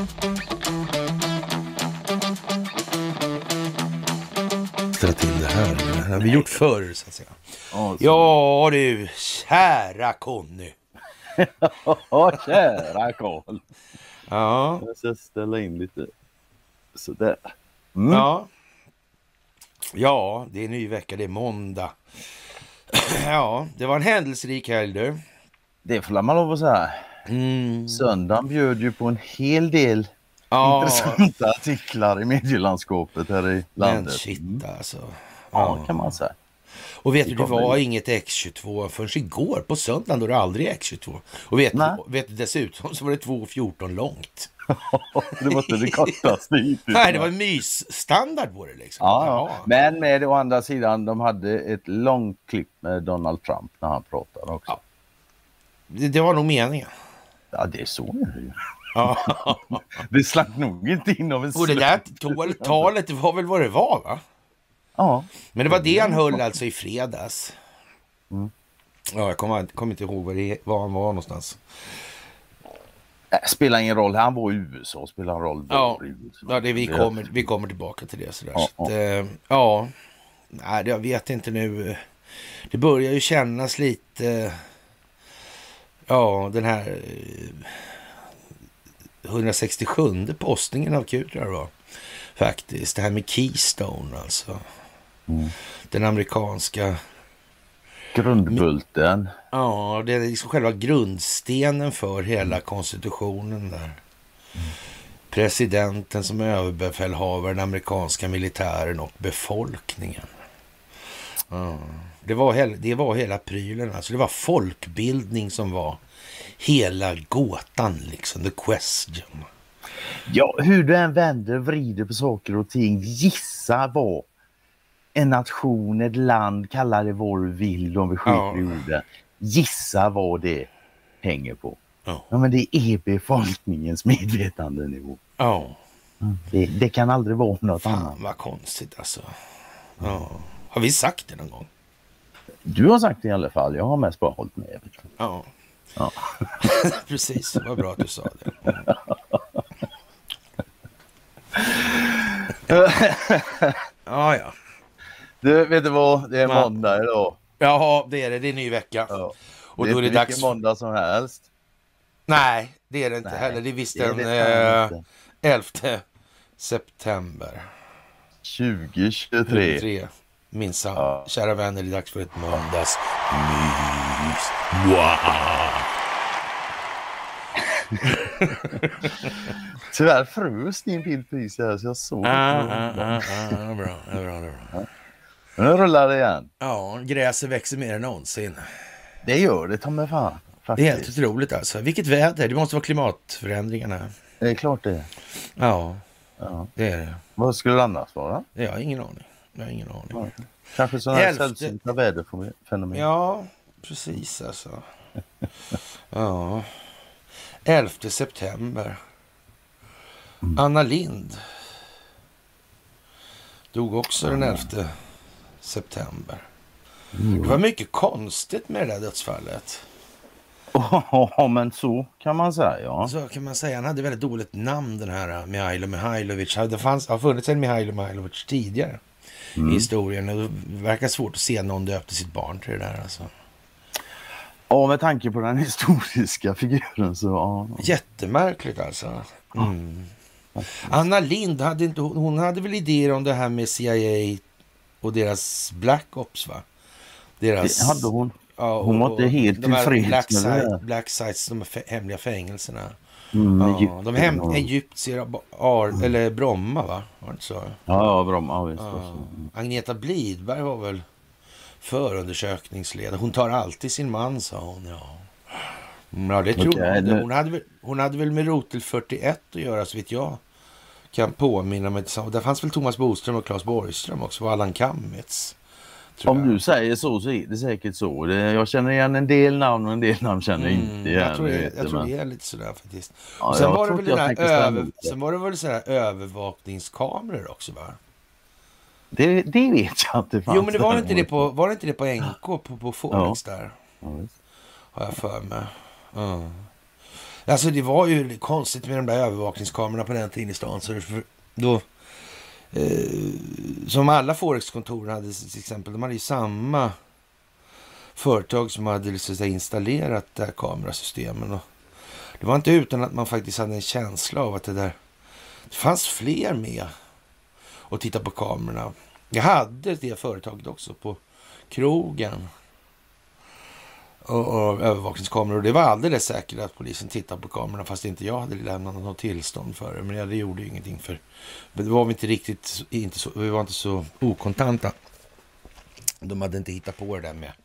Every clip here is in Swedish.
Till det här. Det har vi gjort förr, så att säga. Ja du, kära Conny. Ja, kära Karl. Ja. Jag ska ställa in lite sådär. Ja, det är ny vecka, det är måndag. Ja, det var en händelserik helg du. Det får man lov att säga. Söndagen bjöd ju på en hel del intressanta artiklar i medielandskapet här i landet. Men shit alltså. Ja, kan man säga. Och vet du, det var inget X22 förrän igår på söndagen, då det aldrig är X22. Och vet du dessutom så var det 2,14 långt. Det var inte det kortaste hittills. Nej, det var mysstandard på det liksom. Ja. Men med å andra sidan, de hade ett långt klipp med Donald Trump när han pratade också. Ja. Det var nog meningen. Ja, det är så är det ju. Det slank nog inte in av en och det där talet, det var väl vad det var, va? Ja. Men det var det han höll alltså i fredags. Ja, jag kommer inte ihåg var han var någonstans. Spelar ingen roll, han var i USA, spelar en roll. Vi kommer tillbaka till det sådär. Nej, jag vet inte nu. Det börjar ju kännas lite, den här 167 postningen av Q tror jag det var. Faktiskt, det här med Keystone alltså. Den amerikanska grundbulten. Ja, det är liksom själva grundstenen för hela konstitutionen där. Presidenten som överbefälhavare, den amerikanska militären och befolkningen. Det var hela prylen. Alltså det var folkbildning som var hela gåtan liksom, the question. Ja, hur du än vänder, vrider på saker och ting, gissa vad en nation, ett land, kallar det vad du vill om vi skiter i orden. Gissa vad det hänger på. Ja, men det är befolkningens medvetandenivå. Det kan aldrig vara något annat. Vad konstigt alltså. Har vi sagt det någon gång? Du har sagt det i alla fall. Jag har mest bara hållit med. Ja. Precis, vad bra att du sa det. Ja. Du, vet du vad? Det är måndag idag. Jaha, det är det. Det är ny vecka. Ja. Och det då är det dags. Måndag som helst. Nej, det är det inte heller. Det är visst den 11 september. 2023. Minsann. Kära vänner, det är dags för ett måndagsmys. Tyvärr frös din bild precis här så jag såg det. Bra. Nu rullar det igen. Ja, gräset växer mer än någonsin. Det gör det, ta mig fan. Faktiskt. Det är helt otroligt alltså. Vilket väder, det måste vara klimatförändringarna. Det är klart det. Ja, det är det. Vad skulle det annars vara? Jag har ingen aning. Ja. Kanske sådana här sällsynta väderfenomen. Ja, precis alltså. 11 september. Anna Lind dog också den 11 september. Det var mycket konstigt med det där dödsfallet. Men så kan man säga, ja. Så kan man säga. Han hade väldigt dåligt namn, den här Mihailo Mihailovic. Det har funnits en Mihailo Mihailovic tidigare i historien. Och det verkar svårt att se någon döpte sitt barn till det där alltså. Ja, med tanke på den historiska figuren så Jättemärkligt alltså. Anna Lind hon hade väl idéer om det här med CIA och deras Black Ops, va? Det hade hon. Hon var inte helt tillfreds med det. Black Sites, de hemliga fängelserna. Egypten, Egyptier eller Bromma, va? Var det inte så? Ja, Bromma. Visst, Agneta Blidberg var väl förundersökningsledare. Hon tar alltid sin man, sa hon. Ja, det tror jag. Hon hade väl med Rotel 41 att göra, så vitt jag kan påminna mig. Där fanns väl Thomas Boström och Claes Borgström också, och Allan Kammitz. Om du säger så är det säkert så. Jag känner igen en del namn och en del namn känner jag inte igen. Jag tror det är lite sådär faktiskt. Ja, sen var det väl sådär övervakningskameror också, va? Det vet jag inte. Jo, men det var inte det på NK på Forex där. Ja, har jag för mig. Alltså det var ju konstigt med de där övervakningskamerorna på den tiden i stan. Så då, som alla Forex-kontor hade till exempel, de hade ju samma företag som hade liksom installerat det här kamerasystemen. Och det var inte utan att man faktiskt hade en känsla av att det fanns fler med och titta på kamerorna. Jag hade det företaget också på krogen och övervakningskameror. Och det var alldeles säkert att polisen tittade på kamerorna fast inte jag hade lämnat något tillstånd för det. Men det gjorde ju ingenting för det var vi inte riktigt, vi var inte så okontanta. De hade inte hittat på det där med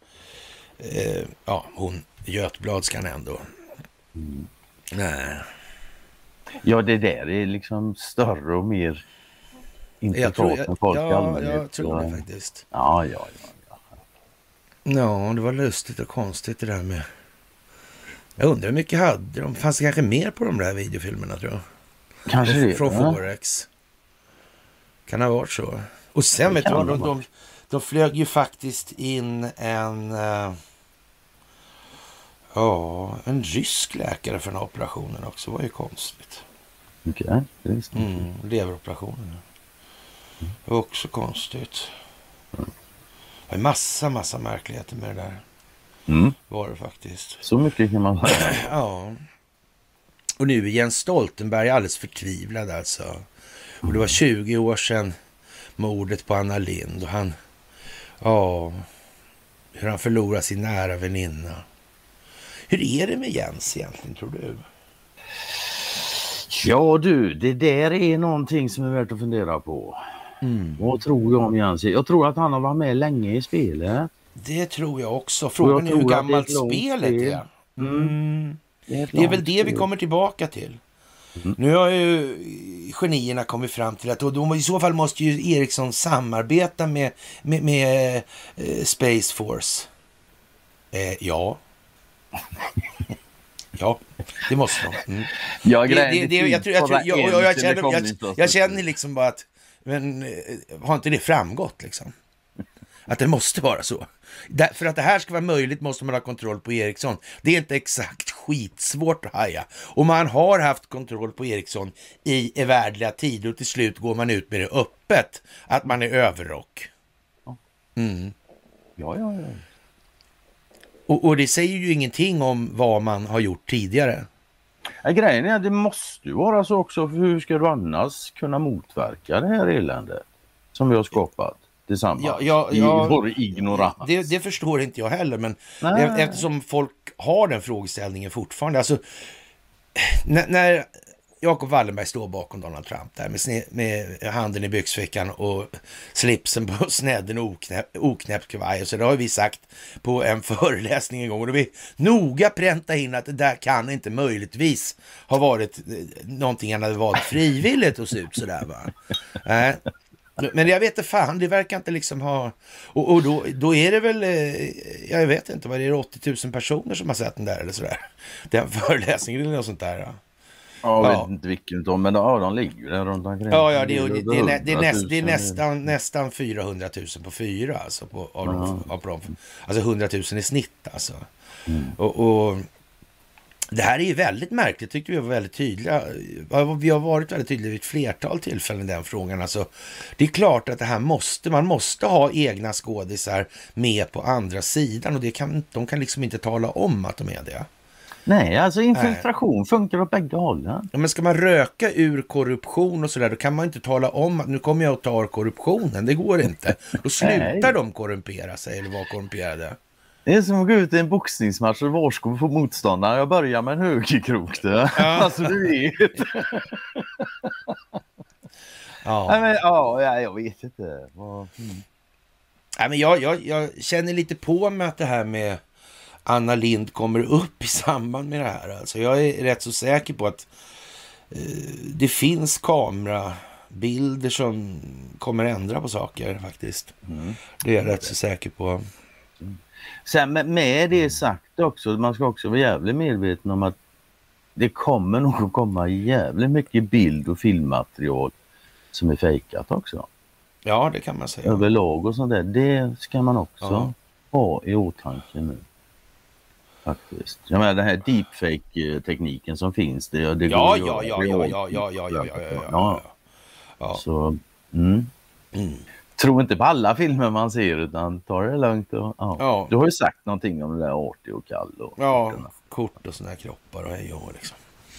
hon Götbladskan ändå. Nej. Ja, det där är liksom större och mer intrikat än folk i allmänhet. Jag tror det faktiskt. Ja, det var lustigt och konstigt det där med. Jag undrar hur mycket hade de? Fanns det kanske mer på de där videofilmerna, tror jag? Kanske det. Från Forex. Kan det ha varit så? Och sen vet du, de flög ju faktiskt in en rysk läkare för den här operationen också. Det var ju konstigt. Okej, det visste jag. Leveroperationen. Det var också konstigt. Det var massa märkligheter med det där. Var det faktiskt. Så mycket kan man säga. Ja. Och nu är Jens Stoltenberg alldeles förtvivlad alltså. Och det var 20 år sedan mordet på Anna Lind. Och hur han förlorar sin nära väninna. Hur är det med Jens egentligen, tror du? Ja du, det där är någonting som är värt att fundera på. Vad tror jag om Jens? Jag tror att han har varit med länge i spelet. Det tror jag också. Frågan är hur gammalt spelet är. Det är väl det vi kommer tillbaka till. Nu har ju genierna kommit fram till att i så fall måste ju Ericsson samarbeta med Space Force. Ja. Ja, det måste de. Jag känner liksom bara att har inte det framgått liksom? Att det måste vara så. För att det här ska vara möjligt måste man ha kontroll på Ericsson. Det är inte exakt skitsvårt att haja. Och man har haft kontroll på Ericsson i evärdliga tider och till slut går man ut med det öppet. Att man är överrock. Ja. Och det säger ju ingenting om vad man har gjort tidigare. Ja, grejen är att det måste ju vara så också. För hur ska du annars kunna motverka det här eländet som vi har skapat tillsammans i vår ignorans? Det förstår inte jag heller, men eftersom folk har den frågeställningen fortfarande. Alltså, när Jacob Wallenberg står bakom Donald Trump där med handen i byxfickan och slipsen på snedden och oknäppt kavaj. Och så det har vi sagt på en föreläsning en gång. Och då vi noga pränta in att det där kan inte möjligtvis ha varit någonting han hade valt frivilligt och se ut sådär, va? Men jag vet inte fan, det verkar inte liksom ha... Och då är det väl, jag vet inte, vad det är 80 000 personer som har sett den där eller sådär. Den föreläsningen eller något sånt där, ja. Jag vet inte vilken de, men de ligger där runt omkring. Ja, det är nästan 400 000 på 4, alltså alltså 100 000 i snitt alltså. Och det här är ju väldigt märkligt, tyckte vi var väldigt tydliga. Vi har varit väldigt tydliga vid ett flertal tillfällen i den frågan. Alltså, det är klart att det här man måste ha egna skådisar med på andra sidan och de kan liksom inte tala om att de är det. Nej, alltså infiltration funkar åt bägge hållen. Ja, men ska man röka ur korruption och sådär, då kan man inte tala om att nu kommer jag att ta korruptionen. Det går inte. Då slutar de korrumpera sig eller vara korrumperade. Det är som att gå ut i en boxningsmatch och varsko för motståndaren. Jag börjar med en högerkrok där. Ja. Alltså du vet. Jag vet inte. Nej, men jag känner lite på mig att det här med Anna Lind kommer upp i samband med det här. Alltså jag är rätt så säker på att det finns kamerabilder som kommer ändra på saker faktiskt. Det är jag rätt så säker på. Sen med det sagt också, man ska också vara jävligt medveten om att det kommer nog att komma jävligt mycket bild- och filmmaterial som är fejkat också. Ja, det kan man säga. Överlag och sånt där. Det ska man också ha i åtanke nu. faktiskt. Jag menar den här deepfake-tekniken som finns. Det Ja. Så, tro inte på alla filmer man ser utan ta det lugnt. Och, Du har ju sagt någonting om det där Artie och Kalle. Och kort och såna här kroppar och hej och liksom.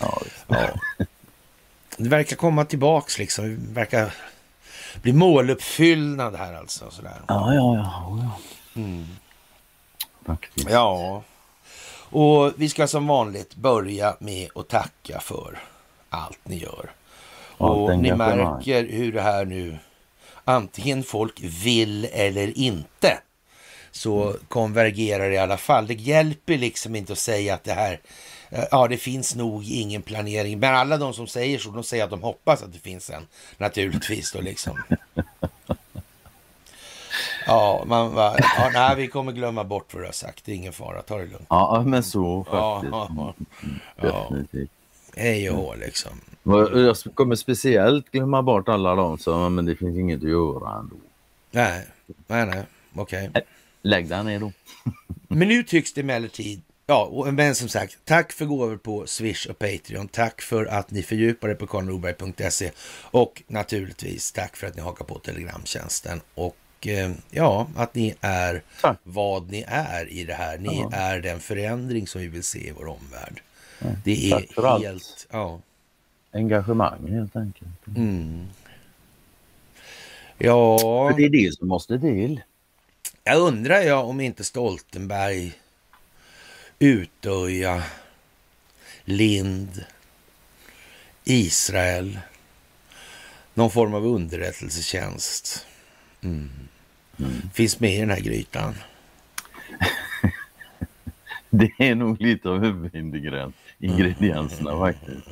Det verkar komma tillbaks liksom. Det verkar bli måluppfyllnad här alltså. Sådär. Ja. Faktiskt. Ja. Och vi ska som vanligt börja med att tacka för allt ni gör. Och ni märker hur det här nu, antingen folk vill eller inte, så konvergerar det i alla fall. Det hjälper liksom inte att säga att det här, det finns nog ingen planering. Men alla de som säger så, de säger att de hoppas att det finns en, naturligtvis då liksom. Nej, vi kommer glömma bort vad du har sagt. Det är ingen fara, ta det lugnt. Ja, men så faktiskt. Definitivt. Hej och hå liksom. Jag kommer speciellt glömma bort alla de som, men det finns inget att göra ändå. Nej, okej. Lägg den ner då. Men nu tycks det emellertid, men som sagt, tack för gåvor på Swish och Patreon. Tack för att ni fördjupar er på karlnorberg.se och naturligtvis tack för att ni hakar på Telegramtjänsten och att ni är vad ni är i det här. Ni är den förändring som vi vill se i vår omvärld. Det är helt... Engagemang helt enkelt. Ja. För det är det som måste till. Jag undrar om inte Stoltenberg, Utöja, Lind, Israel, någon form av underrättelsetjänst finns med i den här grytan. Det är nog lite av huvudingredienserna faktiskt.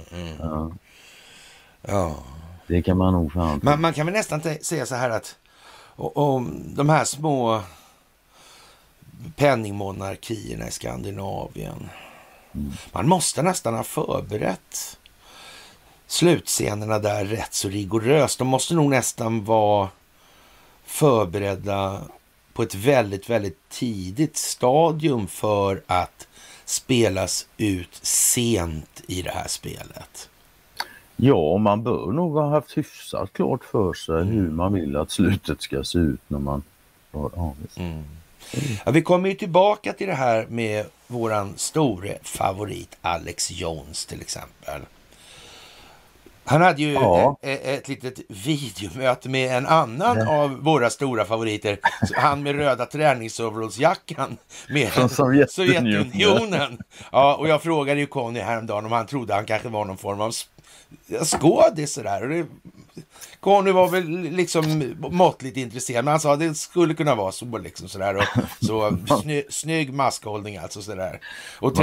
Det kan man nog fan. Man kan väl nästan säga så här att om de här små penningmonarkierna i Skandinavien, man måste nästan ha förberett slutscenerna där rätt så rigoröst. De måste nog nästan vara förberedda på ett väldigt, väldigt tidigt stadium för att spelas ut sent i det här spelet. Ja, man bör nog ha haft hyfsat klart för sig hur man vill att slutet ska se ut när man har vi kommer ju tillbaka till det här med våran store favorit Alex Jones till exempel. Han hade ju ett litet videomöte med en annan av våra stora favoriter. Han med röda träningsoverallsjackan med Sovjetunionen. Ja, och jag frågade ju Conny häromdagen om han trodde han kanske var någon form av skådis sådär. Och det, Conny var väl liksom måttligt intresserad, men han sa att det skulle kunna vara så liksom sådär. Och så snygg maskhållning alltså sådär. Och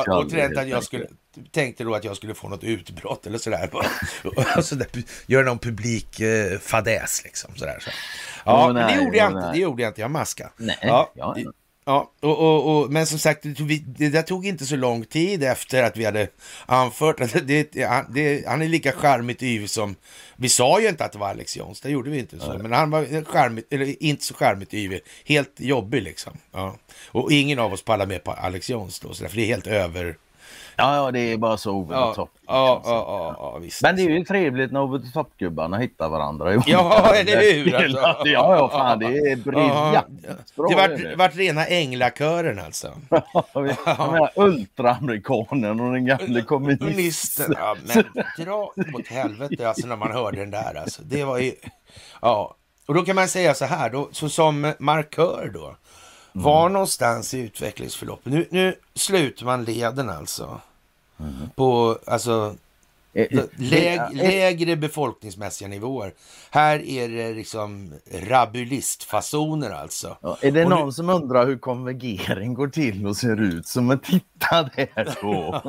tänkte då att jag skulle få något utbrott eller sådär. Och så där, göra någon publik fadäs liksom sådär. Så. Ja, men det gjorde jag inte. Jag maskade. Men som sagt, det där tog inte så lång tid efter att vi hade anfört att han är lika charmigt yvig som... Vi sa ju inte att det var Alex Jones, det gjorde vi inte så. Men han var charmigt, eller inte så charmigt yvig, helt jobbig liksom. Ja. Och ingen av oss pallar med på Alex Jones då, så för det är helt över... Ja, det är bara så over the top. Ja, visst. Men det är ju trevligt när over the top-gubbarna hittar varandra. Ja, eller hur? Alltså. Ja, fan, det är briljant. Det vart rena änglakören alltså. Ultraamerikanen och den gamla kommunisten. Ja, men dra mot helvete alltså när man hörde den där alltså. Det var ju... Ja, och då kan man säga så här då, så som markör då. Var någonstans i utvecklingsförloppet. Nu sluter man leden alltså. På alltså lägre befolkningsmässiga nivåer. Här är det liksom rabulistfasoner alltså. Ja, är det någon som undrar hur konvergering går till och ser ut som en titta där så?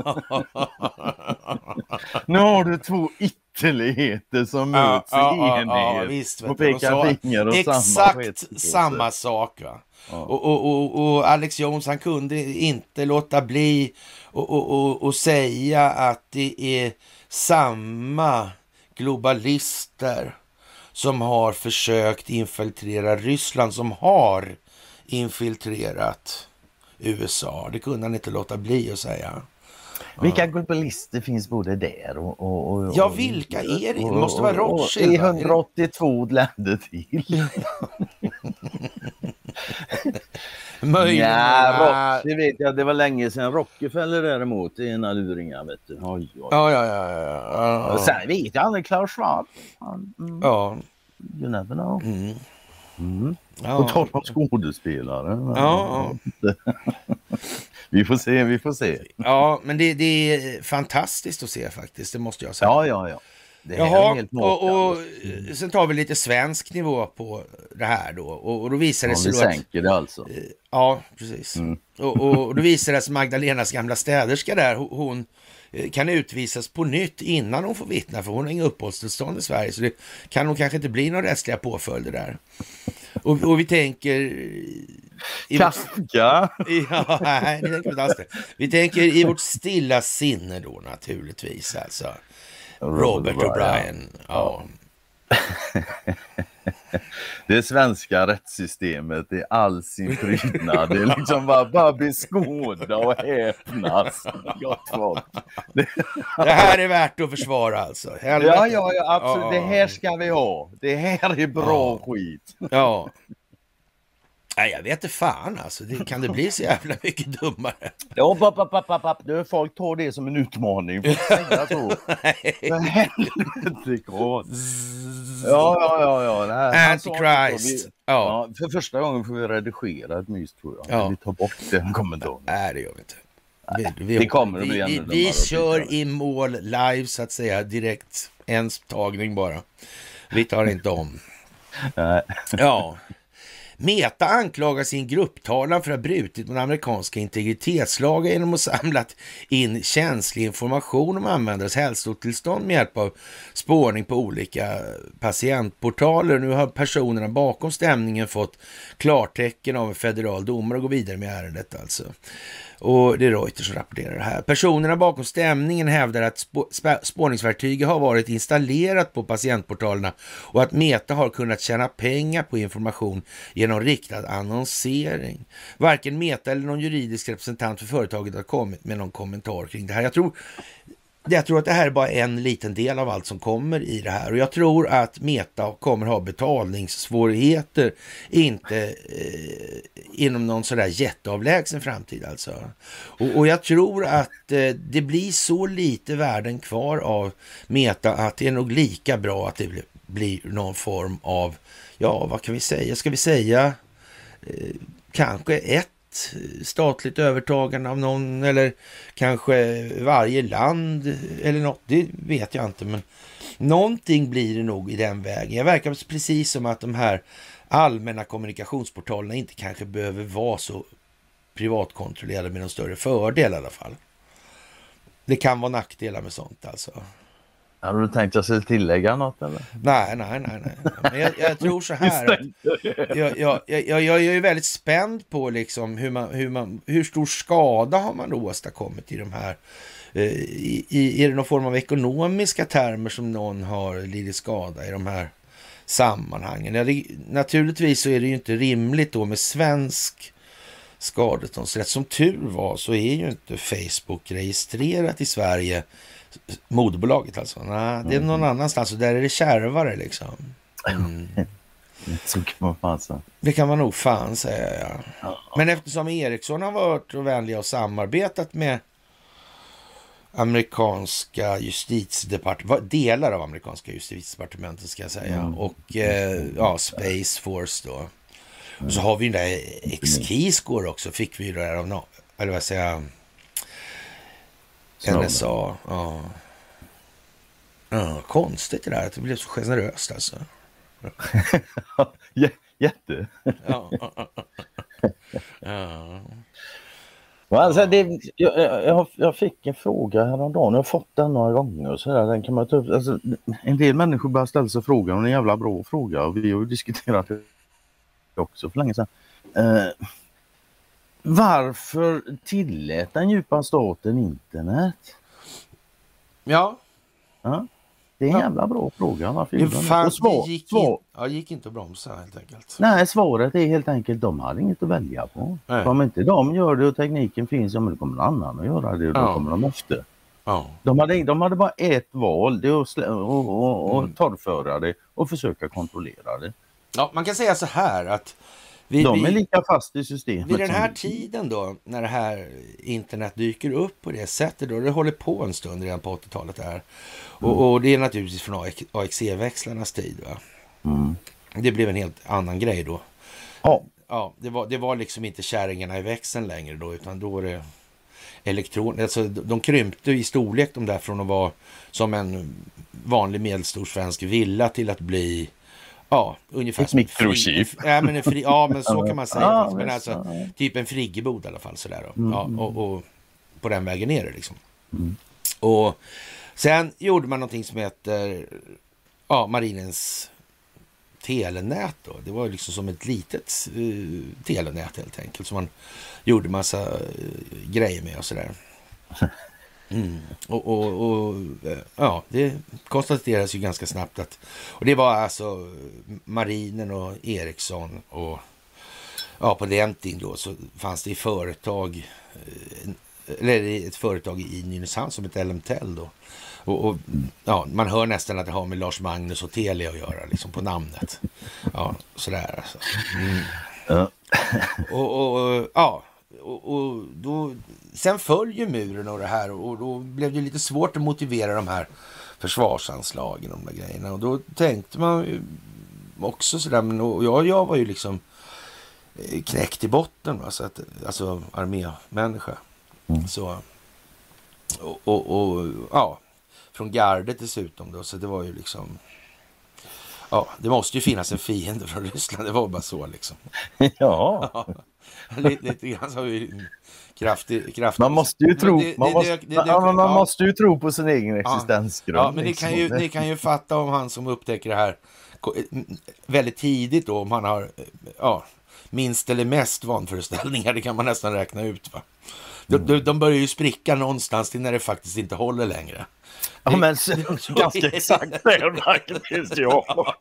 Nu har du två ytterligheter som möts i enhet visst, och pekar finger och exakt samma sak va? Ja. Och Alex Jones, han kunde inte låta bli och säga att det är samma globalister som har försökt infiltrera Ryssland som har infiltrerat USA. Det kunde han inte låta bli att säga. Vilka globalister finns både där och ja, vilka är det? Det måste vara Rothschild. I 182 länder till. Möjligen. Ja, det vet jag. Det var länge sedan. Rockefeller däremot är en luringar, vet du. Oj. Ja. Sen vet jag aldrig Klaus Schwab. Ja. You never know. Ja. Och ta de skådespelare. Ja. Vi får se. Ja, men det är fantastiskt att se faktiskt, det måste jag säga. Ja. Det Jaha, är helt och sen tar vi lite svensk nivå på det här då. Och då visar det sig vi då sänker det alltså. Ja, precis. Och då visar det sig Magdalenas gamla städerska där, hon kan utvisas på nytt innan hon får vittna, för hon har inga uppehållstillstånd i Sverige, så det kan nog kanske inte bli några rättsliga påföljder där. Och vi tänker... Kafka? Ja, nej, det tänker vi inte alls det. Vi tänker i vårt stilla sinne då naturligtvis, alltså. Robert O'Brien. Ja. Det svenska rättssystemet i all sin prydnad. Det är liksom bara beskåda och häpnas. Gott folk. Det här är värt att försvara alltså. Ja, absolut. Det här ska vi ha. Det här är bra skit. Ja. Nej, jag vet inte fan alltså. Kan det bli så jävla mycket dummare? Ja, nu folk tar det som en utmaning. Ja. Antichrist. Ja, för första gången får vi redigera ett mys, tror jag. Ja. Vi tar bort den kommentaren. Nej, det gör vi inte. Det kommer att bli ännu dummare. Vi kör i mål live så att säga, direkt. En tagning bara. Vi tar inte om. Nej. Ja. Meta anklagar sin grupptalan för att ha brutit mot amerikanska integritetslagar genom att samlat in känslig information om användares hälsotillstånd med hjälp av spårning på olika patientportaler. Nu har personerna bakom stämningen fått klartecken av en federal domare att gå vidare med ärendet alltså. Och det är Reuters som rapporterar det här. Personerna bakom stämningen hävdar att spårningsverktyget har varit installerat på patientportalerna och att Meta har kunnat tjäna pengar på information genom riktad annonsering. Varken Meta eller någon juridisk representant för företaget har kommit med någon kommentar kring det här. Jag tror att det här är bara en liten del av allt som kommer i det här. Och jag tror att Meta kommer ha betalningssvårigheter, inte inom någon sådär jätteavlägsen framtid alltså. Och jag tror att det blir så lite värden kvar av Meta att det är nog lika bra att det blir någon form av, ja vad kan vi säga? Ska vi säga kanske ett statligt övertagande av någon, eller kanske varje land eller något, det vet jag inte, men någonting blir det nog i den vägen. Jag verkar precis som att de här allmänna kommunikationsportalerna inte kanske behöver vara så privatkontrollerade med någon större fördel i alla fall. Det kan vara nackdelar med sånt alltså. Har du tänkt att jag tillägga något eller? Nej. Men jag tror så här. Jag är ju väldigt spänd på liksom hur stor skada har man åstadkommit i de här. Är det någon form av ekonomiska termer som någon har lidit skada i de här sammanhangen? Naturligtvis så är det ju inte rimligt då med svensk skadeståndsrätt. Som tur var så är ju inte Facebook registrerat i Sverige. Moderbolaget alltså. Nej, det är någon annanstans och där är det kärvare liksom. Så kan man fan säga. Det kan man nog fan säga, ja. Men eftersom Ericsson har varit vänliga och samarbetat med amerikanska justitiedepartementet, delar av amerikanska justitiedepartementet ska jag säga, och Space Force då. Och så har vi den där X-Keyscore också, fick vi ju där av eller vad säger jag, NSA, ja. Konstigt det där att det blev så generöst alltså. Jätte. Ja. Alltså jag fick en fråga häromdagen. Jag har fått den några gånger. Så där, den kan man ta upp. Alltså, en del människor börjar ställa sig frågan, och en jävla bra fråga. Och vi har ju diskuterat det också för länge sedan. Varför tillät den djupa staten internet? Ja. Ja. Det är en jävla bra fråga. Varför gick inte att bromsa helt enkelt. Nej, svaret är helt enkelt de hade inget att välja på. Om inte de gör det och tekniken finns, men då kommer någon annan att göra det och då kommer de efter. Ja. De hade bara ett val, det och torrföra det och försöka kontrollera det. Ja, man kan säga så här att de är lika fast i systemet. Vid den här tiden då, när det här internet dyker upp på det sättet då, det håller på en stund redan på 80-talet där. Och det är naturligtvis från AXE-växlarnas tid, va? Det blev en helt annan grej då. Ja, det var liksom inte kärringarna i växeln längre då, utan då var det alltså de krympte i storlek de där från att vara som en vanlig medelstor svensk villa till att bli ungefär ett mikrochip. Men så kan man säga. Men alltså typ en friggebod i alla fall sådär då. Och på den vägen ner liksom. Och sen gjorde man någonting som heter marinens telenät då. Det var liksom som ett litet telenät helt enkelt som man gjorde massa grejer med och sådär. Det konstateras ju ganska snabbt att, och det var alltså marinen och Ericsson och på den tiden då så fanns det ett företag i Nynäshamn som heter Elmtel då. Och man hör nästan att det har med Lars Magnus och Telia att göra liksom på namnet. Ja, sådär alltså. Och då, sen följer muren och det här och då blev det lite svårt att motivera de här försvarsanslagen och de där grejerna. Och då tänkte man ju också sådär, men jag var ju liksom knäckt i botten, va? Så att, alltså armémänniska. Så, från gardet dessutom då, så det var ju liksom det måste ju finnas en fiende från Ryssland, det var bara så liksom. Lite grann så har vi kraftigt. Man måste ju tro man måste ju tro på sin egen existensgrund. Ja, men ni kan ju fatta om han som upptäcker det här väldigt tidigt då, om han har minst eller mest vanföreställningar, det kan man nästan räkna ut, va. De börjar ju spricka någonstans till när det faktiskt inte håller längre. Ja, men ganska exakt det faktiskt, ja.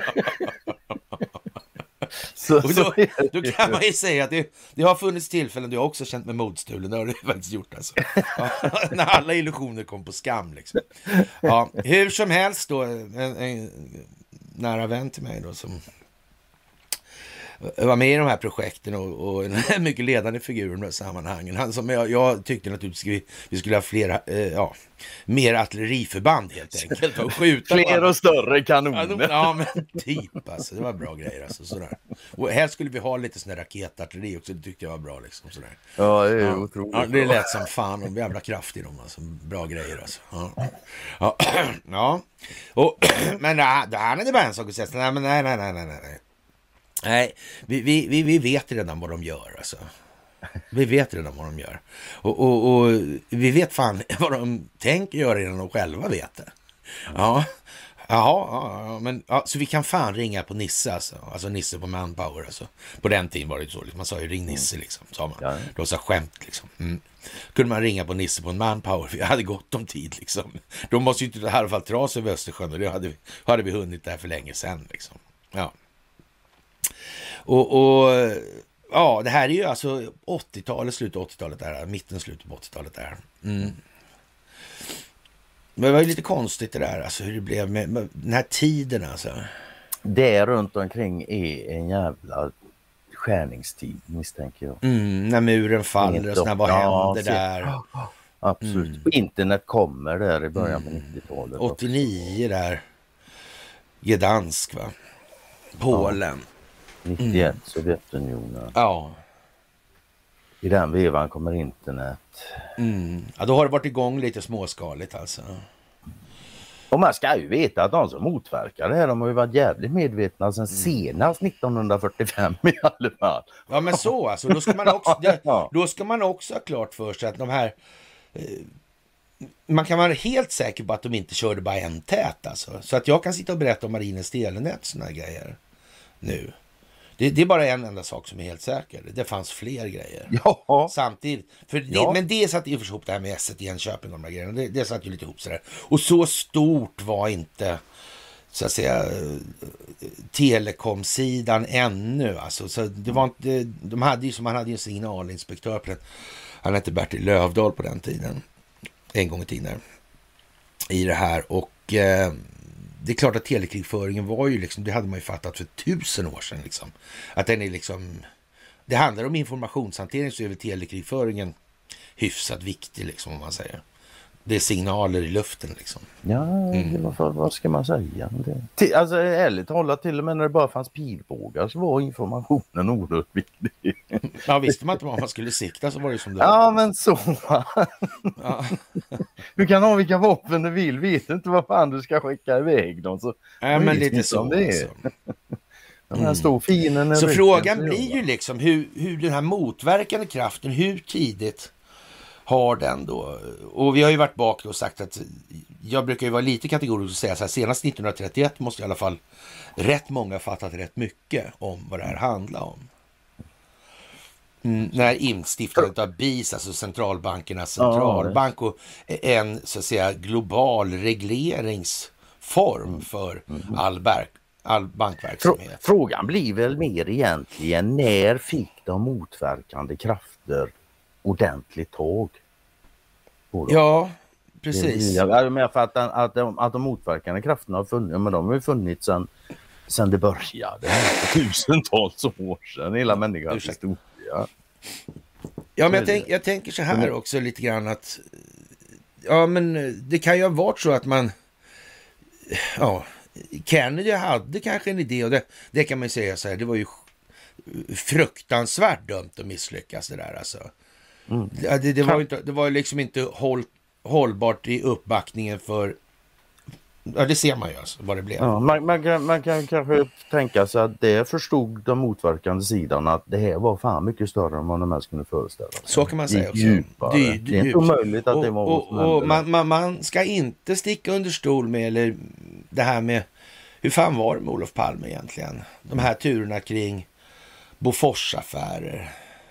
Då kan man ju säga att det har funnits tillfällen då jag också känt mig modstulen. Det har det faktiskt gjort alltså. När alla illusioner kom på skam liksom. Ja, hur som helst då, en nära vän till mig då som var med i de här projekten och en mycket ledande figur i de här sammanhangen. Han som jag tyckte naturligtvis vi skulle ha flera, mer artilleriförband helt enkelt. Och skjuta fler och större kanoner. Ja, men typ alltså. Det var bra grejer alltså. Sådär. Och här skulle vi ha lite sån här raketartilleri också. Det tyckte jag var bra liksom. Sådär. Ja, det är otroligt. Ja, det lät som fan och jävla kraft i dem alltså. Bra grejer alltså. Ja. Och, men då hade bara en sak att säga. Nej. Nej, vi vet redan vad de gör alltså. Vi vet redan vad de gör. Och vi vet fan vad de tänker göra innan de själva vet det. Men så vi kan fan ringa på Nisse alltså Nisse på Manpower alltså. På den tiden var det så liksom. Man sa ju ring Nisse liksom, sa man. Det var så skämt liksom. Kunde man ringa på Nisse på en Manpower, vi hade gott om tid liksom. De måste ju inte i alla fall dra sig över Östersjön och det hade vi hunnit där för länge sedan liksom. Ja. Och det här är ju alltså 80-talet, slutet av 80-talet där, mitten, slutet på 80-talet där. Men det var ju lite konstigt det där, alltså hur det blev med den här tiden alltså. Det runt omkring är en jävla skärningstid, misstänker jag. När muren faller och sådär, vad händer där? Absolut. Internet kommer där i början på 90-talet. 89 där, Gdansk, va? Polen. 91, Sovjetunionen. Ja. I den vevan kommer internet. Ja, då har det varit igång lite småskaligt alltså. Och man ska ju veta att de som motverkar det här, de har ju varit jävligt medvetna sedan senast 1945 i alla fall. Ja, men så alltså. Då ska man också ha klart för sig att de här... man kan vara helt säker på att de inte körde bara en tät alltså. Så att jag kan sitta och berätta om marinens telenät, såna här grejer nu. Det är bara en enda sak som är helt säker. Det fanns fler grejer. Ja. Samtidigt. Men det satt ju ihop det här med S1 i Enköping, de där grejerna. Det satt ju lite ihop sådär. Och så stort var inte, så att säga, telekomsidan ännu. Alltså, så det var inte, man hade ju en signalinspektör på den. Han hette Bertil Lövdahl på den tiden. En gång i tiden. I det här. Och det är klart att telekrigföringen var ju liksom, det hade man ju fattat för 1000 år sedan liksom. Att den är liksom, det handlar om informationshantering, så är väl telekrigföringen hyfsat viktig liksom, om man säger. Det är signaler i luften liksom. Ja, vad ska man säga? Alltså ärligt talat, till och med när det bara fanns pilbågar så var informationen oerhört viktig. Ja, visste man inte vad man skulle sikta så var det som det. Ja, men så. Ja. Du kan ha vilka vapen du vill, vet inte vad fan du ska skicka iväg dem. Så, ja, men lite så. Det är. Alltså. Så frågan blir ju liksom hur den här motverkande kraften, hur tidigt har den då? Och vi har ju varit bak och sagt att jag brukar ju vara lite kategorisk och säga så här, senast 1931 måste i alla fall rätt många fattat rätt mycket om vad det här handlar om. När instiftandet av BIS, alltså centralbankernas centralbank, och en så att säga global regleringsform för all bankverksamhet. Frågan blir väl mer egentligen, när fick de motverkande krafter ordentligt tåg? Ja, precis. Men för att de motverkande krafterna har funnits, men de har ju funnits sedan det började. Tusentals år sedan, hela människans historia. Ja, men jag tänker så här också lite grann att ja, men det kan ju ha varit så att man Kennedy hade kanske en idé, och det kan man ju säga så här, det var ju fruktansvärt dumt att misslyckas det där alltså. Det var liksom inte hållbart i uppbackningen för, ja, det ser man ju alltså vad det blev. Ja, man kan kanske tänka sig att det förstod de motverkande sidan, att det här var fan mycket större än vad de helst kunde föreställa sig. Så kan man säga också. Det är inte omöjligt att det var och man ska inte sticka under stol med, eller det här med, hur fan var det med Olof Palme egentligen? De här turerna kring Boforsaffärer.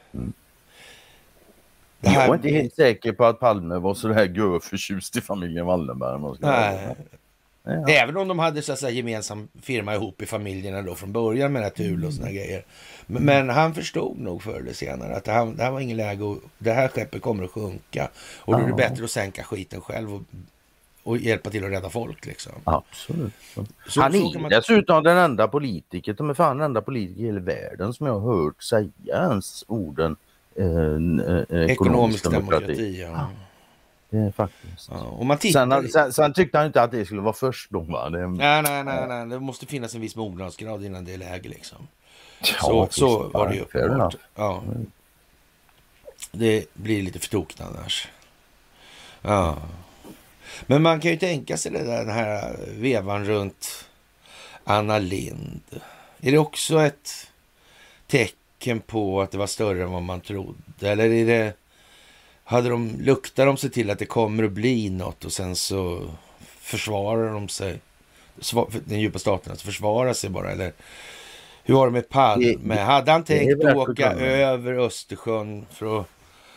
Jag är inte helt säker på att Palme var så där förtjust i familjen Wallenberg. Nej. Ja. Även om de hade så att säga gemensam firma ihop i familjerna då från början med Thule och såna grejer. Men han förstod nog förr eller senare att det här var ingen läge, och det här skeppet kommer att sjunka. Och då är det bättre att sänka skiten själv och hjälpa till att rädda folk liksom. Absolut. Han är dessutom den enda politiker, de är fan den enda politiker i hela världen som jag har hört säga ens orden ekonomisk demokrati. Ja. Det är faktiskt. Ja, och man sen tyckte han inte att det skulle vara först då, va? Nej. Det måste finnas en viss mognadsgrad innan det är läge liksom. Ja, så var det ju uppenbart. Ja. Det blir lite för tokigt annars. Ja. Men man kan ju tänka sig den här vevan runt Anna Lindh. Är det också ett tecken på att det var större än vad man trodde? Eller är det, luktar de sig till att det kommer att bli något, och sen så försvarar de sig, den djupa staten, att försvara sig bara? Eller hur var det med Palme? Hade han tänkt åka över Östersjön för att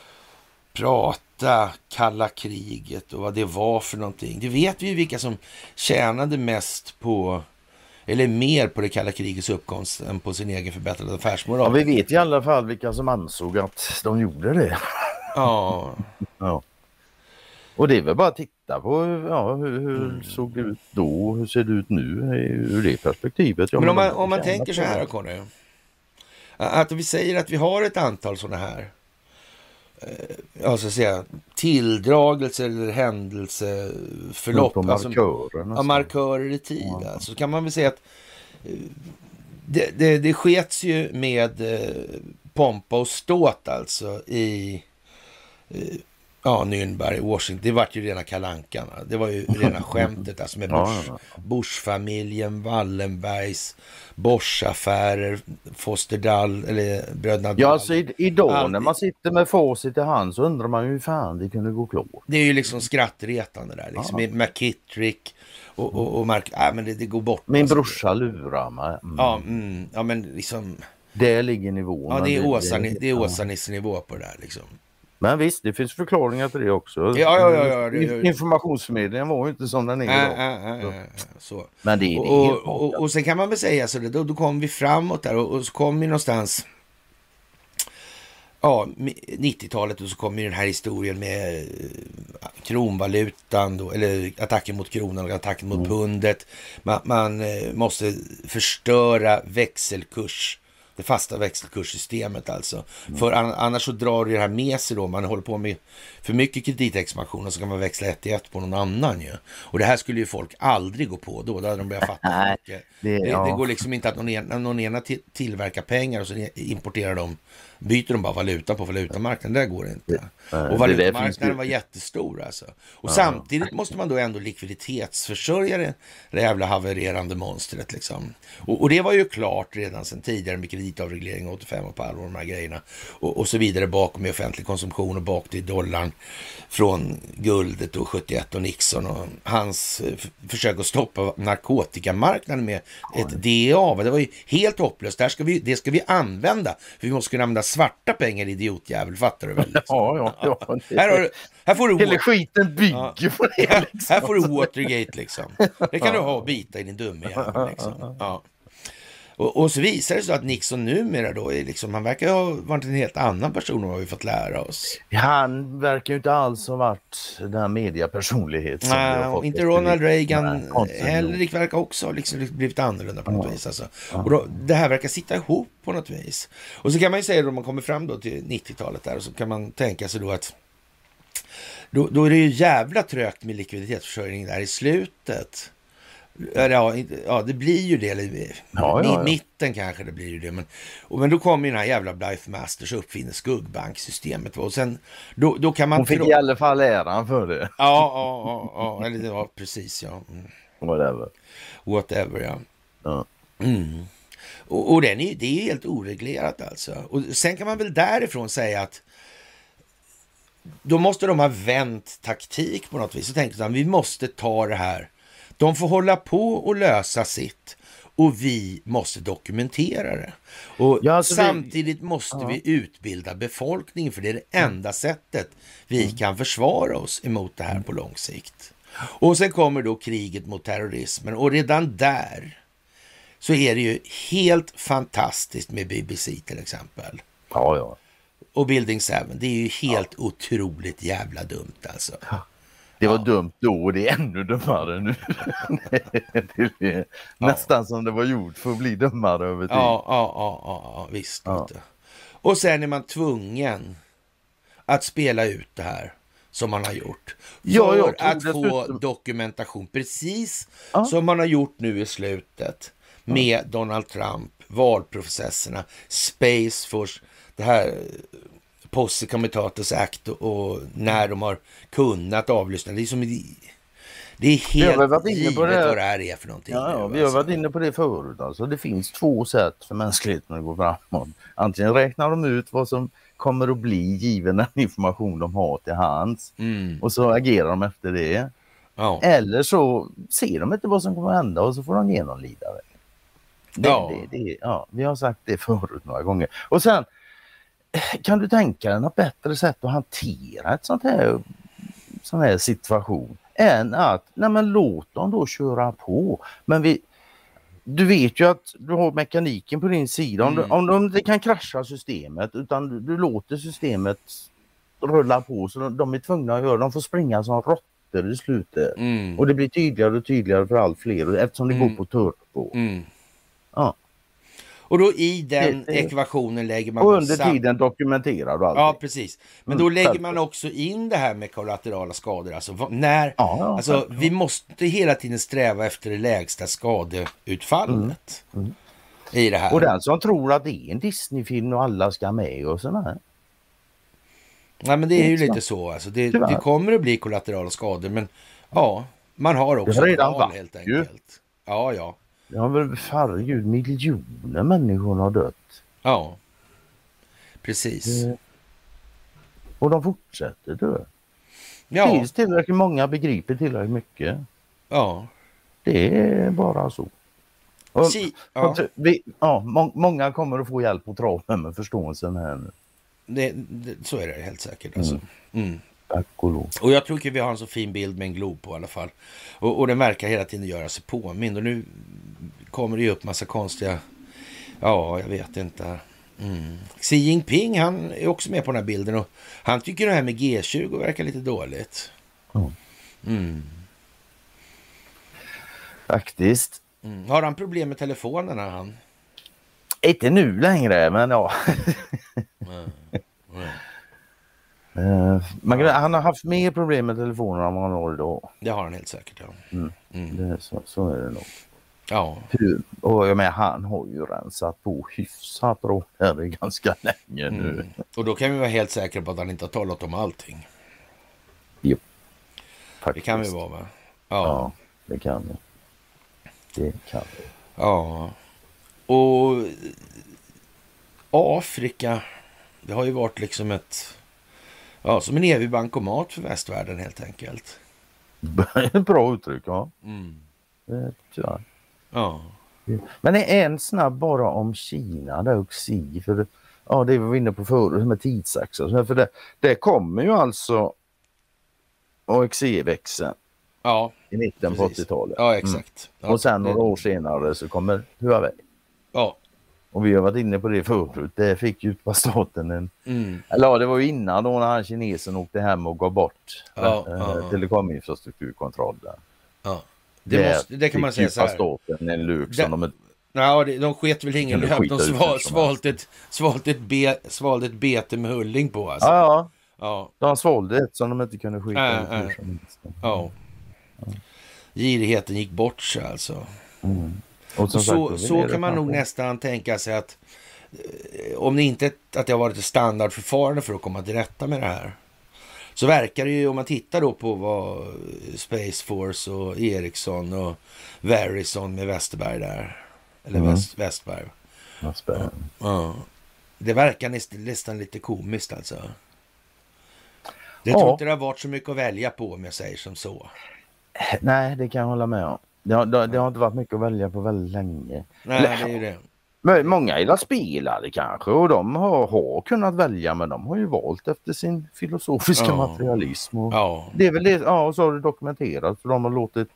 prata kalla kriget och vad det var för någonting? Det vet vi ju vilka som tjänade mest på, eller mer på det kalla krigets uppkomst än på sin egen förbättrade affärsmoral. Ja, vi vet i alla fall vilka som ansåg att de gjorde det. Ja. Och det är väl bara att titta på hur såg det ut då, hur ser det ut nu ur det perspektivet. Men om man tänker så här, Conny, att vi säger att vi har ett antal sådana här så att säga tilldragelser eller händelseförlopp, markörer i tid. Så kan man väl säga att det skets ju med pompa och ståt alltså i Nürnberg, Washington. Det var ju rena kalankarna. Det var ju rena skämtet alltså med Bush-familjen, Wallenbergs, Bosch-affärer, Fosterdal eller bröderna Dall. Ja, alltså idag när man sitter med facit i hand så undrar man ju hur fan det kunde gå klart. Det är ju liksom skrattretande där liksom. Med McKittrick och Mark, men det går bort. Min brorsa lurar mig. Ja, men liksom Det ligger nivån. Ja, det är Åsa-Nisse-nivå på det där liksom. Men visst, det finns förklaringar till det också. Ja. Informationsförmedlingen var ju inte som den är idag. Så. Men det är och sen kan man väl säga så, då kommer vi framåt där och så kommer vi någonstans 90-talet, och så kommer ju den här historien med kronvalutan då, eller attacken mot kronan och attacken mot pundet. Man måste förstöra det fasta växelkurssystemet alltså. För annars så drar det här med sig då, man håller på med för mycket kreditexpansion och så kan man växla 1-1 på någon annan ju. Och det här skulle ju folk aldrig gå på då hade de börjat fatta för mycket. Det går liksom inte att någon ena tillverkar pengar och så importerar de, byter de bara valuta på valutamarknaden. Det går inte. Och valutamarknaden var jättestor alltså. Och samtidigt måste man då ändå likviditetsförsörja det jävla havererande monstret liksom. Och det var ju klart redan sedan tidigare med kreditavreglering 85 och på alla de här grejerna. Och så vidare bakom med offentlig konsumtion och bak till dollarn från guldet och 71 och Nixon och hans försök att stoppa narkotikamarknaden med ett DA. Det var ju helt hopplöst. Det ska vi använda. För vi måste kunna använda svarta pengar, idiotjävel, fattar du väl? Liksom. Ja. Här får du hela skiten bygger på det. Liksom. Här får du Watergate liksom. Det kan du ha och bita i din dumme jävel liksom. Ja. Och så visar det sig att Nixon numera då är liksom, han verkar ha varit en helt annan person än vad vi fått lära oss. Han verkar ju inte alls ha varit den här mediapersonlighet som Nej, inte Ronald Reagan heller verkar också liksom blivit annorlunda på något vis. Alltså. Och då, det här verkar sitta ihop på något vis. Och så kan man ju säga då, om man kommer fram då till 90-talet där, och så kan man tänka sig då att då är det ju jävla trögt med likviditetsförsörjning där i slutet. Ja, det blir ju det. I mitten kanske det blir ju det. Men då kommer ju den här jävla Blythe Masters och uppfinner skuggbanksystemet. Och sen, då kan man... Hon fick i alla fall äran för det. Ja. Eller det var precis, ja. Whatever, ja. Och det är ju helt oreglerat alltså. Och sen kan man väl därifrån säga att då måste de ha vänt taktik på något vis. Så tänkte de, vi måste ta det här. De får hålla på och lösa sitt och vi måste dokumentera det. Och samtidigt måste vi utbilda befolkningen, för det är det enda sättet vi kan försvara oss emot det här på lång sikt. Och sen kommer då kriget mot terrorismen, och redan där så är det ju helt fantastiskt med BBC till exempel. Ja. Och Building 7, det är ju helt otroligt jävla dumt alltså. Det var dumt då och det är ännu dummare nu. Det är nästan som det var gjort för att bli dummare över tid. Ja, visst. Ja. Och sen är man tvungen att spela ut det här som man har gjort. För att få dokumentation. Precis som man har gjort nu i slutet med Donald Trump, valprocesserna, Space Force, det här... Posse Comitatus Act och när de har kunnat avlyssna. Det är helt givet vad det här är för någonting. Ja, vi har varit inne på det förut. Alltså, det finns två sätt för mänskligheten att gå framåt. Antingen räknar de ut vad som kommer att bli given den information de har till hands. Och så agerar de efter det. Ja. Eller så ser de inte vad som kommer att hända och så får de genomlida det. Vi har sagt det förut några gånger. Och sen kan du tänka dig något bättre sätt att hantera ett sån här situation än att låt dem då köra på. Men du vet ju att du har mekaniken på din sida. Om de inte kan krascha systemet utan du låter systemet rulla på, så de är tvungna att göra. De får springa som råttor i slutet. Och det blir tydligare och tydligare för allt fler eftersom det går på turbo. Ja. Och då i den ekvationen lägger man... Och under tiden dokumenterar du allt. Ja, precis. Men då lägger man också in det här med kollaterala skador. Alltså, vi måste hela tiden sträva efter det lägsta skadeutfallet i det här. Och den som tror att det är en Disney-film och alla ska med och sådär här. Nej, men det är ju lite så. Alltså, det kommer att bli kollaterala skador, men man har också redan val helt enkelt. Ja. Ja, men herregud, miljoner människor har dött. Ja, precis. Och de fortsätter dö. Ja. Finns tillräckligt många begriper tillräckligt mycket. Ja. Det är bara så. Många kommer att få hjälp på traven med förståelsen här nu. Så är det helt säkert. Alltså. Tack och lov. Och jag tror att vi har en så fin bild med en glob på i alla fall. Och den verkar hela tiden göra sig påmind. Och nu kommer det ju upp massa konstiga... Ja, jag vet inte. Xi Jinping, han är också med på den här bilden. Och han tycker det här med G20 verkar lite dåligt. Faktiskt. Har han problem med telefonerna han? Inte nu längre, men ja. Han har haft mer problem med telefonen än vad han har idag. Det har han helt säkert, ja. Så är det nog. Ja. Och jag menar, han har ju rensat på hyfsat bra här i ganska länge nu. Och då kan vi vara helt säkra på att han inte har talat om allting. Jo. Faktiskt. Det kan vi vara, va? Ja, det kan vi. Det kan vi. Ja. Och Afrika, det har ju varit liksom ett... Ja, som en evig bankomat för västvärlden helt enkelt. Bra uttryck, ja. Ja. Men det är en snabb bara om Kina där och Xi. För det vi var inne på förut med tidsaxlar. För det kommer ju alltså AXE-växeln i mitten på 80-talet. Ja, exakt. Ja, och sen några år senare så kommer Huawei. Ja. Och vi har varit inne på det förut. Det fick ju på staten eller det var ju innan då när han kinesen åkte hem och gav bort telekominfrastrukturkontrollen. Ja. Det kan man säga så här. Staten en luk som de sket väl ingen löp. De svalde ett bete med hulling på. Alltså. Ja. De svalde ett som de inte kunde skita ut. Ja. Girigheten gick bort sig alltså. Och så kan man nog nästan tänka sig att om det inte att det har varit ett standardförfarande för att komma till rätta med det här, så verkar det ju, om man tittar då på vad Space Force och Ericsson och Verizon med Westerberg där, eller Westberg. Ja. Det verkar nästan lite komiskt alltså. Jag tror inte det har varit så mycket att välja på, om jag säger som så. Nej, det kan jag hålla med om. Det har inte varit mycket att välja på väldigt länge. Nej, det är ju det. Men många är spelare kanske, och de har kunnat välja, men de har ju valt efter sin filosofiska materialism. Och det är väl det, och så har det dokumenterat, för de har låtit...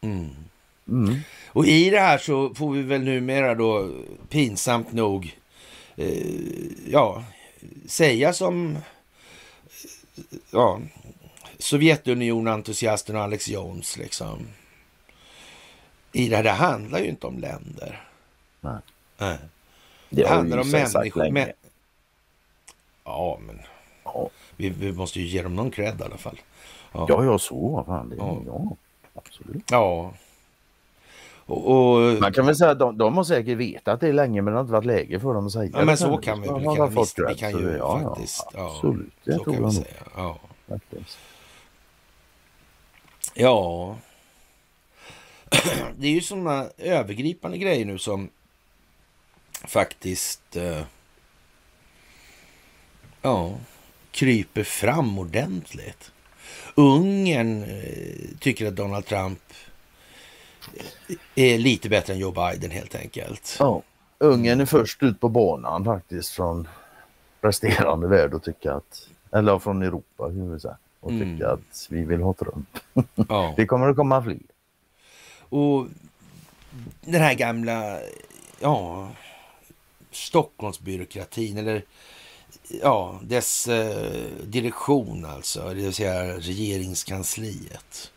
Och i det här så får vi väl numera då pinsamt nog säga som Sovjetunionentusiasten Alex Jones liksom. I det handlar ju inte om länder. Nej. Det handlar om människor. Vi måste ju ge dem någon cred i alla fall. Ja, så fan det. Ja, absolut. Ja. Och man kan väl säga att de har säkert vetat att det är länge, men det har inte varit läge för dem att säga. Ja, men så kan vi kan ju faktiskt. Absolut. Så kan vi säga. Ja. Faktiskt. Ja. Det är ju sådana övergripande grejer nu som faktiskt kryper fram ordentligt. Ungern tycker att Donald Trump är lite bättre än Joe Biden helt enkelt. Ja, Ungern är först ut på banan faktiskt från resterande värld och tycka att, eller från Europa hur vi säger, och tycka att vi vill ha Trump. Det kommer att komma fler. Och den här gamla Stockholmsbyråkratin, eller dess direktion alltså, det vill säga regeringskansliet.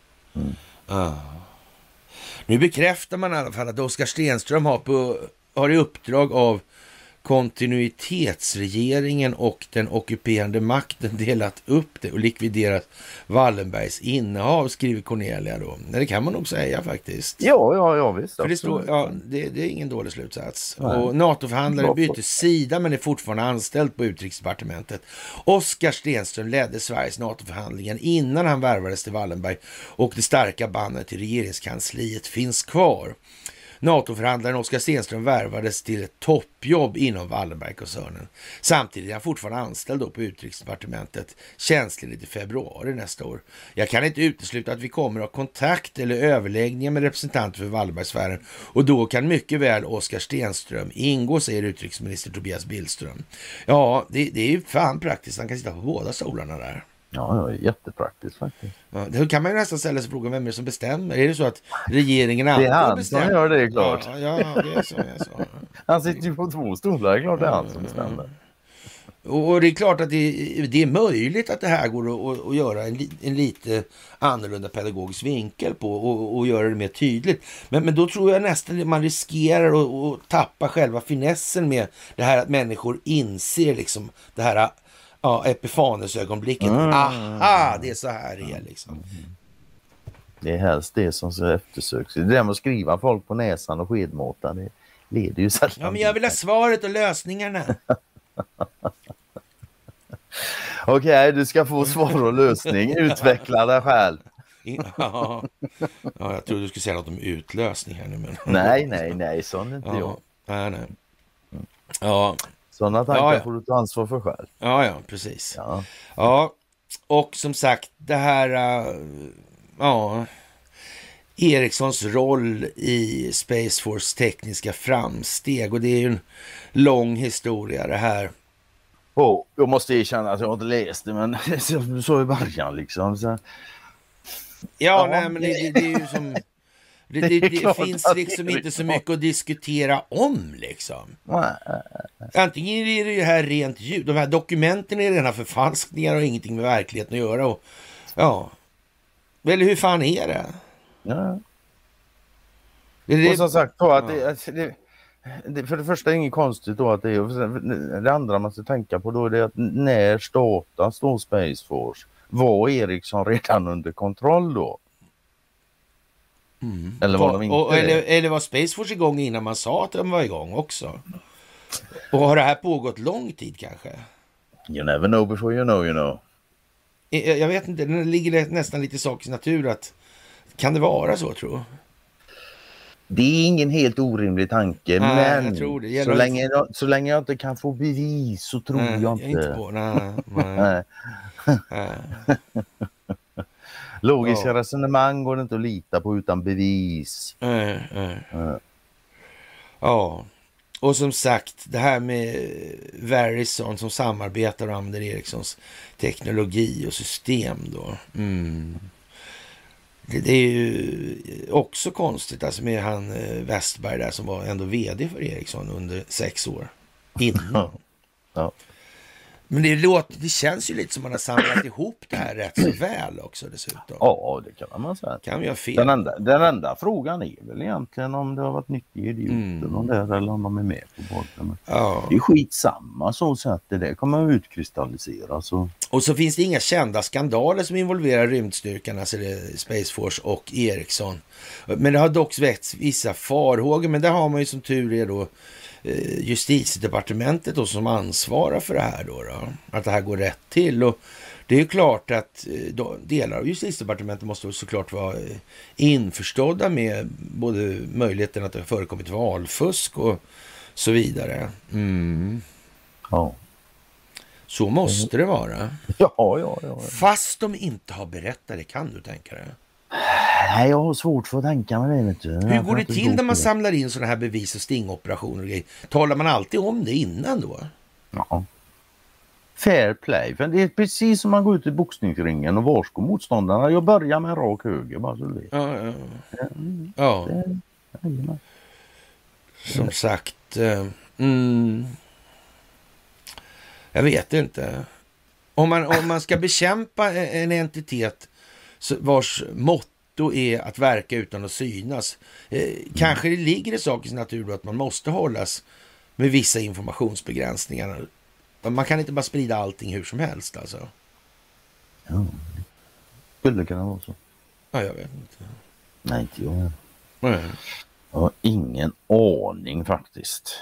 Nu bekräftar man i alla fall att Oskar Stenström har i uppdrag av kontinuitetsregeringen och den ockuperande makten delat upp det och likviderat Wallenbergs innehav, skriver Cornelia då. Det kan man nog säga faktiskt. Ja visst. För det står, det är ingen dålig slutsats. Nej. Och NATO-förhandlare bytte sida, men är fortfarande anställd på Utrikesdepartementet. Oskar Stenström ledde Sveriges NATO-förhandlingar innan han värvades till Wallenberg, och det starka bandet till regeringskansliet finns kvar. NATO-förhandlaren Oskar Stenström värvades till ett toppjobb inom Wallenberg-koncernen. Samtidigt är han fortfarande anställd då på utrikesdepartementet, tjänstledigt i februari nästa år. Jag kan inte utesluta att vi kommer att ha kontakt eller överläggningar med representanter för Wallenbergsfären och då kan mycket väl Oskar Stenström ingå, säger utrikesminister Tobias Billström. Ja, det är ju fan praktiskt. Han kan sitta på båda stolarna där. Ja, det är jättepraktiskt faktiskt. Ja, det kan man ju nästan ställa sig frågan, vem är det som bestämmer? Är det så att regeringen det är han som gör det, klart. Ja, det är så. Han sitter ju på 2 stolar, det är klart det är han som bestämmer. Och det är klart att det är möjligt att det här går att göra en lite annorlunda pedagogisk vinkel på och göra det mer tydligt. Men då tror jag nästan att man riskerar att tappa själva finessen med det här att människor inser liksom det här epifanesögonblicket. Aha, det är så här det är liksom. Det är helst det som så eftersöks. Det där med att skriva folk på näsan och skedmåta, det leder ju sällan. Ja, men jag vill ha svaret och lösningarna. Okej, du ska få svar och lösning. Utveckla dig själv. Ja, jag tror du skulle säga något om utlösning här nu. Men... Nej, sånt inte jag. Nej. Ja. Sådana tankar får du ta ansvar för själv. Ja, precis. Ja, och som sagt, det här... Ericssons roll i Space Force tekniska framsteg, och det är ju en lång historia det här. Jag måste erkänna att jag inte läst det, men så i början liksom. Så. Men det är ju som... Det finns liksom inte så mycket att diskutera om liksom. Antingen är det ju här rent ljud. De här dokumenten är rena förfalskningar och ingenting med verkligheten att göra. Och, eller hur fan är det? Ja. Och som sagt då, att det för det första är inget konstigt då att det är det andra man ska tänka på då är det att när startas då Space Force, var Ericsson redan under kontroll då? Eller var de inte eller var Space Force igång innan man sa att de var igång också? Och har det här pågått lång tid kanske? You never know before you know. Jag vet inte, det ligger nästan lite i sakens natur att kan det vara så, tror jag? Det är ingen helt orimlig tanke, men jag tror det. Så länge jag inte kan få bevis så tror jag inte på. Nej. Logiska resonemang går det inte att lita på utan bevis. Ja, och som sagt, det här med Verizon som samarbetar och använder Ericssons teknologi och system då. Det är ju också konstigt alltså med han Westberg där som var ändå vd för Ericsson under 6 år innan. Ja. Men det känns ju lite som man har samlat ihop det här rätt så väl också dessutom. Ja, det kan man säga. Kan vi ha fel? Den enda frågan är väl egentligen om det har varit nyttig idioter någon där eller om de är med på båten. Det är skitsamma så att det där kommer att utkristallisera. Så. Och så finns det inga kända skandaler som involverar rymdstyrkan, alltså Space Force och Ericsson. Men det har dock väckts vissa farhågor, men där har man ju som tur är då justitiedepartementet då, som ansvarar för det här då, att det här går rätt till. Och det är ju klart att delar av justitiedepartementet måste såklart vara införstådda med både möjligheten att det har förekommit valfusk och så vidare. Ja. Så måste det vara. Ja. Fast de inte har berättat det, kan du tänka dig? Nej, jag har svårt för att tänka mig det. Vet du. Hur går det till när man samlar in sådana här bevis och stingoperationer och grejer? Talar man alltid om det innan då? Ja. Fair play. För det är precis som man går ut i boxningsringen och varsko motståndarna. Jag börjar med en rak höger, bara så du vet. Ja. Som sagt. Jag vet inte. Om man ska bekämpa en entitet vars motto är att verka utan att synas. Kanske det ligger i sakens natur då att man måste hållas med vissa informationsbegränsningar. Man kan inte bara sprida allting hur som helst alltså. Ja, skulle det kunna vara så? Ja, jag vet inte. Nej, inte jag. Nej. Jag har ingen aning faktiskt.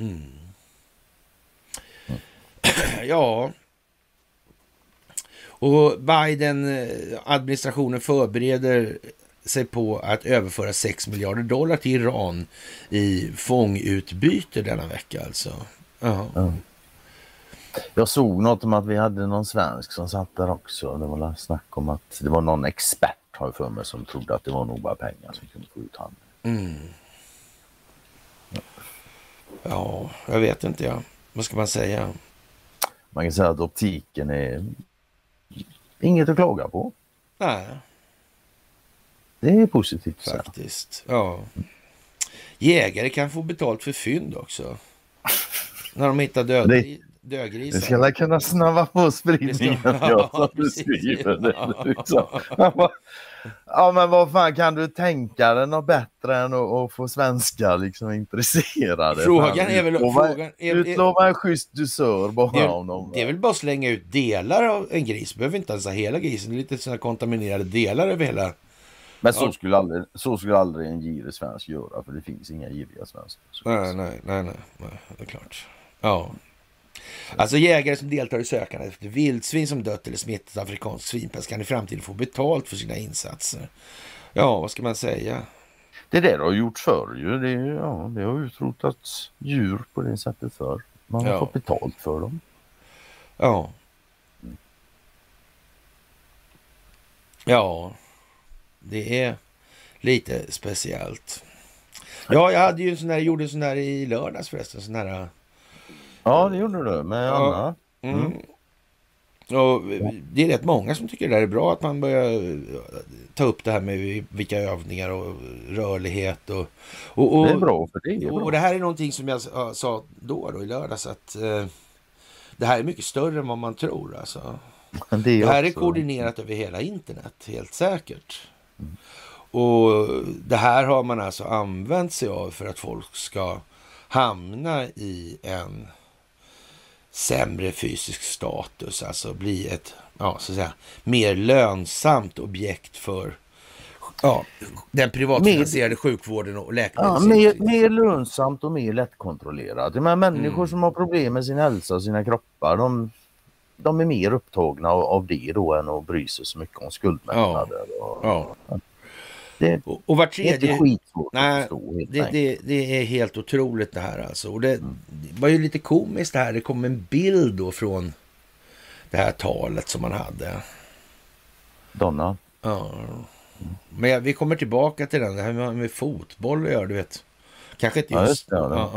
Ja. Och Biden-administrationen förbereder sig på att överföra 6 miljarder dollar till Iran i fångutbyte denna vecka alltså. Ja. Jag såg något om att vi hade någon svensk som satt där också. Det var snack om att det var någon expert, har jag för mig, som trodde att det var nog bara pengar som kunde få ut handeln. Ja, jag vet inte. Ja. Vad ska man säga? Man kan säga att optiken är inget att klaga på. Nej. Det är positivt. Faktiskt, ja. Jägare kan få betalt för fynd också. När de hittar dödgrisar. Det ska kunna snabba på spridningen. Ja, ja, men vad fan, kan du tänka dig något bättre än att få svenskar liksom intresserade? Frågan är väl... Utlova en schysst dusör bara honom. Det är väl bara att slänga ut delar av en gris. Behöver inte ens ha hela grisen. Det är lite sådana kontaminerade delar över hela... Men så skulle aldrig en girig svensk göra, för det finns inga giriga svenskar. Nej, det är klart. Ja. Alltså jägare som deltar i sökandet efter vildsvin som dött eller smittat afrikansk svinpest kan i framtiden få betalt för sina insatser. Ja, vad ska man säga? Det där har gjort förr ju. Det har utrotats djur på det sättet förr. Man har fått betalt för dem. Ja. Ja. Det är lite speciellt. Ja, jag hade ju gjorde en sån där i lördags förresten. Sån här... Ja, det gjorde du med Anna. Och det är rätt många som tycker det är bra att man börjar ta upp det här med vilka övningar och rörlighet. Och det är bra, för det är bra. Och det här är någonting som jag sa då i lördags, att det här är mycket större än vad man tror. Alltså. Det här är koordinerat över hela internet, helt säkert. Och det här har man alltså använt sig av för att folk ska hamna i en sämre fysisk status, alltså bli ett så att säga mer lönsamt objekt för den privatfinansierade sjukvården och läkemedel. Ja, mer lönsamt och mer lättkontrollerat. De människor som har problem med sin hälsa och sina kroppar, de är mer upptagna av det då än att bry sig så mycket om skuldmättnader. Och var tredje... Nej, det är helt otroligt det här alltså. Och det var ju lite komiskt det här. Det kom en bild då från det här talet som man hade. Donna. Ja. Men vi kommer tillbaka till den. Det här med fotboll och gör, du vet. Kanske inte just...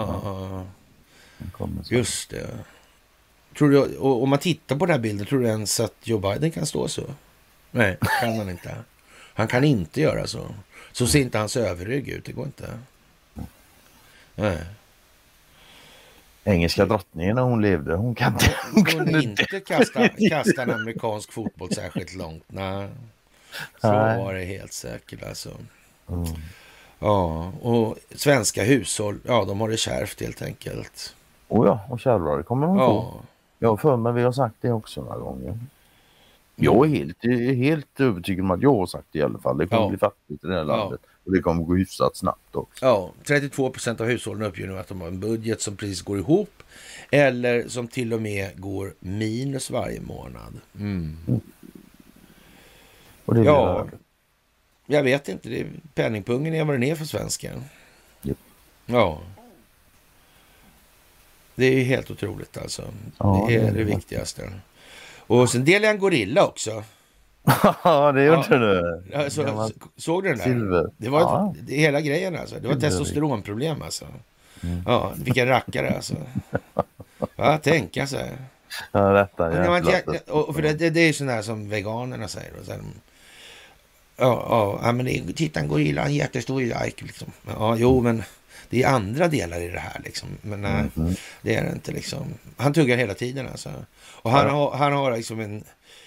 Just det. Tror du, och om man tittar på den här bilden, tror du ens att Joe Biden kan stå så? Nej, kan han inte. Han kan inte göra så. Så ser inte hans överrygg ut. Det går inte. Nej. Engelska drottningen när hon levde. Hon kunde inte kasta en amerikansk fotboll särskilt långt. Nej. Så var det helt säkert alltså. Ja, och svenska hushåll, de har det kärvt helt enkelt. Och kärvare kommer de få. Jag för mig vi har sagt det också några gånger. Jag är helt övertygad om att jag har sagt det i alla fall. Det kommer bli fattigt i det här landet. Och det kommer gå hyfsat snabbt också. Ja, 32% av hushållen uppger nu att de har en budget som precis går ihop. Eller som till och med går minus varje månad. Och det jag vet inte. Penningpungen är vad den är för svensken. Yep. Ja. Det är helt otroligt alltså. Det är det viktigaste. Och sen delar jag en gorilla också. Ja, det gjorde du. Såg du den där? Silver. Det var hela grejen alltså. Det var testosteronproblem alltså. Ja, vilken rackare alltså. Ja, tänka sig. Ja, detta och för det är ju sån här som veganerna säger. Och sen, men titta en gorilla, en jättestor like liksom. Ja, jo, men det är andra delar i det här liksom. Men nej, det är det inte liksom. Han tuggar hela tiden alltså. Och han har liksom en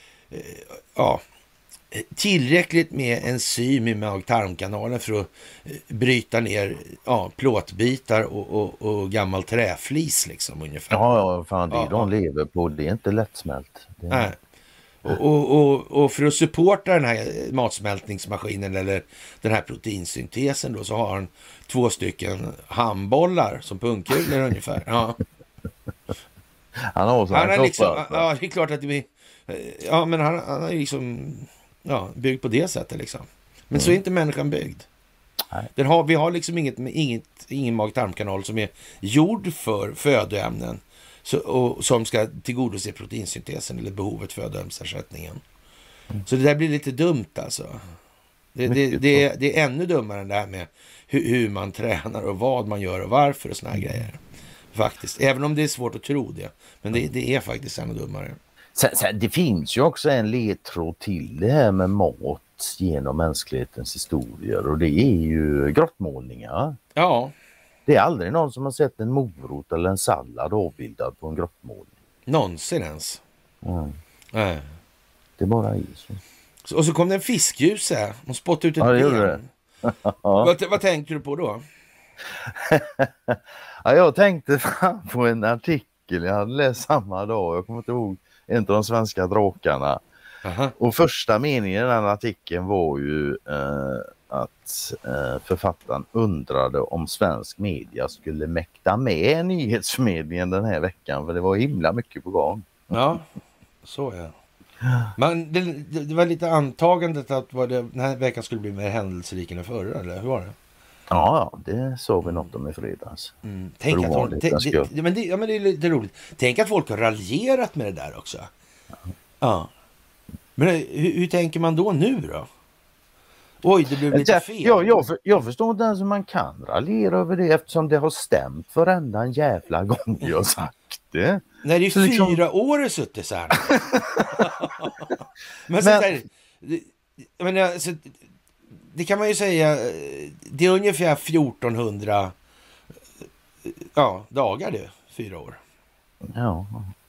tillräckligt med enzym i mag-tarmkanalen för att bryta ner plåtbitar och gammal träflis liksom ungefär. Ja, fan det de lever på, det är inte lättsmält. Nej. Och för att supporta den här matsmältningsmaskinen eller den här proteinsyntesen då, så har han 2 stycken handbollar som pungkulor ungefär. Ja. Han har liksom, det är klart att det blir, men han är liksom byggd på det sättet liksom. Men så är inte människan byggd. Vi har liksom ingen mag-tarmkanal som är gjord för födoämnen och som ska tillgodose proteinsyntesen eller behovet födoämnesersättningen. Så det där blir lite dumt alltså. Det är ännu dummare än det här med hur man tränar och vad man gör och varför och såna här grejer. Faktiskt. Även om det är svårt att tro det. Men det är faktiskt ännu dummare. Sen, det finns ju också en ledtråd till det här med mat genom mänsklighetens historier, och det är ju grottmålningar. Ja. Det är aldrig någon som har sett en morot eller en sallad avbildad på en grottmålning. Någonsin ens. Det bara är så. Och så kom det en fiskljuse och spottade ut ett ben. Vad tänkte du på då? Jag tänkte på en artikel jag hade läst samma dag. Jag kommer inte ihåg, en av de svenska drakarna. Och första meningen i den artikeln var ju att författaren undrade om svensk media skulle mäkta med nyhetsförmedlingen den här veckan, för det var himla mycket på gång. Ja, så är det. Men det var lite antagandet att den här veckan skulle bli mer händelserik än förra, eller hur var det? Ja, det såg vi något om i fredags. Tänk att men det är lite roligt. Tänk att folk har raljerat med det där också. Ja. Men hur tänker man då nu då? Oj, det blev lite fel. Jag förstår inte ens hur man kan raljera över det, eftersom det har stämt varenda en jävla gång jag har sagt det. Nej, det är 4 år suttit så här. Det kan man ju säga, det är ungefär 1400 dagar det, 4 år. Ja.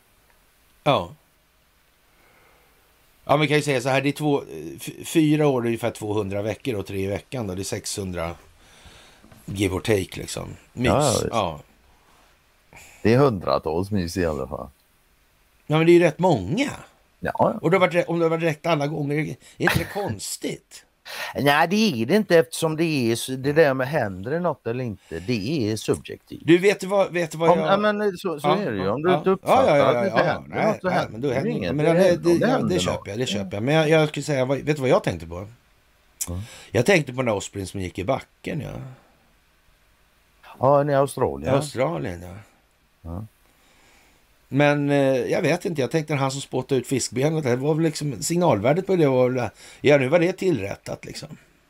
Ja, man kan ju säga så här, det är 4 år, det är ungefär 200 veckor och 3 i veckan då, det är 600 give or take liksom. Mys. Ja. Det är hundratals mys i alla fall. Ja, men det är ju rätt många. Ja. Och om det har varit rätt alla gånger, är inte det konstigt? Nej, det är det inte, eftersom det där med händer det något eller inte, det är subjektivt. Du vet vad jag... Men så är det ju. Om du inte uppfattar att det händer något, så händer det inget. Det köper jag. Men jag skulle säga, vet du vad jag tänkte på? Jag tänkte på den där Osprey som gick i backen, ja. Ja, i Australien. Australien, ja. Men jag vet inte, jag tänkte han som spottade ut fiskbenet, det var väl liksom signalvärdet på det var, ja, nu var det tillrättat liksom.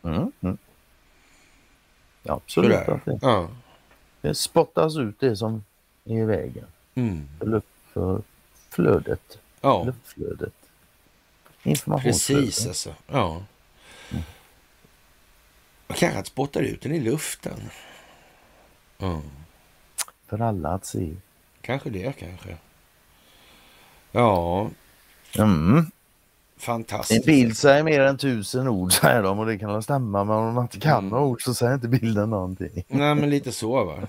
Ja, absolut. Det spottas ut det som är i vägen. För flödet. Ja. Luftflödet. Informationsflödet. Precis alltså. Ja. Man kanske att spottar ut den i luften. För alla att se. Kanske. Ja. Fantastiskt. En bild säger mer än 1000 ord, säger de, och det kan stämma, men om man inte kan några ord så säger inte bilden någonting. Nej, men lite så, va?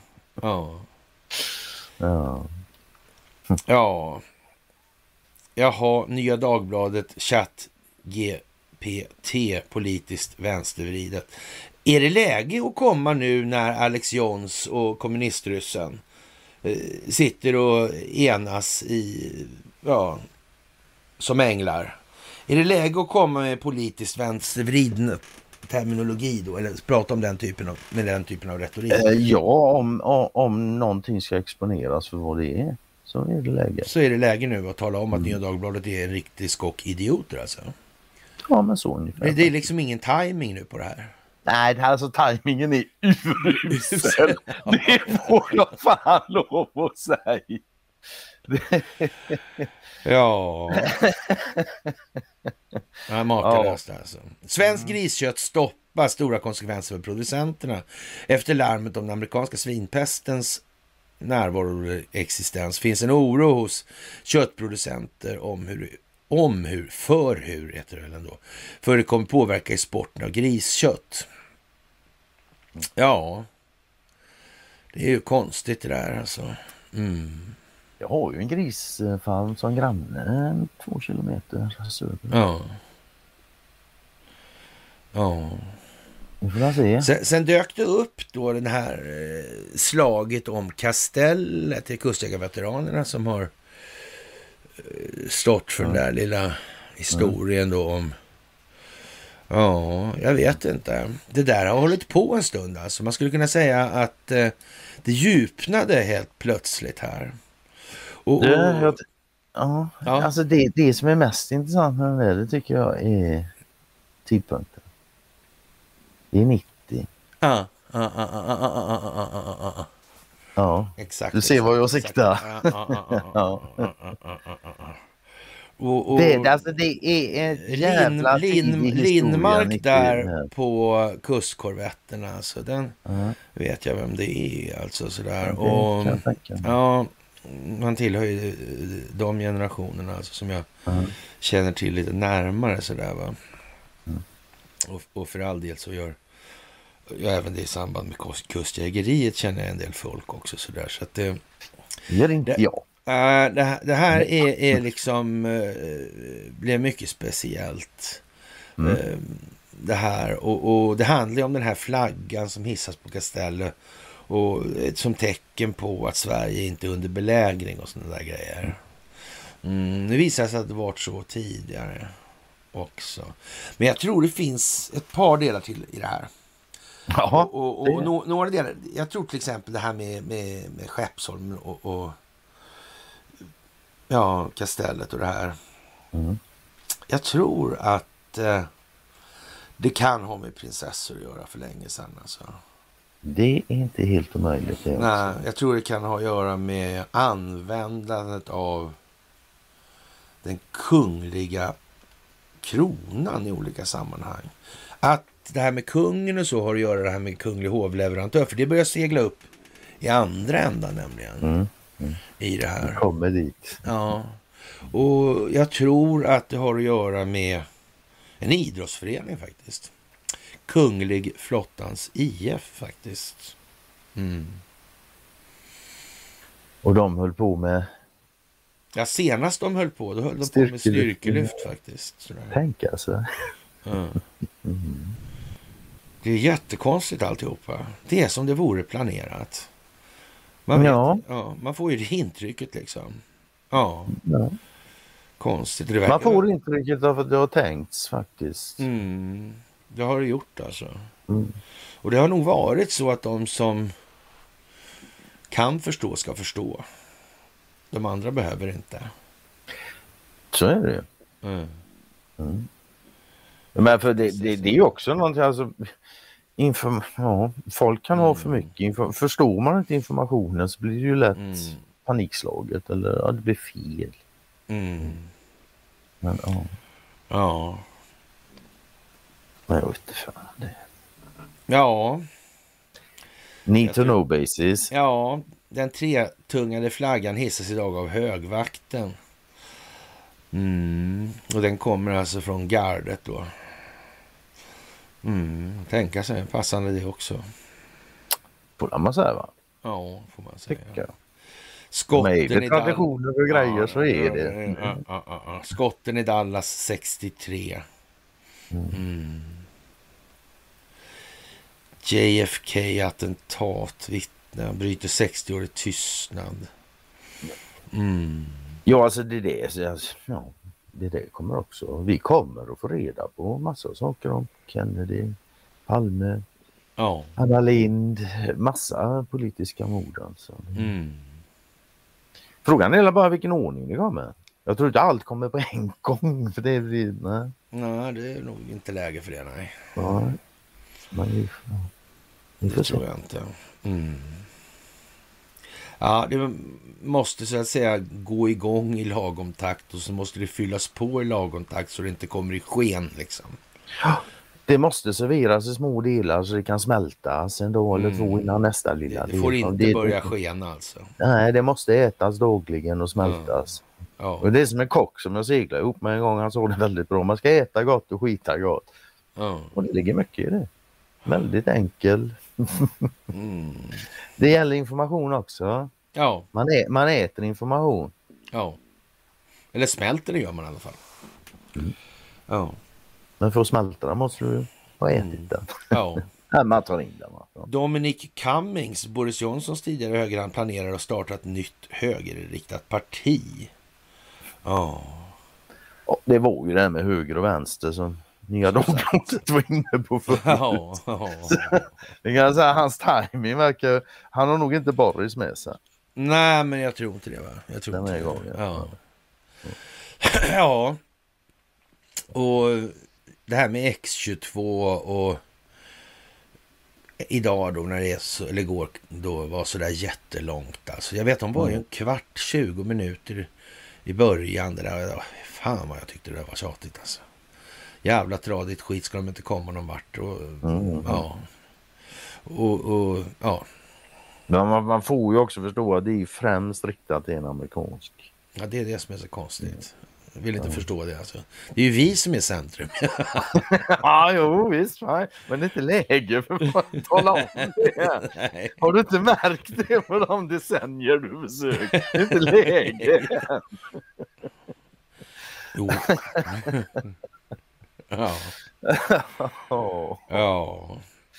Ja. Jaha, Nya Dagbladet, Chat GPT, politiskt vänstervridet. Är det läge att komma nu när Alex Jones och kommunistryssen sitter och enas som änglar? Är det läge att komma med politiskt vänstervriden terminologi då, eller prata om den typen av retorik? Om någonting ska exponeras för vad det är, så är det läge. Så är det läge nu att tala om att Nya Dagbladet är en riktig skock idioter alltså. Ja, men så ungefär. Det är liksom ingen timing nu på det här. Nej, alltså tajmingen är urusel. Det får jag fan lov att säga. Ja. Makalöst alltså. Svensk griskött stoppar, stora konsekvenser för producenterna efter larmet om den amerikanska svinpestens närvaro och existens. Finns en oro hos köttproducenter för det kommer påverka exporten av griskött. Ja, det är ju konstigt det där alltså. Jag har ju en grisfarm som granne 2 kilometer söder. Ja. Vi får se. Sen dök det upp då den här slaget om Kastellet till kustjägarveteranerna som har stått för den där lilla historien då om Ja, jag vet inte. Det där har hållit på en stund alltså. Man skulle kunna säga att det djupnade helt plötsligt här. Ja, alltså det som är mest intressant med det tycker jag är tidpunkten. Det är 90. Ja, exakt. Du ser vad jag siktar. Det är en jävla Lindmark där på kustkorvetterna. Alltså den vet jag vem det är. Alltså sådär. Och han tillhör ju de generationerna alltså, som jag känner till lite närmare sådär va. Och för all del så gör jag även det i samband med kustjägeriet, känner jag en del folk också sådär. Så att det gör inte jag. Det här är liksom blev mycket speciellt. Det här och det handlar ju om den här flaggan som hissas på Kastellet och som tecken på att Sverige inte är under belägring och sådana där grejer. Nu visar det sig att det varit så tidigare också. Men jag tror det finns ett par delar till i det här. Jaha, och några delar. Jag tror till exempel det här med Skeppsholm och Kastellet och det här. Jag tror att det kan ha med prinsessor att göra för länge sedan alltså. Det är inte helt omöjligt. Nej, jag tror det kan ha att göra med användandet av den kungliga kronan i olika sammanhang. Att det här med kungen och så har att göra det här med kunglig hovleverantör. För det börjar segla upp i andra ändan nämligen. I det här. Det kommer dit. Ja. Och jag tror att det har att göra med en idrottsförening faktiskt. Kunglig flottans IF faktiskt. Och de höll på med... Ja, senast de höll på, då höll de på med styrkelyft faktiskt. Tänk alltså. Det är jättekonstigt alltihopa. Det är som det vore planerat. Man får ju det intrycket liksom. Ja. Konstigt. Man får intrycket av att det har tänkts faktiskt. Det har det gjort alltså. Och det har nog varit så att de som kan förstå ska förstå. De andra behöver inte. Så är det. Men för det är ju också någonting alltså, folk kan ha för mycket förstår man inte informationen så blir det ju lätt panikslaget eller det blir fel. Men men jag vet inte fan det. Ja. Need to know basis. Ja, den tretungade flaggan hissas idag av högvakten. Och den kommer alltså från gardet då. Tänka sig, passande det också. Får man säga va? Ja, får man säga. Tycker jag. Skotten i traditioner och grejer så är det. Skotten i Dallas 63. JFK-attentat, vittne, bryter 60-årig tystnad. Ja, alltså det kommer också. Vi kommer att få reda på massa saker om Kennedy, Palme, Anna Lind, massa politiska mord alltså. Frågan är bara vilken ordning det kommer. Jag tror inte allt kommer på en gång för det blir, nej, det är nog inte läge för det, nej. Men det tror jag inte. Ja, det måste så att säga gå igång i lagom takt och så måste det fyllas på i lagom takt så det inte kommer i sken liksom. Ja, det måste serveras i små delar så det kan smältas en dag eller två innan nästa lilla. Det får inte börja skena alltså. Nej, det måste ätas dagligen och smältas. Och det är som en kock som jag seglade ihop med en gång, han såg det väldigt bra. Man ska äta gott och skita gott. Och det ligger mycket i det. Väldigt enkel. Det gäller information också. Ja. Man äter information. Ja. Eller smälter det gör man i alla fall. Ja. Men för att smälta den måste du ha ätit den. Ja. Man tar in den. Dominic Cummings, Boris Johnsons tidigare högerhand, planerar att starta ett nytt högerriktat parti. Det var ju det med höger och vänster som Nya Dagbladet var inne på förut. Det kan säga, hans timing verkar, han har nog inte Boris med sig. Nej, men jag tror inte det, va? Jag tror inte det. Ja. Och det här med X22 och idag då när det är så, eller igår då var så där jättelångt. Alltså jag vet, de var ju en kvart, 20 minuter i början. Det där, fan vad jag tyckte det där var tjatigt alltså. Jävla tradigt skit, ska de inte komma någon vart. Och, ja. Ja. Men man får ju också förstå att det är främst riktat till en amerikansk. Ja, det är det som är så konstigt. Jag vill inte förstå det alltså. Det är ju vi som är centrum. Ja, jo visst. Nej. Men det är inte läge för att tala om det. Nej. Har du inte märkt det på de decennier du besökt? Det är inte läge. Jo. Ja. Ja.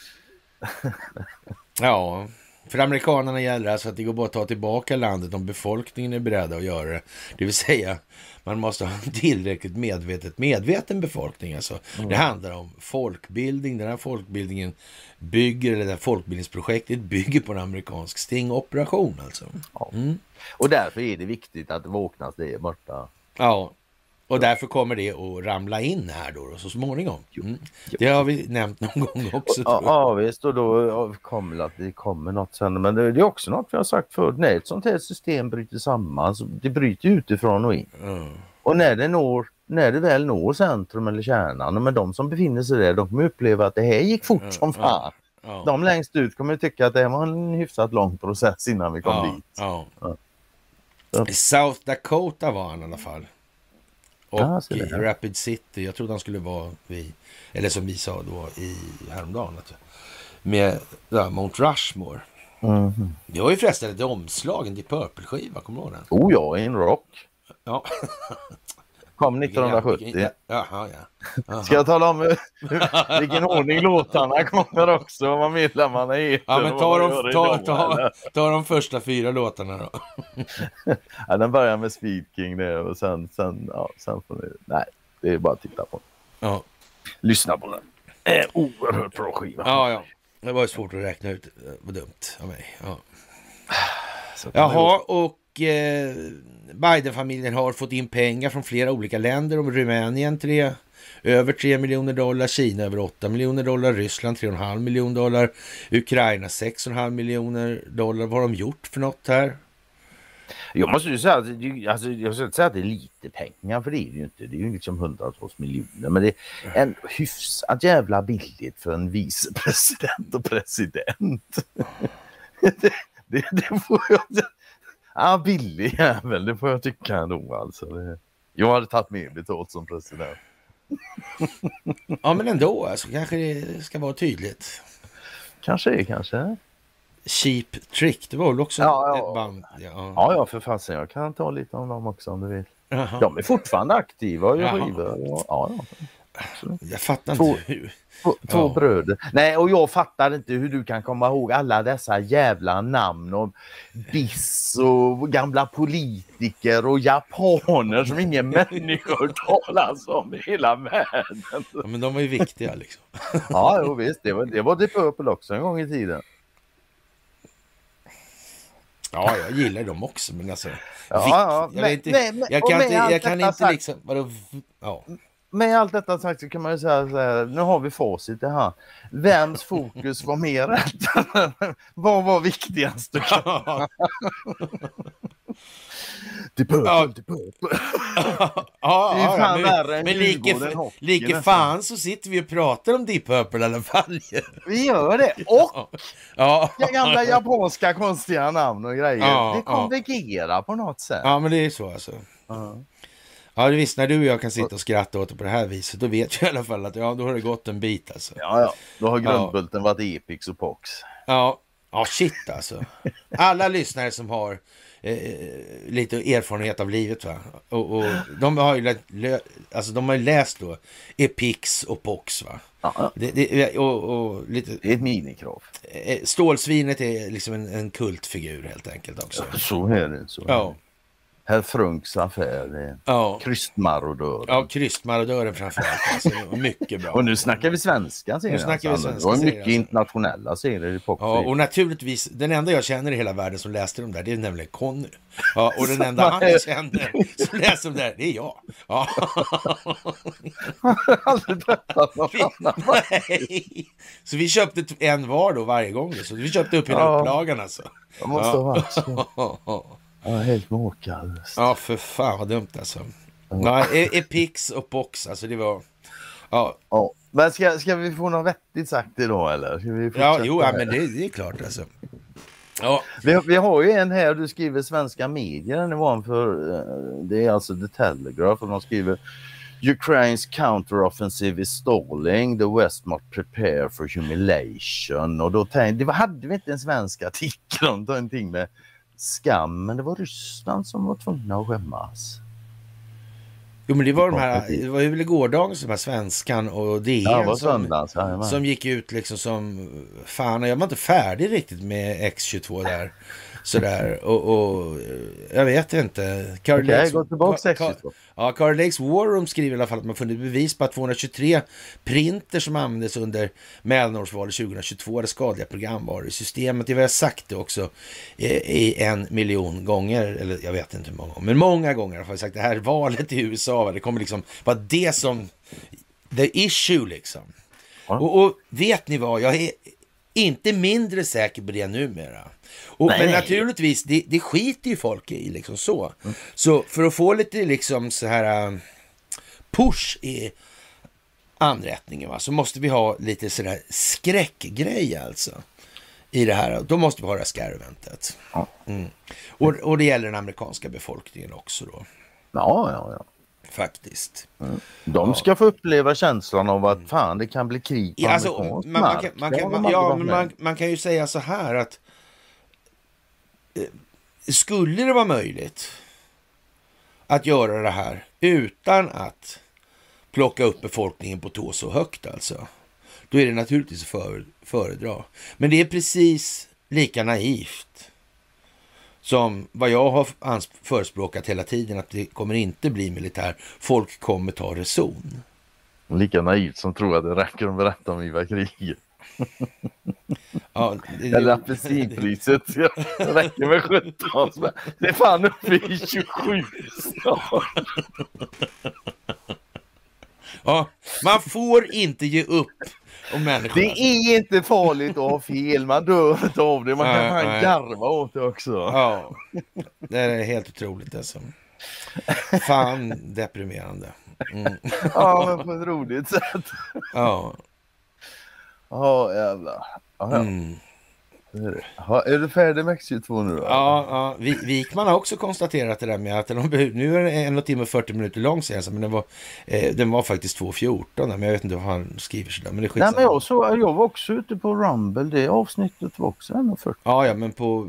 Ja. För amerikanerna gäller alltså att det går bara att ta tillbaka landet om befolkningen är beredda att göra det. Det vill säga, man måste ha en tillräckligt medveten befolkning. Alltså. Det handlar om folkbildning. Den här folkbildningen bygger, eller det här folkbildningsprojektet bygger på en amerikansk stingoperation. Alltså. Och därför är det viktigt att vaknas det är borta. Ja. Och därför kommer det att ramla in här då så småningom. Det har vi nämnt någon gång också. Ja visst, och då kommer det kommer något sen. Men det är också något vi har sagt förut. När ett sånt här system bryter samman, så det bryter utifrån och in. Och när det väl når centrum eller kärnan, men de som befinner sig där, de kommer uppleva att det här gick fort som fan. De längst ut kommer tycka att det var en hyfsat lång process innan vi kom dit. South Dakota var han i alla fall. Och Rapid City, jag trodde han skulle vara eller som vi sa då i häromdagen, med Mount Rushmore. Det var ju förresten ett omslag, en Deep Purple-skiva, kommer du ihåg den? Oh ja, en rock. Ja. Kom 1970. Jaha. Ska jag tala om vilken ordning låtarna kommer också, vad medlemmarna är? Ja, men ta de första 4 låtarna då. Ja, den börjar med Speed King där, och sen får ni, nej, det är bara att titta på. Ja. Lyssna på den. Oerhört bra skiva. Ja. Det var ju svårt att räkna ut. Vad dumt av mig. Ja. Jaha, och Biden-familjen har fått in pengar från flera olika länder. Om Rumänien över $3 miljoner, Kina över $8 miljoner, Ryssland $3,5 miljoner, Ukraina $6,5 miljoner. Vad har de gjort för något här? Jag måste ju säga att jag ska inte säga att det är lite pengar, för det är det ju inte. Det är ju liksom hundratals miljoner, men det är en hyfsat jävla billigt för en vicepresident och president. det får jag... billig jävel, det får jag tycka ändå alltså. Jag hade tagit mer betalt som president. Ja, men ändå, alltså, kanske det ska vara tydligt. Kanske. Cheap Trick, det var väl också ett band. Ja, för fasen, jag kan ta lite om dem också om du vill. Jaha. De är fortfarande aktiva och gör skivor. Ja. Jag fattar inte hur. Två bröder. Nej, och jag fattar inte hur du kan komma ihåg alla dessa jävla namn om biss och gamla politiker och japaner som ingen människor talas om i hela världen. Ja, men de var ju viktiga liksom. Ja, jo, visst. Det var Deep Purple också en gång i tiden. Ja, jag gillar dem också, men alltså... Jag kan inte liksom... Med allt detta sagt så kan man ju säga så här, nu har vi facit det här. Vems fokus var mer rätt? Vad var viktigast? Deep Purple. Men lika fan så sitter vi och pratar om Deep Purple i alla fall. Vi gör det. Och gamla japanska konstiga namn och grejer. Det konvergerar på något sätt. Ja, men det är så alltså. Ja, visst, när du och jag kan sitta och skratta åt det på det här viset, då vet jag i alla fall att då har det gått en bit alltså. Ja, då har grundbulten varit Epix och Pox. Ja, shit alltså. Alla lyssnare som har lite erfarenhet av livet, va? Och de har ju de har ju läst då Epix och Pox, va? Ja. Och lite... Det är ett minikrav. Stålsvinet är liksom en kultfigur helt enkelt också. Ja, så är det. Ja. Herr Frunks affär. Ja. Krystmarodören. Ja, krystmarodören framförallt. Alltså, mycket bra. Och nu snackar vi svenska serier. Nu snackar vi svenska och mycket serier, alltså. internationella serier i Popfri. Ja, och naturligtvis, den enda jag känner i hela världen som läste de där, det är nämligen Conny. Ja, och den enda han känner som läste de där, det är jag. Ja. Nej. Så vi köpte en var då varje gång. Så vi köpte upp hela upplagan alltså. Det måste ha varit så. Ja, helt målkallt. Ja, för fan vad dumt alltså. Ja, Epix och Box, alltså det var... Ja. Ja. Men ska vi få något vettigt sagt idag eller? Ska vi men det är klart alltså. Ja. Vi har ju en här, du skriver svenska medier, den var för, det är alltså The Telegraph, och de skriver Ukraine's counteroffensive is stalling, the West must prepare for humiliation. Och då hade vi inte en svensk artikel om någonting med skam, men det var Ryssland som var tvungna att skämmas. Jo, men det var ju väl gårdagen som var Svenskan och DN som gick ut liksom som fan, jag var inte färdig riktigt med X22 där. Sådär, och jag got inte. Carl Lakes War Room skriver i alla fall att man funnit bevis på att 223 printer som användes under mellanårsvalet 2022 är skadliga programvaror i systemet. Det har jag sagt det också i 1 miljon gånger, eller jag vet inte hur många gånger, men många gånger har jag sagt det här valet i USA, det kommer liksom vara det som the issue liksom. Ja. Och vet ni vad, jag är inte mindre säker på det numera. Men naturligtvis, det skiter ju folk i liksom så. Så för att få lite liksom så här push i anrättningen, va, så måste vi ha lite sådär skräckgrej alltså i det här. Då måste vi ha det här scare-eventet. Och det gäller den amerikanska befolkningen också då. Ja. Faktiskt. De ska få uppleva känslan av att fan, det kan bli krig på amerikansk mark. Man kan ju säga så här att skulle det vara möjligt att göra det här utan att plocka upp befolkningen på tå så högt alltså, då är det naturligtvis föredra. Men det är precis lika naivt som vad jag har förespråkat hela tiden, att det kommer inte bli militär. Folk kommer ta reson. Lika naivt som tror att det räcker att berätta om Ivar kriget. Ja, eller apelsinpriset. Det räcker med 17. Det är fan uppe i 27. Ja, man får inte ge upp om människor. Det är inte farligt att ha fel. Man dör inte av det. Man kan fan garva åt det också. Ja, det är helt otroligt alltså. Fan deprimerande. Ja, men på ett roligt sätt. Ja. Ja, jävlar. Är du färdig med X22 nu då? Ja. Wikman har också konstaterat det där med att nu är det 1 timme och 40 minuter lång sen, men den var faktiskt 2:14, men jag vet inte vad han skriver sådär. Men det är skitsamma. Nej, men jag var också ute på Rumble, det avsnittet var också 1:40. Ja, men på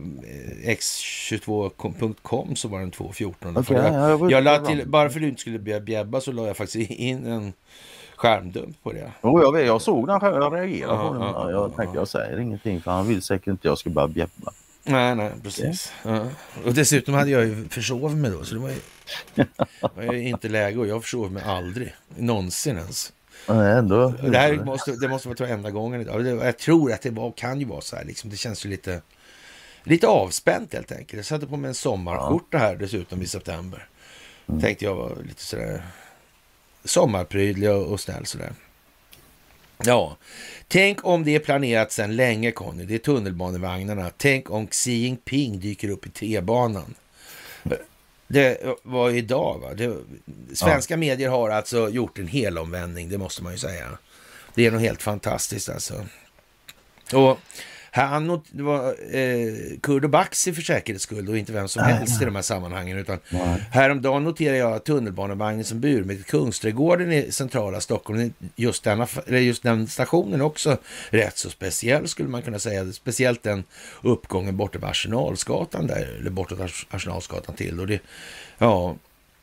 x22.com så var den 2:14. Okay, jag la till, bara för att du inte skulle bjäbba så la jag faktiskt in en skärmdump på det. Jag såg den, jag reagerade på den. Jag tänkte, jag säger ingenting för han vill säkert inte jag ska bara bjäbba. Nej, precis. Ja. Och dessutom hade jag ju försov mig då, så det var ju inte läge, och jag försov mig aldrig, någonsin ens. Det måste vara enda gången idag. Jag tror att kan ju vara så här liksom, det känns ju lite avspänt helt enkelt. Jag satte på mig en sommarskjorta här dessutom i september. Tänkte jag var lite sådär sommarprydlig och snäll sådär. Ja, tänk om det är planerat sedan länge, Conny. Det är tunnelbanevagnarna. Tänk om Xi Jinping dyker upp i T-banan. Det var idag, va? Svenska medier har alltså gjort en helomvändning, det måste man ju säga. Det är nog helt fantastiskt alltså. Och det var Kurdo Baxi för säkerhets skull och inte vem som helst i de här sammanhangen, utan häromdagen noterar jag att tunnelbanevagnen som bor med Kungsträdgården i centrala Stockholm, just den stationen också rätt så speciell skulle man kunna säga, speciellt den uppgången borta vid Arsenalsgatan där, eller bortåt Arsenalsgatan till, och det,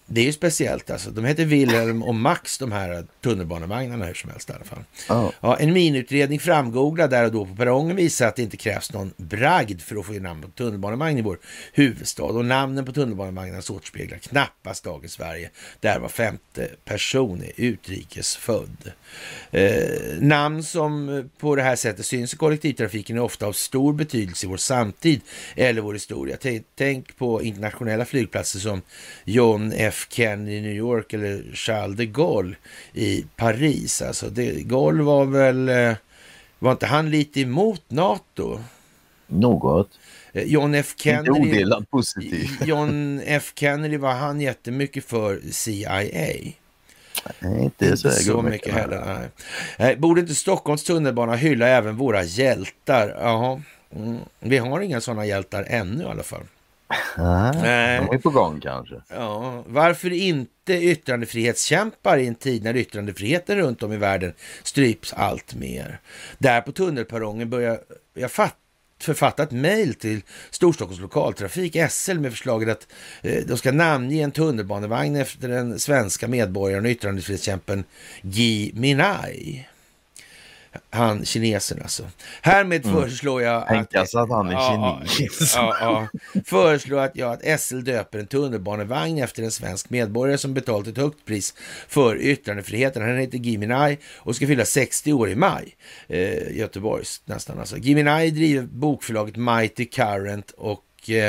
Det är ju speciellt alltså. De heter Wilhelm och Max, de här tunnelbanevagnarna hur som helst i alla fall. Ja, en minutredning framgooglad där och då på perrongen visar att det inte krävs någon bragd för att få namn på tunnelbanevagn i vår huvudstad. Och namnen på tunnelbanevagnarna återspeglar knappast dagens Sverige. Där var 5:e person är utrikesfödd. Namn som på det här sättet syns i kollektivtrafiken är ofta av stor betydelse i vår samtid eller vår historia. Tänk på internationella flygplatser som John F. Kennedy i New York eller Charles de Gaulle i Paris. Alltså de Gaulle var inte han lite emot NATO? Något. John F. Kennedy, inte odelat positiv. John F. Kennedy var han jättemycket för CIA. Nej, inte så mycket heller. Nej. Borde inte Stockholms tunnelbana hylla även våra hjältar? Jaha. Vi har inga sådana hjältar ännu i alla fall. Nej, de är på gång kanske. Ja, varför inte yttrandefrihetskämpar i en tid när yttrandefriheten runt om i världen stryps allt mer? Där på tunnelperrongen börjar jag författa ett mejl till Storstockholms lokaltrafik, SL, med förslaget att de ska namnge en tunnelbanevagn efter den svenska medborgaren och yttrandefrihetskämpen Gui Minhai. Han kinesen alltså. Härmed föreslår jag att han är kines. Föreslår att SL döper en tunnelbanevagn efter en svensk medborgare som betalt ett högt pris för yttrandefriheten. Han heter Gui Minhai och ska fylla 60 år i maj. Göteborgs nästan alltså. Gui Minhai driver bokförlaget Mighty Current och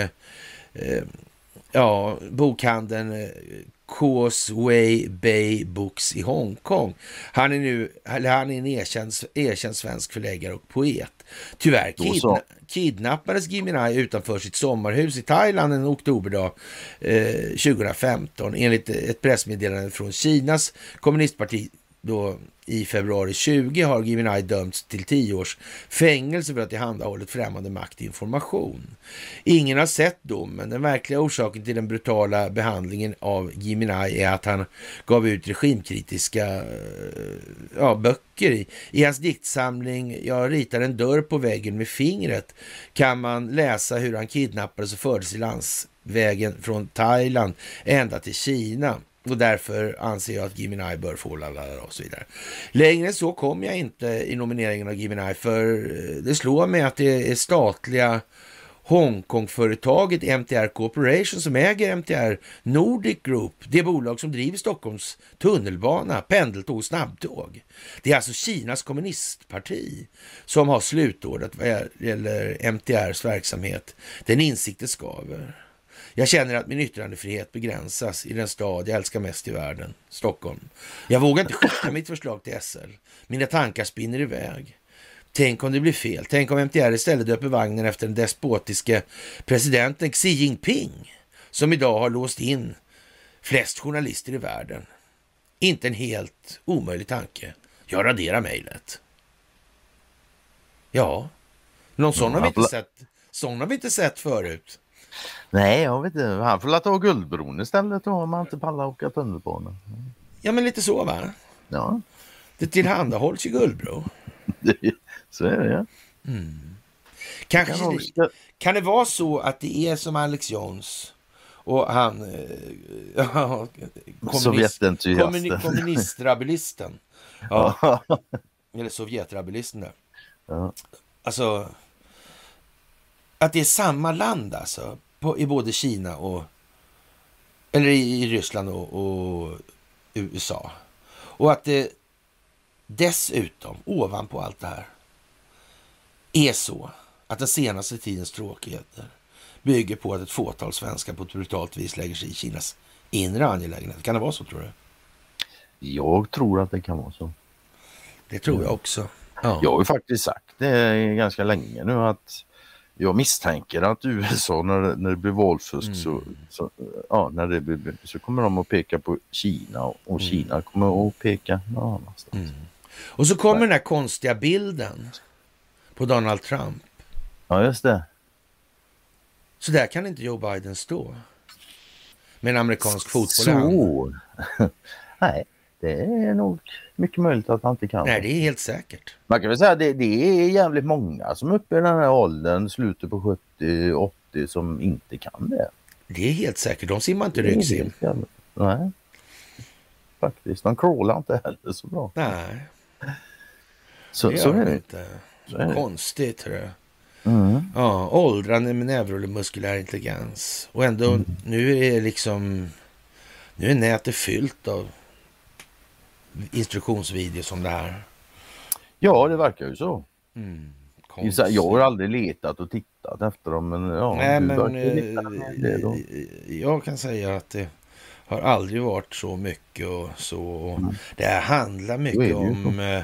bokhandeln Causeway Bay Books i Hongkong. Han är en erkänd svensk förläggare och poet. Tyvärr kidnappades Gui Minhai utanför sitt sommarhus i Thailand en oktoberdag 2015 enligt ett pressmeddelande från Kinas kommunistparti. Då i februari 20 har Gui Minhai dömts till 10 års fängelse för att tillhandahållit främmande makt information. Ingen har sett domen. Den verkliga orsaken till den brutala behandlingen av Gui Minhai är att han gav ut regimkritiska böcker. I hans diktsamling Jag ritar en dörr på väggen med fingret kan man läsa hur han kidnappades och fördes i landsvägen från Thailand ända till Kina. Och därför anser jag att Gui Minhai bör få och så vidare. Längre så kom jag inte i nomineringen av Gui Minhai, för det slår mig att det är statliga Hongkong-företaget MTR Corporation som äger MTR Nordic Group, det bolag som driver Stockholms tunnelbana, pendeltåg och snabbtåg. Det är alltså Kinas kommunistparti som har slutordrat vad gäller MTRs verksamhet. Den insikten skaver. Jag känner att min yttrandefrihet begränsas i den stad jag älskar mest i världen, Stockholm. Jag vågar inte skicka mitt förslag till SL. Mina tankar spinner iväg. Tänk om det blir fel. Tänk om MTR istället döper vagnen efter den despotiske presidenten Xi Jinping, som idag har låst in flest journalister i världen. Inte en helt omöjlig tanke. Jag raderar mejlet. Ja, någon sån har vi inte sett. Sån har vi inte sett förut. Nej, jag vet inte. Han får ta Guldbron istället om man inte pallar åka tunnelbana. Ja, men lite så va? Ja. Det tillhandahålls ju Guldbro. Så är det, ja. Kan det vara så att det är som Alex Jones och han kommunistrabilisten. Ja. Eller sovjetrabilisten där. Ja. Alltså att det är samma land alltså i både Kina och eller i Ryssland och USA. Och att det dessutom ovanpå allt det här är så att den senaste tidens tråkigheter bygger på att ett fåtal svenskar på ett brutalt vis lägger sig i Kinas inre angelägenhet. Kan det vara så, tror du? Jag tror att det kan vara så. Det tror jag också. Ja. Jag har ju faktiskt sagt det ganska länge nu att jag misstänker att USA när det blir valfusk så kommer de att peka på Kina och Kina kommer att peka någon annanstans. Och så kommer den här konstiga bilden på Donald Trump. Ja, just det. Så där kan inte Joe Biden stå med en amerikansk fotboll. Så? Nej, det är nog mycket möjligt att han inte kan. Nej, det är helt säkert. Man kan väl säga att det är jävligt många som uppe i den här åldern, slutet på 70-80 som inte kan det. Det är helt säkert. De simmar inte ryggsim. Nej. Faktiskt, de crawlar inte heller så bra. Nej. Så är det inte. Konstigt, tror jag. Mm. Ja, åldrande med neuromuskulär intelligens. Och ändå, nu är liksom... Nu är nätet fyllt av instruktionsvideos som det här. Ja, det verkar ju så. Konstigt. Jag har aldrig letat och tittat efter dem. Men, ja, nej, men jag kan säga att det har aldrig varit så mycket och så. Och det här handlar mycket om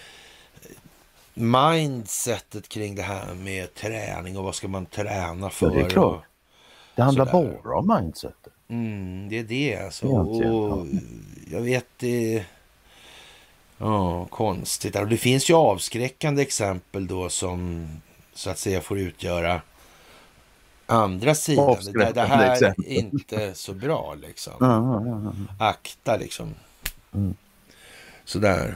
mindsetet kring det här med träning och vad ska man träna för. Ja, det är klart. Det handlar bara om mindsetet. Det är det alltså. Och jag vet det. Ja, konstigt. Och det finns ju avskräckande exempel då som så att säga får utgöra andra sidan. Det här exempel. Är inte så bra liksom. Akta liksom. Sådär.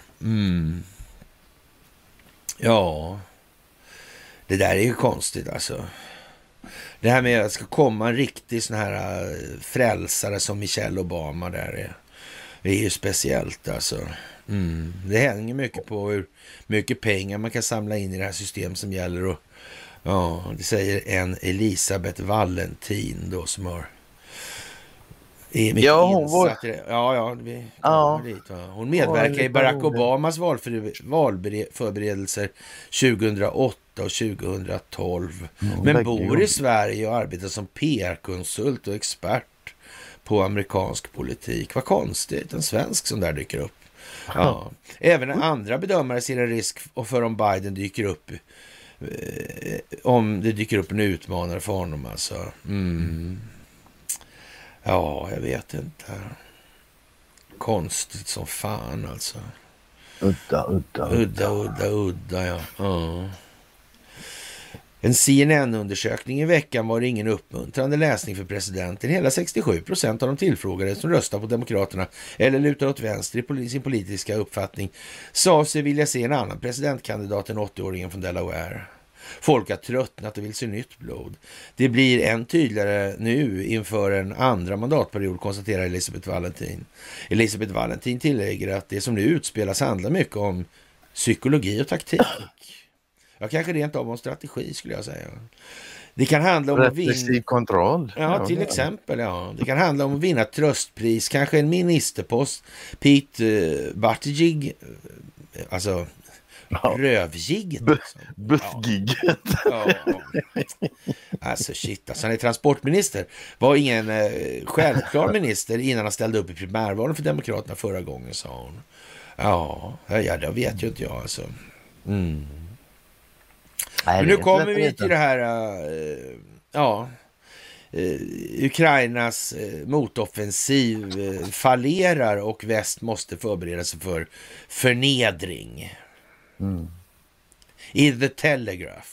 Ja. Det där är ju konstigt alltså. Det här med att det ska komma en riktig sån här frälsare som Michelle Obama där är ju speciellt alltså. Det hänger mycket på hur mycket pengar man kan samla in i det här system som gäller. Och ja, det säger en Elisabeth Valentin då som har är mycket insatt i det. Vi kommer dit, va? Hon medverkar i Barack Obamas valförberedelser 2008 och 2012. Men bor i Sverige och arbetar som PR-konsult och expert på amerikansk politik. Vad konstigt, en svensk som där dyker upp. Ja. Även andra bedömare ser en risk för om Biden dyker upp, om det dyker upp en utmanare för honom alltså. Ja, jag vet inte. Konstigt som fan alltså. Udda, ja. En CNN-undersökning i veckan var ingen uppmuntrande läsning för presidenten. Hela 67% av de tillfrågade som röstar på Demokraterna eller lutar åt vänster i sin politiska uppfattning sa sig vilja se en annan presidentkandidat än 80-åringen från Delaware. Folk har tröttnat och vill se nytt blod. Det blir än tydligare nu inför en andra mandatperiod, konstaterar Elisabeth Valentin. Elisabeth Valentin tillägger att det som nu utspelas handlar mycket om psykologi och taktik. Ja, kanske rent av om strategi skulle jag säga. Det kan handla om att vinna kontroll. Ja, till exempel. Ja. Det kan handla om att vinna tröstpris, kanske en ministerpost. Pete Buttigieg, alltså rövgig. Buffgig. Ja. Alltså shit, alltså, han är transportminister. Var ingen självklar minister innan han ställde upp i primärvalen för Demokraterna förra gången, sa hon. Ja, det vet ju inte jag alltså. Men nu kommer vi till det här Ukrainas motoffensiv fallerar och väst måste förbereda sig för förnedring. I The Telegraph.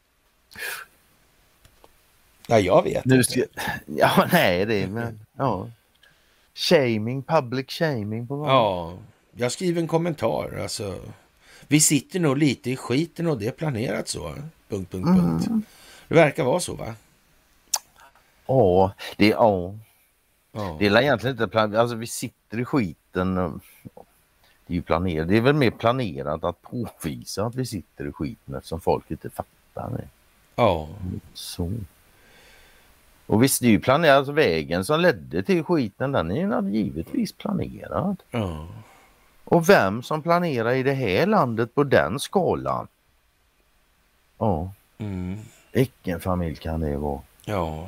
Ja, jag vet inte. Ja, nej, det är men shaming, public shaming på vad? Ja, jag skriver en kommentar alltså. Vi sitter nog lite i skiten och det är planerat så. ... Det verkar vara så, va? Ja, det är egentligen inte planerat. Alltså vi sitter i skiten. Det är ju planerat. Det är väl mer planerat att påvisa att vi sitter i skiten eftersom folk inte fattar det. Ja. Så. Och visst, det är ju planerat. Alltså, vägen som ledde till skiten, den är ju givetvis planerad. Ja. Och vem som planerar i det här landet på den skalan? Ja. Vilken familj kan det vara? Ja.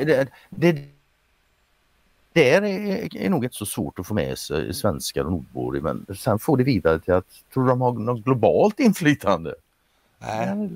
Det är nog inte så svårt att få med sig svenskar och nordbor, men sen får det vidare till att tror de har något globalt inflytande. Nej.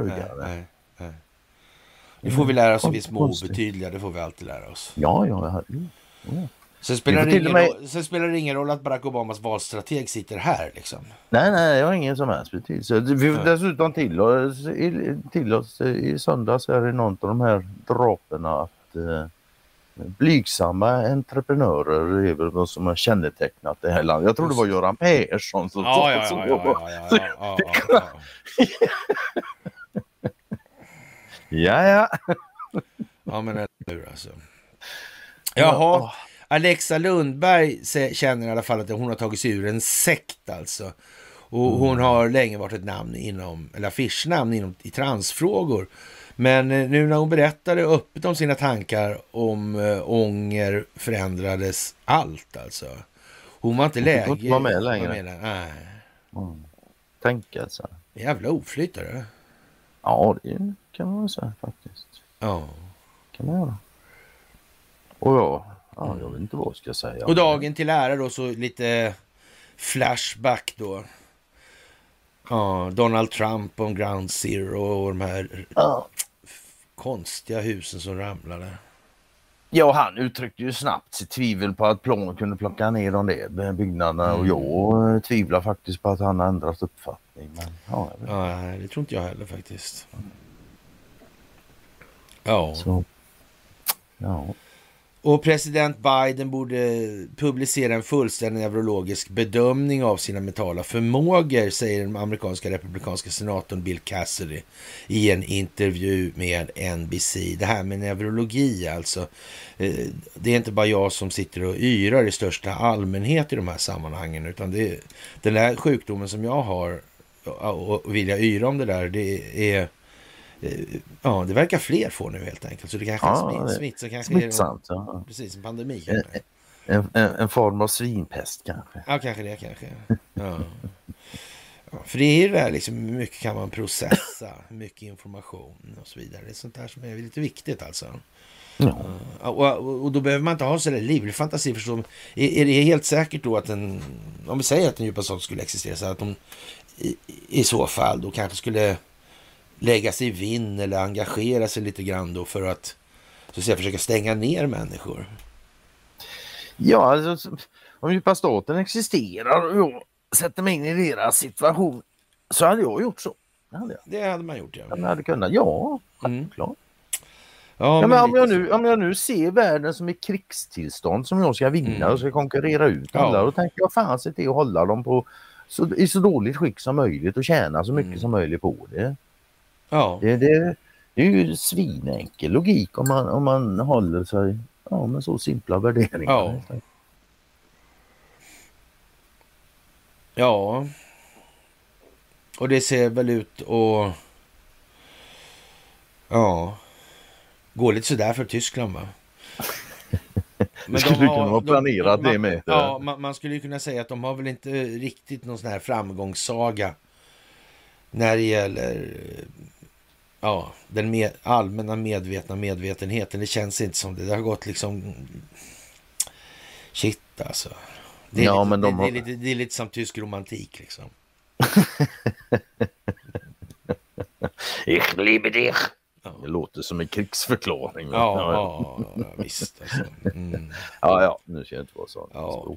Det får vi lära oss, vi små obetydliga, det får vi alltid lära oss. Ja. Sen spelar det ingen roll att Barack Obamas valstrateg sitter här liksom. Nej, det har ingen som helst betydelse. Dessutom till oss i söndags är det någon av de här draperna att blygsamma entreprenörer är väl vad som har kännetecknat det här landet. Jag tror det var Göran Persson som Ja. Ja, men hur alltså. Jaha. Alexa Lundberg känner i alla fall att hon har tagit sig ur en sekt alltså. Och hon har länge varit ett namn eller affischnamn i transfrågor. Men nu när hon berättade öppet om sina tankar om ånger förändrades allt alltså. Hon var inte läge. Hon var med längre. Nej. Tänk alltså. Jävla oflyttare. Ja, det kan man säga faktiskt. Ja. Kan man göra. Och jag vet inte vad jag ska säga. Och dagen till ära då, så lite flashback då. Ja, Donald Trump om Ground Zero och de här konstiga husen som ramlade. Ja, han uttryckte ju snabbt sitt tvivel på att planen kunde plocka ner de där byggnaderna och jag tvivlar faktiskt på att han har ändrat uppfattning. Men, det tror inte jag heller faktiskt. Ja. Så, ja. Och president Biden borde publicera en fullständig neurologisk bedömning av sina mentala förmågor, säger den amerikanska republikanska senatorn Bill Cassidy i en intervju med NBC. Det här med neurologi alltså, det är inte bara jag som sitter och yrar i största allmänhet i de här sammanhangen, utan det är den här sjukdomen som jag har, och vill jag yra om det där, det är det verkar fler få nu helt enkelt. Så det kanske är smittsamt. Precis, en pandemi. En form av svinpest kanske. Ja, kanske. Ja. För det är ju det här liksom, hur mycket kan man processa, mycket information och så vidare. Det är sånt där som är lite viktigt alltså. Ja. Och då behöver man inte ha så där livlig fantasi. Förstå. Är det helt säkert då att om vi säger att en djupa sånt skulle existera, så att de i så fall då kanske skulle lägga sig i vind eller engagera sig lite grann då för att, så att säga, försöka stänga ner människor? Ja, alltså, om djupa staten existerar och jag sätter mig in i deras situation, så hade jag gjort så. Det hade man gjort, ja. Jag hade kunnat, självklart. Ja, men om jag nu ser världen som ett krigstillstånd som jag ska vinna och ska konkurrera ut alla, då tänker jag fan se till att hålla dem på i så dåligt skick som möjligt och tjäna så mycket som möjligt på det. Ja. Det är ju svinenkel logik om man håller sig med så simpla värderingar. Ja. Ja. Och det ser väl ut att gå lite sådär för Tyskland, va? Men skulle kunna ha planerat det med. Ja, man skulle ju kunna säga att de har väl inte riktigt någon sån här framgångssaga när det gäller den allmänna medvetenheten. Det känns inte som det har gått liksom shit alltså. Det är lite som tysk romantik liksom. Ich liebe dich. Det låter som en krigsförklaring. Ja, visst. Alltså. Ja, nu ska jag inte vara så. Språk.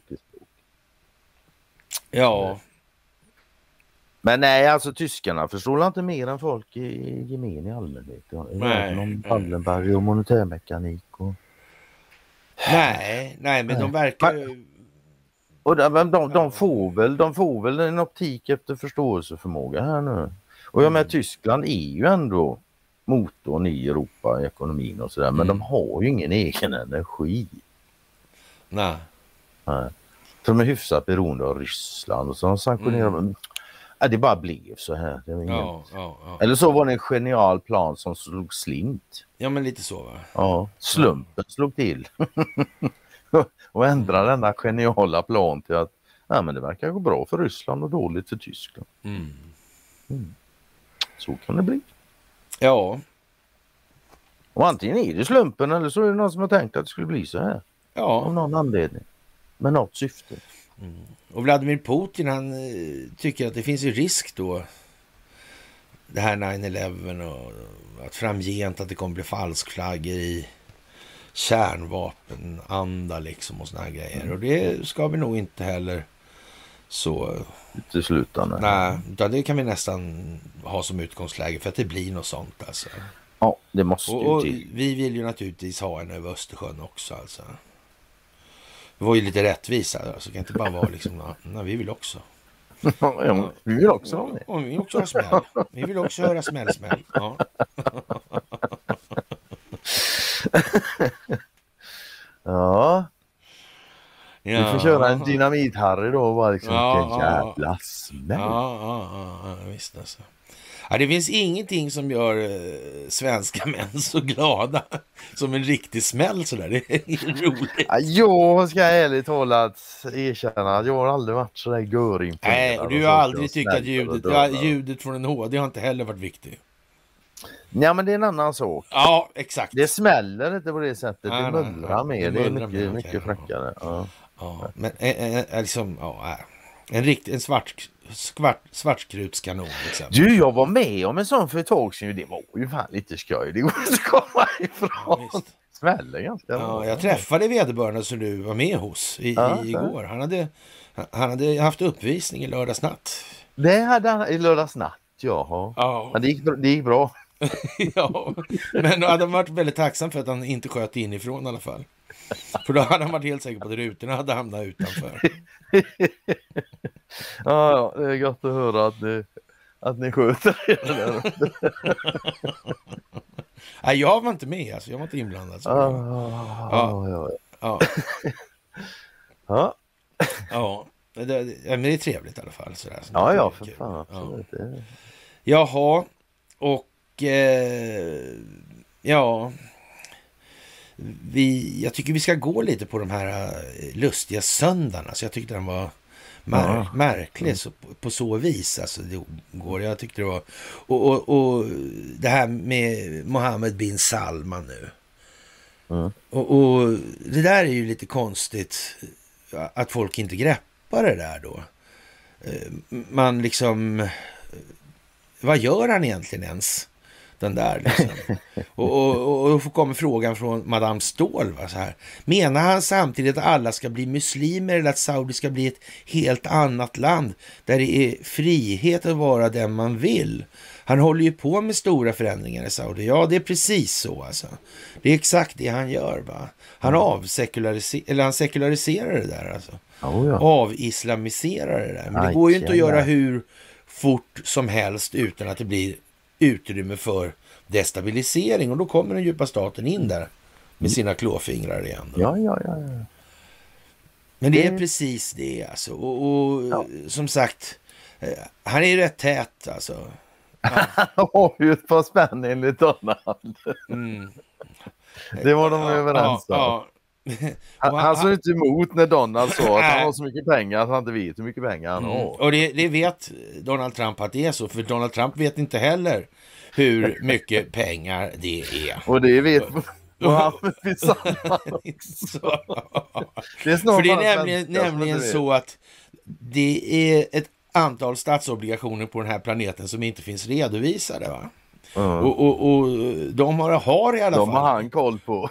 Ja. Men nej, alltså tyskarna förstår inte mer än folk i gemen i allmänhet. Om Wallenberg och monetärmekanik. Nej, men de verkar... Och de får väl en optik efter förståelseförmåga här nu. Och jag med Tyskland är ju ändå motorn i Europa, i ekonomin och sådär. Men de har ju ingen egen energi. Nej. För de är hyfsat beroende av Ryssland och så de sanktionerar. Det bara blev så här. Det var ingen... Eller så var det en genial plan som slog slint. Ja, men lite så, va? Ja, slumpen slog till. Och ändrade denna geniala plan till att men det verkar gå bra för Ryssland och dåligt för Tyskland. Så kan det bli. Ja. Och antingen är det slumpen eller så är det någon som har tänkt att det skulle bli så här. Ja. Av någon anledning. Med något syfte. Och Vladimir Putin, han tycker att det finns ju risk då, det här 9/11 och att framgent att det kommer bli falskflaggor i kärnvapenanda liksom och såna här grejer. Och det ska vi nog inte heller så uteslutande. Nej, utan det kan vi nästan ha som utgångsläge för att det blir något sånt alltså. Ja, det måste ju till. Vi vill ju naturligtvis ha en över Östersjön också alltså. Det var ju lite rättvisa, alltså kan inte bara vara liksom, vi vill också. Vi vill också ha det. Vi vill också ha smäll. Vi vill också höra smäll. Ja. Ja. ska köra en dynamit-Harry då och bara liksom vilken jävla smäll. Ja, visst alltså. Ja, det finns ingenting som gör svenska män så glada som en riktig smäll sådär. Det är roligt. Ja, jag ska ärligt talat erkänna att jag har aldrig varit sådär görimponerad. Nej, och du har aldrig tyckt att ljudet från en HD har inte heller varit viktigt. Ja, men det är en annan sak. Ja, exakt. Det smäller inte på det sättet. Det mullrar mer. Det är mycket fräckare. Ja, men liksom, en svartkrutskanon liksom. Du, jag var med om en sån för ett tag sedan. Det var ju fan lite skoj. Det går inte att komma ifrån. Ja, smäller ganska bra. Jag träffade vederbörande som du var med hos igår. Han hade haft uppvisning i lördagsnatt. Det hade han i lördagsnatt, jaha. Ja. Men det gick bra. Ja, men då hade han varit väldigt tacksam för att han inte sköt inifrån i alla fall. För då hade han varit helt säker på att rutorna hade hamnat utanför. Ja, det är gott att höra att ni skjuter. Nej, jag var inte med alltså. Jag var inte inblandad. Men det är trevligt i alla fall. Sådär, ja, för fan. Absolut. Jaha, och jag tycker vi ska gå lite på de här lustiga söndagarna. Så jag tyckte den var märklig så, på så vis. Alltså, det går. Jag tyckte det var... Och det här med Mohammed bin Salman nu. Och det där är ju lite konstigt att folk inte greppar det där då. Man liksom... Vad gör han egentligen ens? Den där liksom. och då kommer frågan från Madame Ståhl, va, så här. Menar han samtidigt att alla ska bli muslimer eller att Saudi ska bli ett helt annat land där det är frihet att vara den man vill? Han håller ju på med stora förändringar i Saudi. Ja, det är precis så alltså. Det är exakt det han gör, va. Han sekulariserar det där alltså. Avislamiserar det där. Men det går ju inte att göra hur fort som helst utan att det blir utrymme för destabilisering, och då kommer den djupa staten in där med sina klåfingrar igen då. Ja. Men det är precis det alltså. Och som sagt, han är ju rätt tät alltså. Han har ju ett par spänn enligt Donald. Det var de överens om. Han såg inte emot när Donald sa att han har så mycket pengar att han inte vet hur mycket pengar han har. Och det vet Donald Trump att det är så, för Donald Trump vet inte heller hur mycket pengar det är. Och det vet Mohammed bin Salman också. För det är nämligen så att det är ett antal statsobligationer på den här planeten som inte finns redovisade, va? Och de har i alla fall. De har han koll på.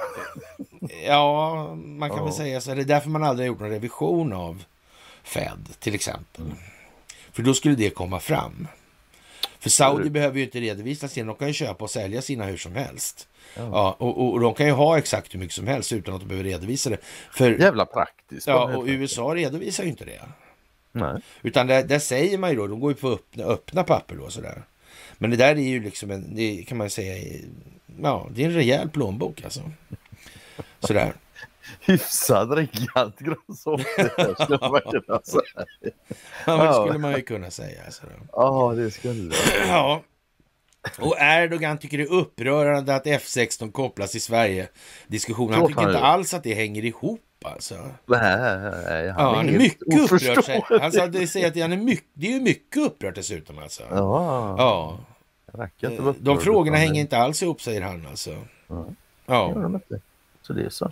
Ja, man kan väl säga så. Det är därför man aldrig har gjort någon revision av Fed till exempel. För då skulle det komma fram. För Saudi behöver ju inte redovisa sina. De kan ju köpa och sälja sina hur som helst. Och de kan ju ha exakt hur mycket som helst utan att de behöver redovisa det. För, jävla praktiskt. Ja, och USA redovisar ju inte det. Nej. Utan där säger man ju då, de går ju på öppna papper då sådär. Men det där är ju liksom det kan man säga, det är en rejäl plånbok alltså. Sådär. Hyfsad riggad gråsåter skulle man kunna säga. Ja, men det skulle man ju kunna säga. Ja, det skulle. Ja. Och Erdogan tycker det är upprörande att F16 kopplas i Sverige. Diskussionen. Han tycker inte alls att det hänger ihop alltså. Nej, han är mycket upprörd. Alltså, det säger att det är ju mycket upprört dessutom alltså. Ja. De frågorna hänger inte alls ihop, säger han alltså. Ja. Så det är så.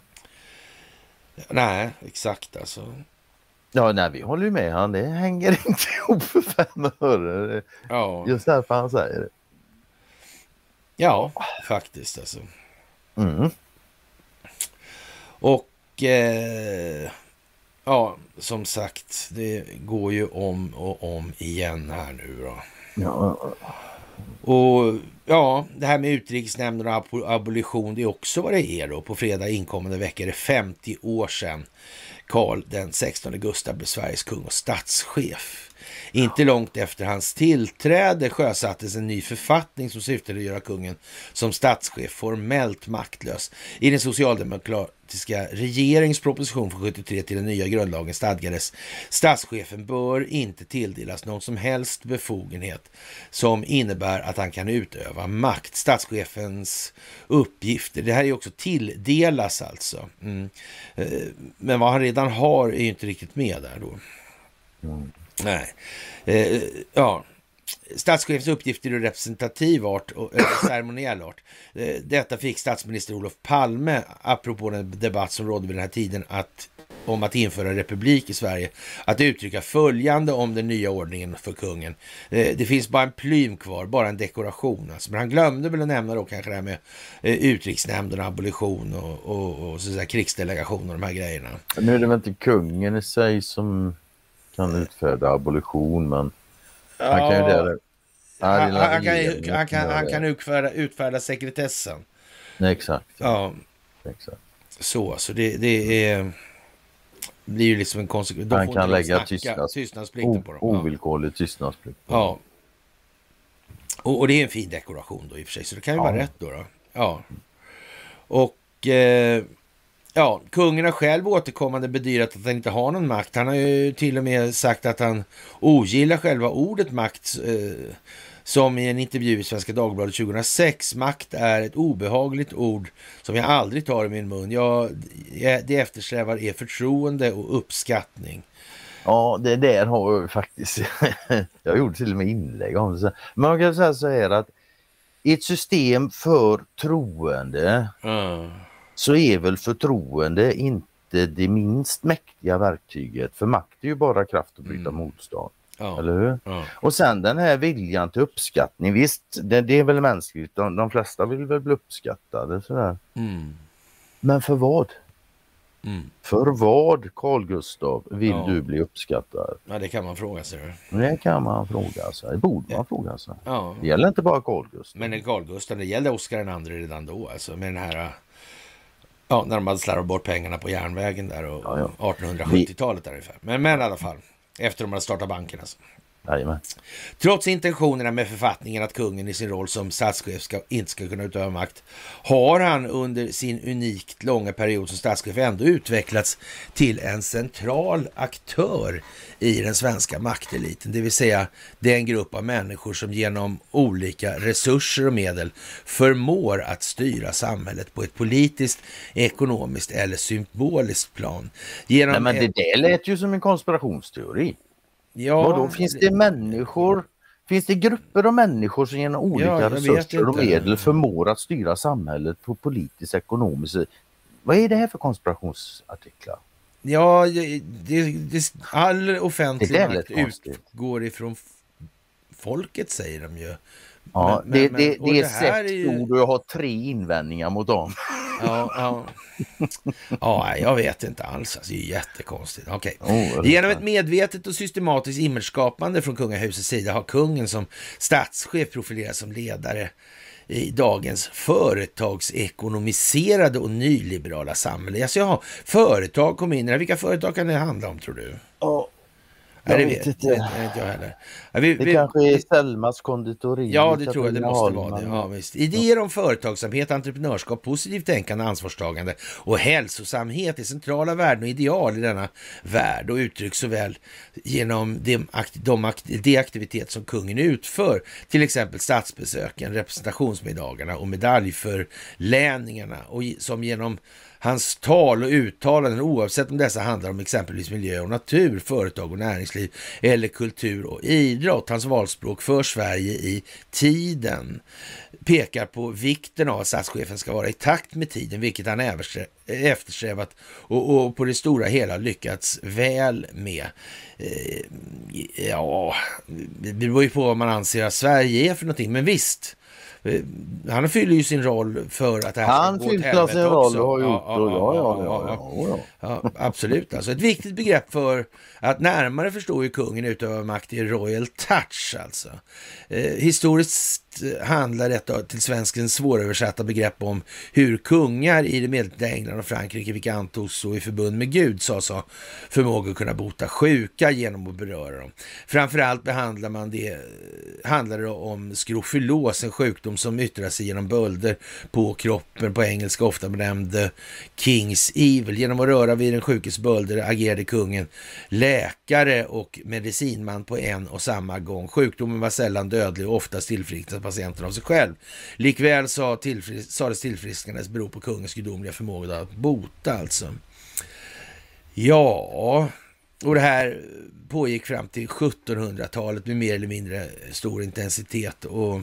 Nej, exakt alltså. Ja, nej, vi håller ju med han. Det hänger inte ihop för 5 öre. Ja. Just därför han säger det. Ja, faktiskt alltså. Och som sagt, det går ju om och om igen här nu då. Och det här med utrikesnämnden och abolition, det är också vad det är då. På fredag inkommande vecka är det 50 år sedan Karl den 16 Gustav blev Sveriges kung och statschef. Inte långt efter hans tillträde sjösattes en ny författning som syftade att göra kungen som statschef formellt maktlös. I den socialdemokratiska regeringsproposition från 73 till den nya grundlagen stadgades statschefen bör inte tilldelas någon som helst befogenhet som innebär att han kan utöva makt. Statschefens uppgifter, det här är ju också tilldelas alltså. Men vad han redan har är ju inte riktigt med där då. Nej. Statschefens uppgifter är representativ art och ceremoniell art. Detta fick statsminister Olof Palme, apropå den debatt som rådde vid den här tiden om att införa republik i Sverige, att uttrycka följande om den nya ordningen för kungen. Det finns bara en plym kvar, bara en dekoration. Alltså. Men han glömde väl att nämna då kanske det här med utrikesnämnden, abolition och så där, krigsdelegation och de här grejerna. Nu är det väl inte kungen i sig som kan utfärda abolition, men han kan ju det. Han kan utfärda sekretessen. Nej, exakt. Ja. Exakt. Så det blir ju liksom en konsekvens. Han kan lägga tystnadsplikten på dem. Ovillkorlig tystnadsplikt. Ja. Och det är en fin dekoration då i och för sig, så det kan ju vara rätt då. Ja. Och kungen har själv återkommande bedyrat att han inte har någon makt. Han har ju till och med sagt att han ogillar själva ordet makt, som i en intervju i Svenska Dagbladet 2006. Makt är ett obehagligt ord som jag aldrig tar i min mun. Det eftersträvar är förtroende och uppskattning. Ja, det där har jag faktiskt. Jag gjorde till och med inlägg om det. Men man kan säga så här att i ett system för troende så är väl förtroende inte det minst mäktiga verktyget. För makt är ju bara kraft att bryta motstånd. Ja. Eller hur? Ja. Och sen den här viljan till uppskattning. Visst, det är väl mänskligt. De flesta vill väl bli uppskattade. Sådär. Men för vad? För vad, Carl Gustav, vill du bli uppskattad? Ja, det kan man fråga sig. Det kan man fråga sig. Det borde man fråga sig. Ja. Det gäller inte bara Carl Gustav. Men Carl Gustav, det gällde Oscar II redan då. Alltså, med den här... Ja, när de hade slarvat bort pengarna på järnvägen där och 1870-talet där ungefär. Men i alla fall, efter de hade startat banken alltså. Jajamän. Trots intentionerna med författningen att kungen i sin roll som statschef inte ska kunna utöva makt, har han under sin unikt långa period som statschef ändå utvecklats till en central aktör i den svenska makteliten. Det vill säga den grupp av människor som genom olika resurser och medel förmår att styra samhället på ett politiskt, ekonomiskt eller symboliskt plan. Nej, men det där lät ju som en konspirationsteori. Ja, då finns det människor, finns det grupper av människor som genom olika resurser och medel förmår att styra samhället på politiskt, ekonomiskt. Vad är det här för konspirationsartiklar? Ja, all offentlig makt utgår ifrån folket, säger de ju. Ja, det är 6 ord och jag har 3 invändningar mot dem. Ja, jag vet inte alls. Alltså, det är jättekonstigt. Okay. Genom ett medvetet och systematiskt imageskapande från kungahusets sida har kungen som statschef profilerat som ledare i dagens företagsekonomiserade och nyliberala samhälle. Alltså, företag kom in. Vilka företag kan det handla om, tror du? Jag vet inte. Det vet jag heller. Det kanske är Selmas konditori. Ja, det tror jag. Det måste vara det. Ja, visst. Idéer om företagsamhet, entreprenörskap, positivt tänkande, ansvarstagande och hälsosamhet är centrala värden och ideal i denna värld och uttrycks såväl genom de aktiviteter som kungen utför, till exempel statsbesöken, representationsmiddagarna och medaljförläningarna, och som genom hans tal och uttalanden, oavsett om dessa handlar om exempelvis miljö och natur, företag och näringsliv eller kultur och idrott. Hans valspråk för Sverige i tiden pekar på vikten av att statschefen ska vara i takt med tiden, vilket han eftersträvat och på det stora hela lyckats väl med. Det beror ju på vad man anser att Sverige är för någonting, men visst. Han fyller ju sin roll för att det här ska gå åt helvete också. Ja, absolut. Alltså ett viktigt begrepp för att närmare förstå hur kungen utövar makt är royal touch. Alltså. Historiskt handlar detta till svenskens svåröversatta begrepp om hur kungar i det medeltida England och Frankrike, vilka antogs så i förbund med Gud, sa förmåga att kunna bota sjuka genom att beröra dem. Framförallt handlar det om skrofylos, en sjukdom som yttrar sig genom bölder på kroppen, på engelska ofta benämnd King's Evil. Genom att röra vid den sjukes bölder agerade kungen läkare och medicinman på en och samma gång. Sjukdomen var sällan dödlig och oftast tillfrisknade patienten av sig själv. Likväl sades tillfrisknandet beror på kungens gudomliga förmåga att bota alltså. Ja, och det här pågick fram till 1700-talet med mer eller mindre stor intensitet och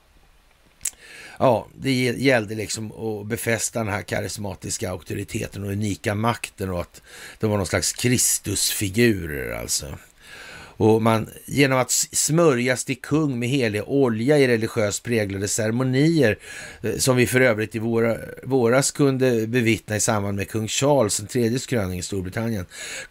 ja, det gällde liksom att befästa den här karismatiska auktoriteten och unika makten och att de var någon slags Kristusfigurer alltså. Och genom att smörjas till kung med helig olja i religiöst präglade ceremonier, som vi för övrigt i våras kunde bevittna i samband med kung Charles III:s kröning i Storbritannien,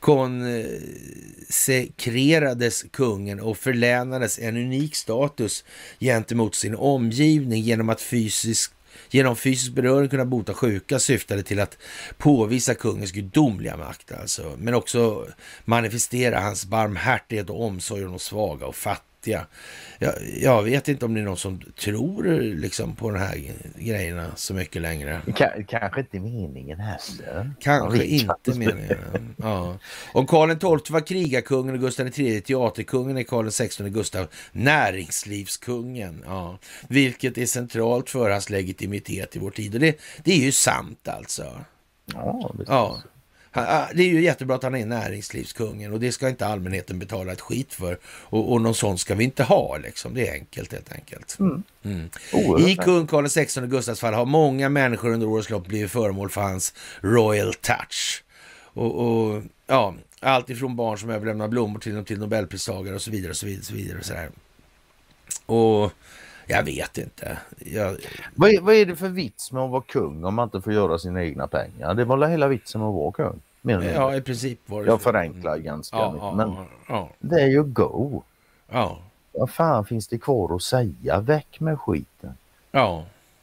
konsekrerades kungen och förlänades en unik status gentemot sin omgivning genom fysisk beröring kunna bota sjuka, syftade till att påvisa kungens gudomliga makt alltså, men också manifestera hans barmhärtighet och omsorg om de svaga och fattiga. Jag vet inte om det är någon som tror liksom på de här grejerna så mycket längre. Kanske inte meningen heller. Kanske inte meningen. Ja. Om Karl XII var krigarkungen och Gustav III teaterkungen är Karl XVI Gustav näringslivskungen. Ja. Vilket är centralt för hans legitimitet i vår tid. Och det är ju sant alltså. Ja, ja. Det är ju jättebra att han är näringslivskungen och det ska inte allmänheten betala ett skit för och någon sån ska vi inte ha liksom. Det är enkelt helt enkelt. I kung Karl XVI Gustavs fall har många människor under årens lopp blivit föremål för hans royal touch och ja, allt ifrån barn som överlämnar blommor till Nobelpristagare och så vidare och så vidare och så vidare och så här. Och jag vet inte. Vad är det för vits med att vara kung om man inte får göra sina egna pengar? Det var väl hela vitsen att vara kung. Ja, i princip var det. Jag förenklar ganska mycket. Men det är ju go. Ja. Vad fan finns det kvar att säga? Väck med skiten. Ja.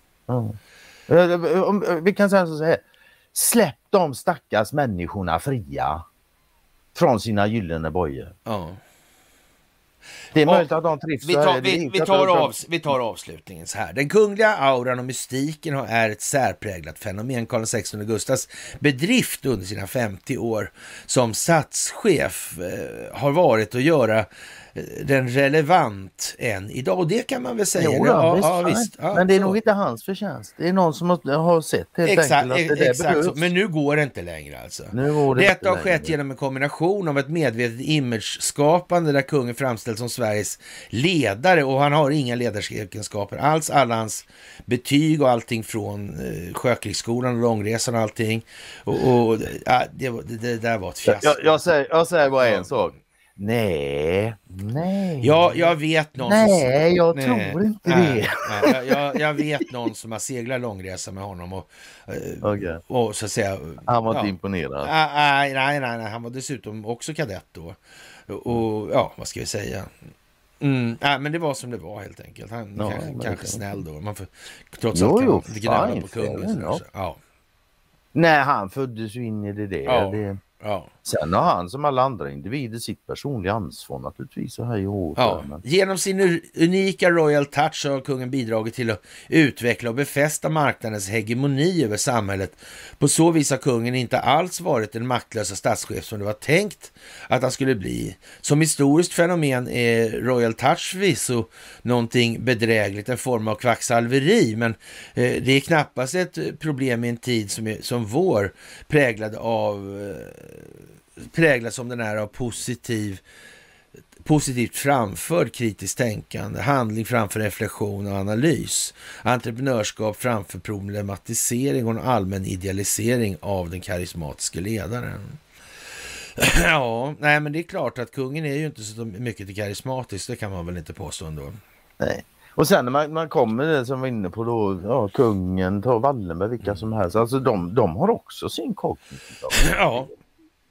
Vi kan säga så här. Släpp de stackars människorna fria från sina gyllene bojor. Ja. Det är möjligt att de trivs. Vi tar avslutningen så här. Den kungliga auran och mystiken är ett särpräglat fenomen. Karl XVI Gustavs bedrift under sina 50 år som statschef har varit att göra den relevant än idag. Och det kan man väl säga. Visst. Men det är nog inte hans förtjänst. Det är någon som har sett helt enkelt att det behövs. Men nu går det inte längre alltså. Detta har skett genom en kombination av ett medvetet image-skapande där kungen framställs som Sveriges ledare och han har inga ledarskapsegenskaper alls. Alla hans betyg och allting från Sjökrigsskolan och långresan och allting. Det där var ett fiasko. Jag säger bara en sak. Nej. Ja, jag vet någon jag tror inte det. Jag vet någon som har seglat långresa med honom och så att säga. Han var inte imponerad. Nej, han var dessutom också kadett då. Och ja, vad ska vi säga? Men det var som det var helt enkelt. Han kanske snäll då. Man får trots allt inte gnälla på kungen. Ja. Nej, han föddes ju in i det där. Ja. Sen har han som alla andra individer sitt personliga ansvar naturligtvis. Så här Genom sin unika royal touch har kungen bidragit till att utveckla och befästa marknadens hegemoni över samhället. På så vis har kungen inte alls varit den maktlösa statschef som det var tänkt att han skulle bli. Som historiskt fenomen är royal touch förvisso någonting bedrägligt, en form av kvacksalveri, men det är knappast ett problem i en tid som vår präglad som den är av positivt framförd kritiskt tänkande, handling framför reflektion och analys, entreprenörskap framför problematisering och en allmän idealisering av den karismatiska ledaren. Men det är klart att kungen är ju inte så mycket till karismatisk, det kan man väl inte påstå ändå. Nej. Och sen när man kommer det som var inne på då, kungen, tar Wallenberg, vilka som helst, alltså de har också sin kognitiv.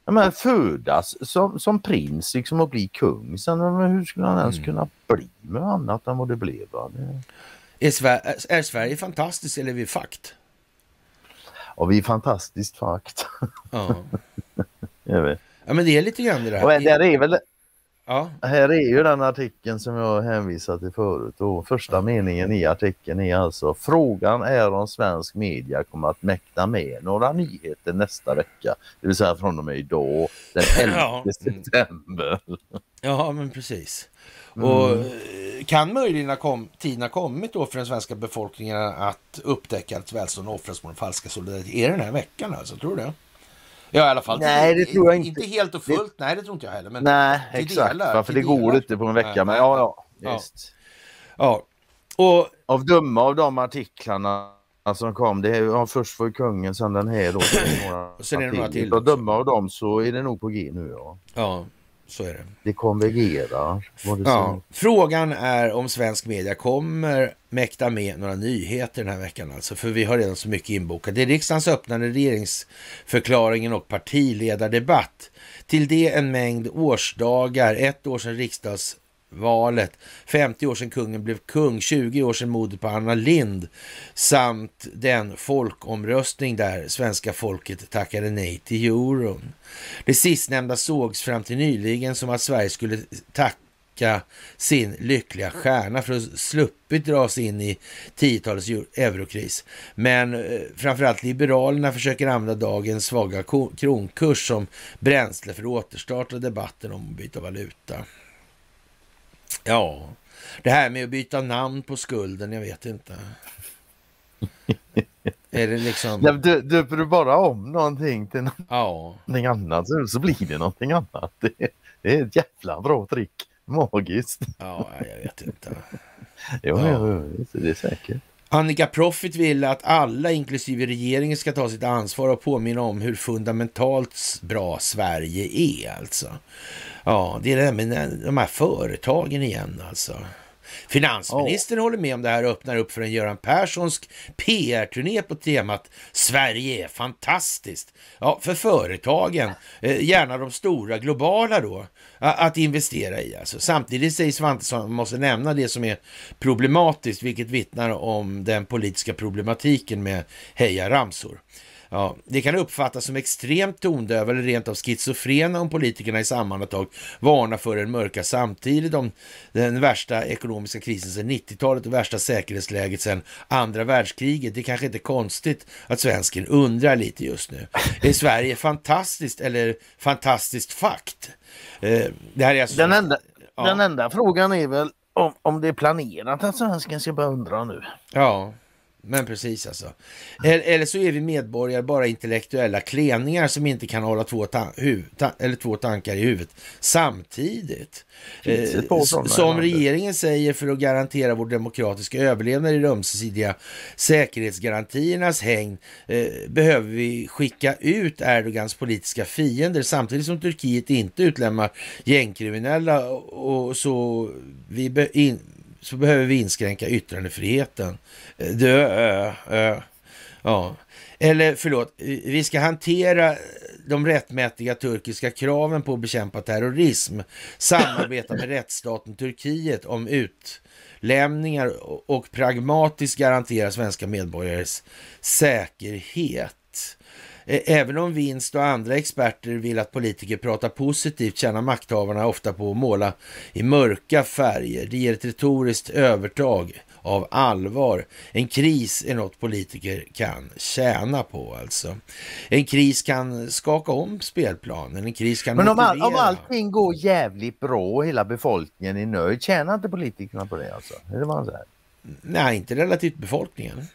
Men födas som prins liksom och bli kung. Sen, hur skulle han ens kunna bli med annat än vad det blev? Är Sverige fantastiskt eller är vi fakt? Ja, vi är fantastiskt fakt. Ja. Jag vet. Ja, men det är lite grann det där. Och där är väl... Ja. Här är ju den artikeln som jag hänvisade till förut. Och första meningen i artikeln är alltså: frågan är om svensk media kommer att mäkta med några nyheter nästa vecka. Det vill säga från och med idag, den 11 september. Ja, men precis. Och kan möjligen tiden ha kommit då för den svenska befolkningen att upptäcka att välstånd offras på den falska solidariteten? Är det den här veckan alltså, tror du det? Ja, i alla fall. Nej, det tror jag inte. Inte helt och fullt, nej det tror inte jag heller. Men nej, exakt. För det går inte på en vecka. Men ja, visst. Ja. Och av döma av de artiklarna som kom, först var kungen, sen den här då. Sen är det några till. Av döma av dem så är det nog på G nu, ja. Ja, så är det. Det konvergerar. Ja. Frågan är om svensk media kommer mäkta med några nyheter den här veckan alltså. För vi har redan så mycket inbokat. Det är riksdagens öppnande, regeringsförklaringen och partiledardebatt. Till det en mängd årsdagar, 1 år sedan riksdagsvalet, 50 år sedan kungen blev kung, 20 år sedan mordet på Anna Lindh samt den folkomröstning där svenska folket tackade nej till euron. Det sistnämnda sågs fram till nyligen som att Sverige skulle tacka sin lyckliga stjärna för att sluppit dras in i 10-talets eurokris. Men framförallt Liberalerna försöker använda dagens svaga kronkurs som bränsle för att återstarta debatten om att byta valuta. Ja, det här med att byta namn på skulden, jag vet inte. Är det liksom... Döper du bara om någonting till någonting annat så blir det någonting annat. Det är ett jävla bra trick. Magiskt. Ja, jag vet inte. Jo, det är säkert. Annika Profit vill att alla, inklusive regeringen, ska ta sitt ansvar och påminna om hur fundamentalt bra Sverige är alltså. Ja, det är det här med de här företagen igen alltså. Finansministern håller med om det här och öppnar upp för en Göran Perssonsk PR-turné på temat Sverige är fantastiskt. Ja, för företagen, gärna de stora globala då, att investera i alltså. Samtidigt säger Svantesson att man måste nämna det som är problematiskt, vilket vittnar om den politiska problematiken med hejaramsor. Ja, det kan uppfattas som extremt tondöva eller rent av schizofrena om politikerna i sammanhang varnar för en mörka samtidigt om den värsta ekonomiska krisen sedan 90-talet och värsta säkerhetsläget sedan andra världskriget. Det är kanske inte konstigt att svensken undrar lite just nu. Är Sverige fantastiskt eller fantastiskt fakt? Det här är alltså... Den enda frågan är väl om det är planerat att svensken ska börja undra nu. Ja. Men precis alltså. Eller så är vi medborgare bara intellektuella kleningar som inte kan hålla två tankar i huvudet samtidigt. Som regeringen säger, för att garantera vår demokratiska överlevnad i de ömsesidiga säkerhetsgarantiernas hägn behöver vi skicka ut Erdogans politiska fiender samtidigt som Turkiet inte utlämnar gängkriminella och så behöver vi inskränka yttrandefriheten. Ja. Eller förlåt, vi ska hantera de rättmätiga turkiska kraven på att bekämpa terrorism, samarbeta med rättsstaten Turkiet om utlämningar och pragmatiskt garantera svenska medborgares säkerhet. Även om Vinst och andra experter vill att politiker pratar positivt tjänar makthavarna ofta på att måla i mörka färger. Det ger ett retoriskt övertag av allvar. En kris är något politiker kan tjäna på alltså. En kris kan skaka om spelplanen. En kris kan motivera. Men om allting går jävligt bra och hela befolkningen är nöjd, tjänar inte politikerna på det alltså? Är det vad han säger? Nej, inte relativt befolkningen.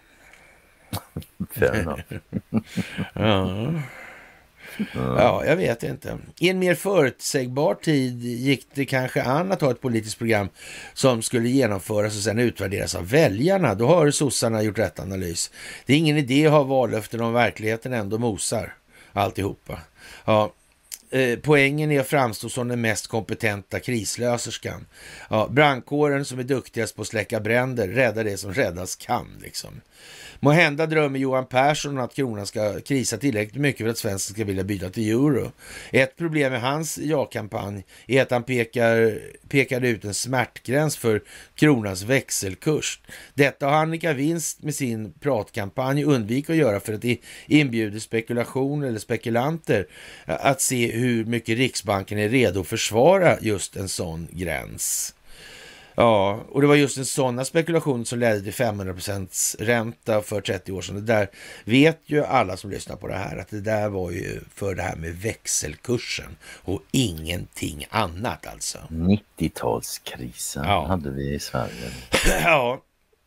Ja, jag vet inte. I en mer förutsägbar tid gick det kanske an att ha ett politiskt program som skulle genomföras och sedan utvärderas av väljarna. Då har sossarna gjort rätt analys. Det är ingen idé att ha vallöften om verkligheten ändå mosar alltihopa. Ja, poängen är att framstå som den mest kompetenta krislöserskan. Ja, brandkåren som är duktigast på att släcka bränder, rädda det som räddas kan liksom. Måhända drömmer Johan Persson att kronan ska krisa tillräckligt mycket för att svensken ska vilja byta till euro. Ett problem med hans ja-kampanj är att han pekade ut en smärtgräns för kronans växelkurs. Detta har Annika Winst med sin pratkampanj undvikit att göra för att inbjuder spekulation eller spekulanter att se hur mycket Riksbanken är redo att försvara just en sån gräns. Ja, och det var just en sån spekulation som ledde till 500% ränta för 30 år sedan. Det där vet ju alla som lyssnar på det här, att det där var ju för det här med växelkursen och ingenting annat alltså. 90-talskrisen hade vi i Sverige. Ja,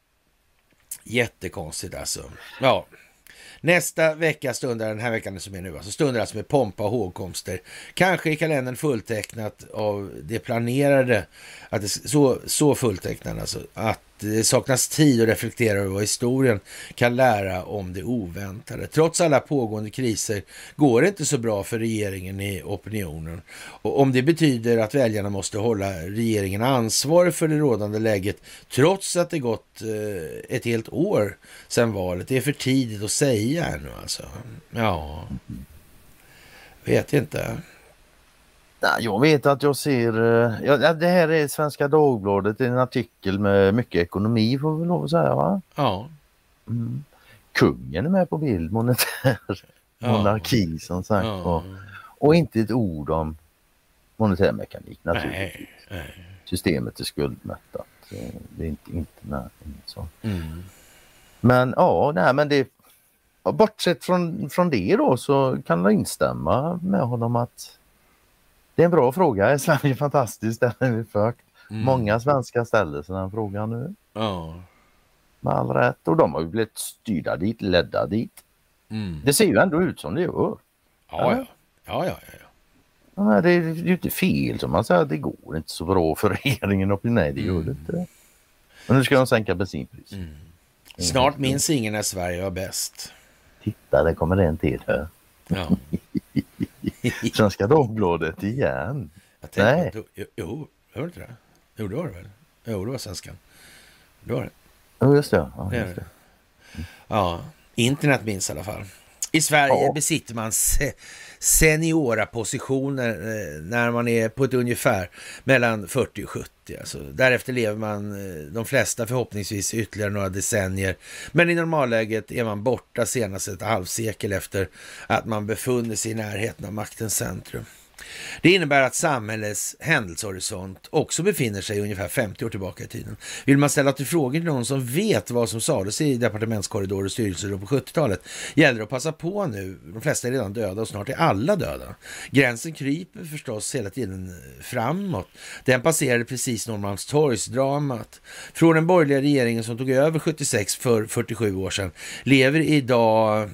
jättekonstigt alltså. Ja. Nästa vecka stundar, den här veckan som är nu, alltså stundar alltså med pompa och hågkomster. Kanske i kalendern fulltecknat av det planerade, att det, så fulltecknat alltså, att det saknas tid att reflektera över vad historien kan lära om det oväntade. Trots alla pågående kriser går det inte så bra för regeringen i opinionen. Och om det betyder att väljarna måste hålla regeringen ansvarig för det rådande läget, trots att det gått ett helt år sedan valet, det är för tidigt att säga ännu alltså. Ja, vet inte. Jag vet att jag ser, det här är Svenska Dagbladet, en artikel med mycket ekonomi får vi lov att säga, va? Ja. Kungen är med på bild, monetär monarki som sagt. Ja. Och inte ett ord om monetär mekanik naturligtvis. Nej. Systemet är skuldmättat. Det är inte så. Men men det, bortsett från det då, så kan jag instämma med honom att det är en bra fråga. Sverige är fantastiskt, den är vi fökt. Många svenskar ställer sig den frågan nu. Med all rätt. Och de har ju blivit styrda dit, ledda dit. Det ser ju ändå ut som det gör. Ja. Det är ju inte fel som man säger. Det går inte så bra för regeringen. Och nej, det gör det inte. Men nu ska de sänka bensinpris. Snart minns ingen när Sverige var bäst. Titta, det kommer en till här. Ja. Svenska Dagbladet igen. Nej. Jo, hör inte det? Jo, det var det väl? Jo, det var svenskan. Det var det. Jo, just det. Ja, just det. Ja, internet minns i alla fall. I Sverige besitter man seniora positioner när man är på ett ungefär mellan 40 och 70. Alltså, därefter lever man de flesta förhoppningsvis ytterligare några decennier. Men i normalläget är man borta senast ett halvsekel efter att man befunnit sig i närheten av maktens centrum. Det innebär att samhällets händelsehorisont också befinner sig ungefär 50 år tillbaka i tiden. Vill man ställa till frågor till någon som vet vad som sades i departementskorridorer och styrelser på 70-talet, gäller det att passa på nu. De flesta är redan döda och snart är alla döda. Gränsen kryper förstås hela tiden framåt. Den passerade precis Norrmalmstorgsdramat. Från den borgerliga regeringen som tog över 76 för 47 år sedan lever idag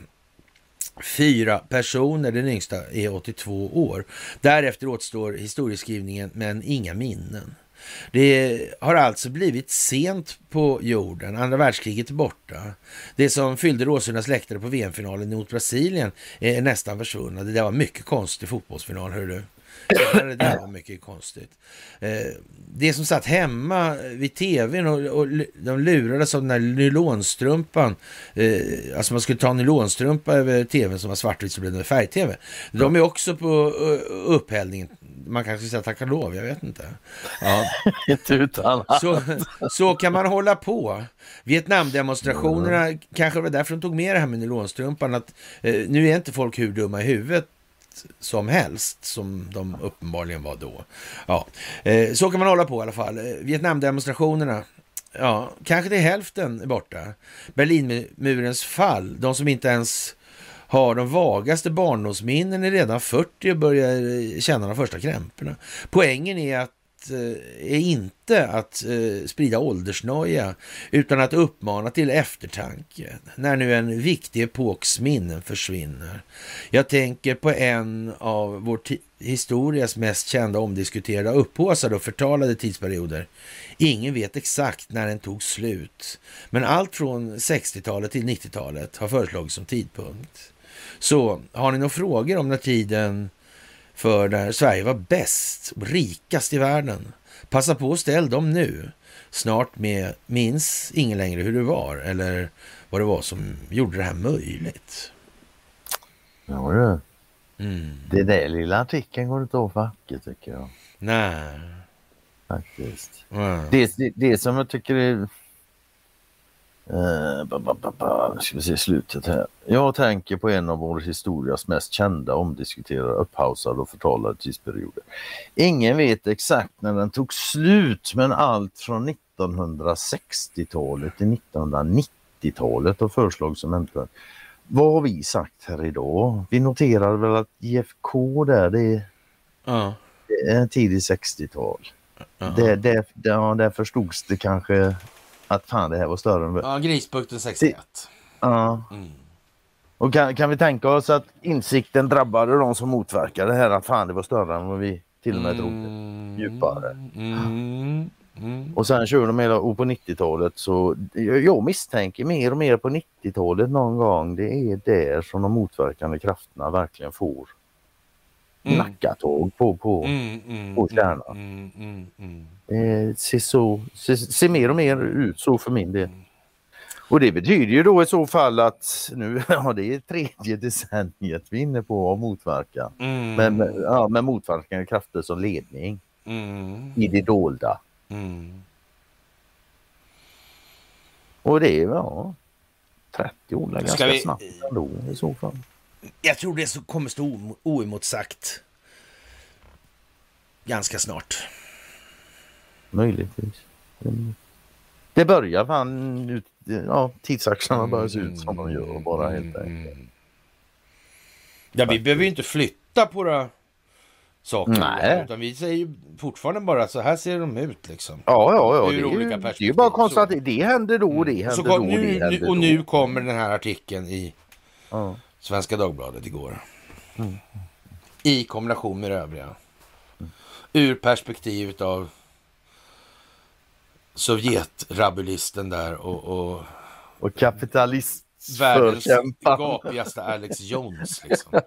4 personer, den yngsta är 82 år. Därefter återstår historieskrivningen men inga minnen. Det har alltså blivit sent på jorden. Andra världskriget är borta. Det som fyllde Råsundas läktare på VM-finalen mot Brasilien är nästan försvunna. Det där var mycket konstig fotbollsfinal, hör du. Det där var mycket konstigt. Det som satt hemma vid tvn och de lurades av den här nylonstrumpan. Alltså man skulle ta en nylonstrumpa över tvn som var svartvit så blev det färg-tv. De är också på upphällningen. Man kanske ska säga tack och lov, jag vet inte. Ja. Så kan man hålla på. Vietnamdemonstrationerna, kanske var därför de tog med det här med nylonstrumpan, att nu är inte folk hur dumma i huvudet som helst, som de uppenbarligen var då. Ja, så kan man hålla på i alla fall. Vietnamdemonstrationerna, ja, kanske till hälften är borta. Berlinmurens fall, de som inte ens har de vagaste barndomsminnen är redan 40 och börjar känna de första krämporna. Poängen är inte att sprida åldersnoja utan att uppmana till eftertanke när nu en viktig epoks minnen försvinner. Jag tänker på en av vår historias mest kända, omdiskuterade, upphaussade och förtalade tidsperioder. Ingen vet exakt när den tog slut, men allt från 60-talet till 90-talet har föreslagits som tidpunkt. Så har ni några frågor om när tiden för när Sverige var bäst och rikast i världen. Passa på att ställ dem nu. Snart minns ingen längre hur det var eller vad det var som gjorde det här möjligt. Ja, det. Det där lilla artikeln går inte av facket, tycker jag. Nej. Faktiskt. Det som jag tycker är... ska vi se slutet här. Jag tänker på en av vår historias mest kända, omdiskuterade, upphausade och förtalade tidsperioder. Ingen vet exakt när den tog slut, men allt från 1960-talet till 1990-talet har förslag som äntligen. Vad har vi sagt här idag? Vi noterar väl att JFK det är tidigt 60-tal. Där förstods det kanske att fan det här var större än... Ja, Grispukten 61. Ja. Och kan vi tänka oss att insikten drabbade de som motverkade det här, att fan det var större än vad vi till och med trodde. Djupare. Och sen kör de hela, och på 90-talet så jag misstänker mer och mer på 90-talet någon gång, det är där som de motverkande krafterna verkligen får nackatåg på kärnan. Det ser mer och mer ut så för min del. Och det betyder ju då i så fall att nu det är tredje decenniet vi är inne på att motverka. Med motverkande krafter som ledning i det dolda. Och det är 30 år ganska snabbt ändå i så fall. Jag tror det kommer stå oemotsagt ganska snart. Möjligtvis. Det börjar fan ut, tidsaxlarna börjar se ut som de gör bara helt enkelt. Ja, vi behöver ju inte flytta på det saker. Nej. Utan vi säger ju fortfarande bara så här ser de ut liksom. Ja. Ur olika perspektiv. Det är ju bara konstigt att det händer då, det händer då, det händer då. Och nu kommer den här artikeln i Svenska Dagbladet igår. I kombination med det övriga. Ur perspektivet av Sovjetrabulisten där och kapitalist världens gapigaste Alex Jones liksom.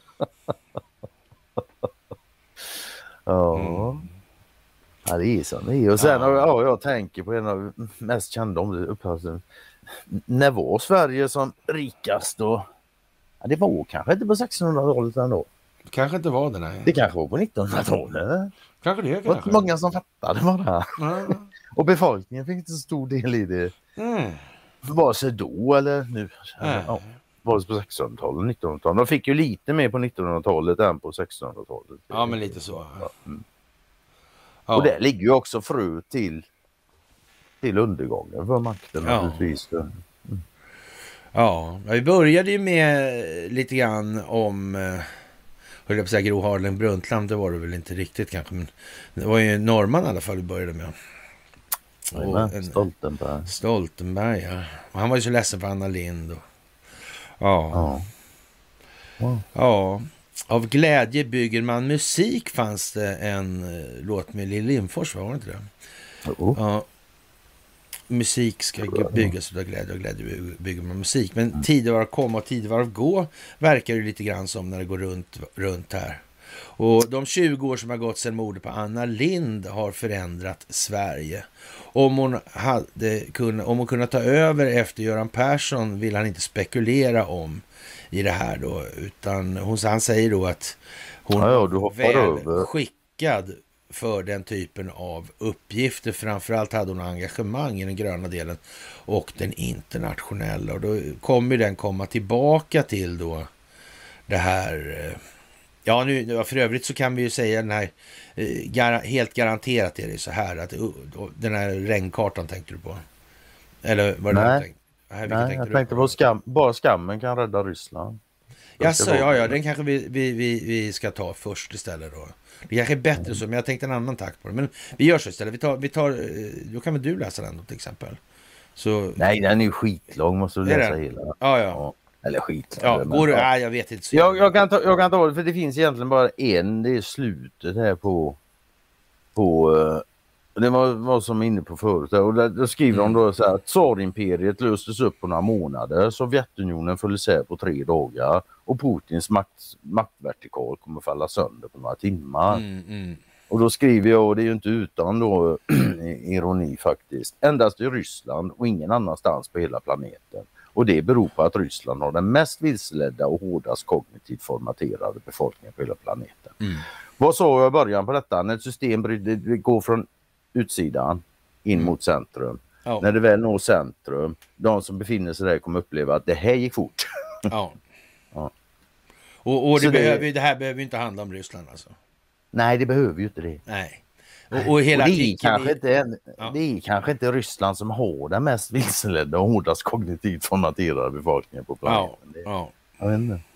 Ja, det är så det är. Och sen jag tänker på en av de mest kända upphavsen. När var Sverige som rikast då? Det var kanske inte på 1600-talet ändå. Det kanske inte var det, nej. Det kanske var på 1900-talet. Kanske det, kanske. Det var många som fattade vad det här. Och befolkningen fick inte så stor del i det. Vare sig då eller nu. Var det på 1600-talet, 1900-talet. De fick ju lite mer på 1900-talet än på 1600-talet. Ja, men lite så. Ja. Och det ligger ju också frö till undergången för makten naturligtvis. Ja, vi började ju med lite grann om höll jag på att säga Gro Harlem Brundtland, det var det väl inte riktigt kanske, men det var ju norrman i alla fall vi började med. Stoltenberg, ja. Och han var ju så ledsen för Anna Lindh. Ja. Av glädje bygger man musik, fanns det en låt med Lill Lindfors, var det inte det? Ja. Musik ska byggas av glädje och glädje bygger man musik. Men tidevarv komma och tidevarv gå verkar det lite grann som när det går runt här. Och de 20 år som har gått sedan mordet på Anna Lindh har förändrat Sverige. Om hon kunde ta över efter Göran Persson vill han inte spekulera om i det här då. Utan han säger då att hon var väl skickad för den typen av uppgifter. Framförallt hade hon engagemang i den gröna delen och den internationella. Och då kommer den komma tillbaka till då det här. Ja, nu för övrigt så kan vi ju säga den här helt garanterat är det så här att den här regnkartan tänkte du på? Eller vad det tänkte? Nej, jag tänkte på bara skammen kan rädda Ryssland. Ja, den kanske vi ska ta först istället då. Det kanske är bättre så, men jag tänkte en annan takt på det. Men vi gör så istället. Vi tar då kan väl du läsa den då, till exempel. Så... Nej, den är ju skitlång, måste du läsa hela. Ja. Eller skitlång. Ja, går det? Nej, jag vet inte. Jag kan ta det, för det finns egentligen bara en. Det är slutet här på Det var som inne på förut. Och där skriver de då så här: Tsarimperiet löstes upp på några månader. Sovjetunionen föll isär på 3 dagar. Och Putins maktvertikal kommer falla sönder på några timmar. Och då skriver jag, och det är ju inte utan då ironi faktiskt, endast i Ryssland och ingen annanstans på hela planeten. Och det beror på att Ryssland har den mest vilseledda och hårdast kognitivt formaterade befolkningen på hela planeten. Vad sa jag i början på detta? När ett system går från utsidan in mot centrum. När det väl når centrum, de som befinner sig där kommer uppleva att det här gick fort. Ja. Och det här behöver ju inte handla om Ryssland alltså. Nej, det behöver ju inte det. Nej. Och hela det är kanske inte Ryssland som har den mest vilseledda och hårdast kognitivt formaterade befolkningen på planeten. Jag vet inte.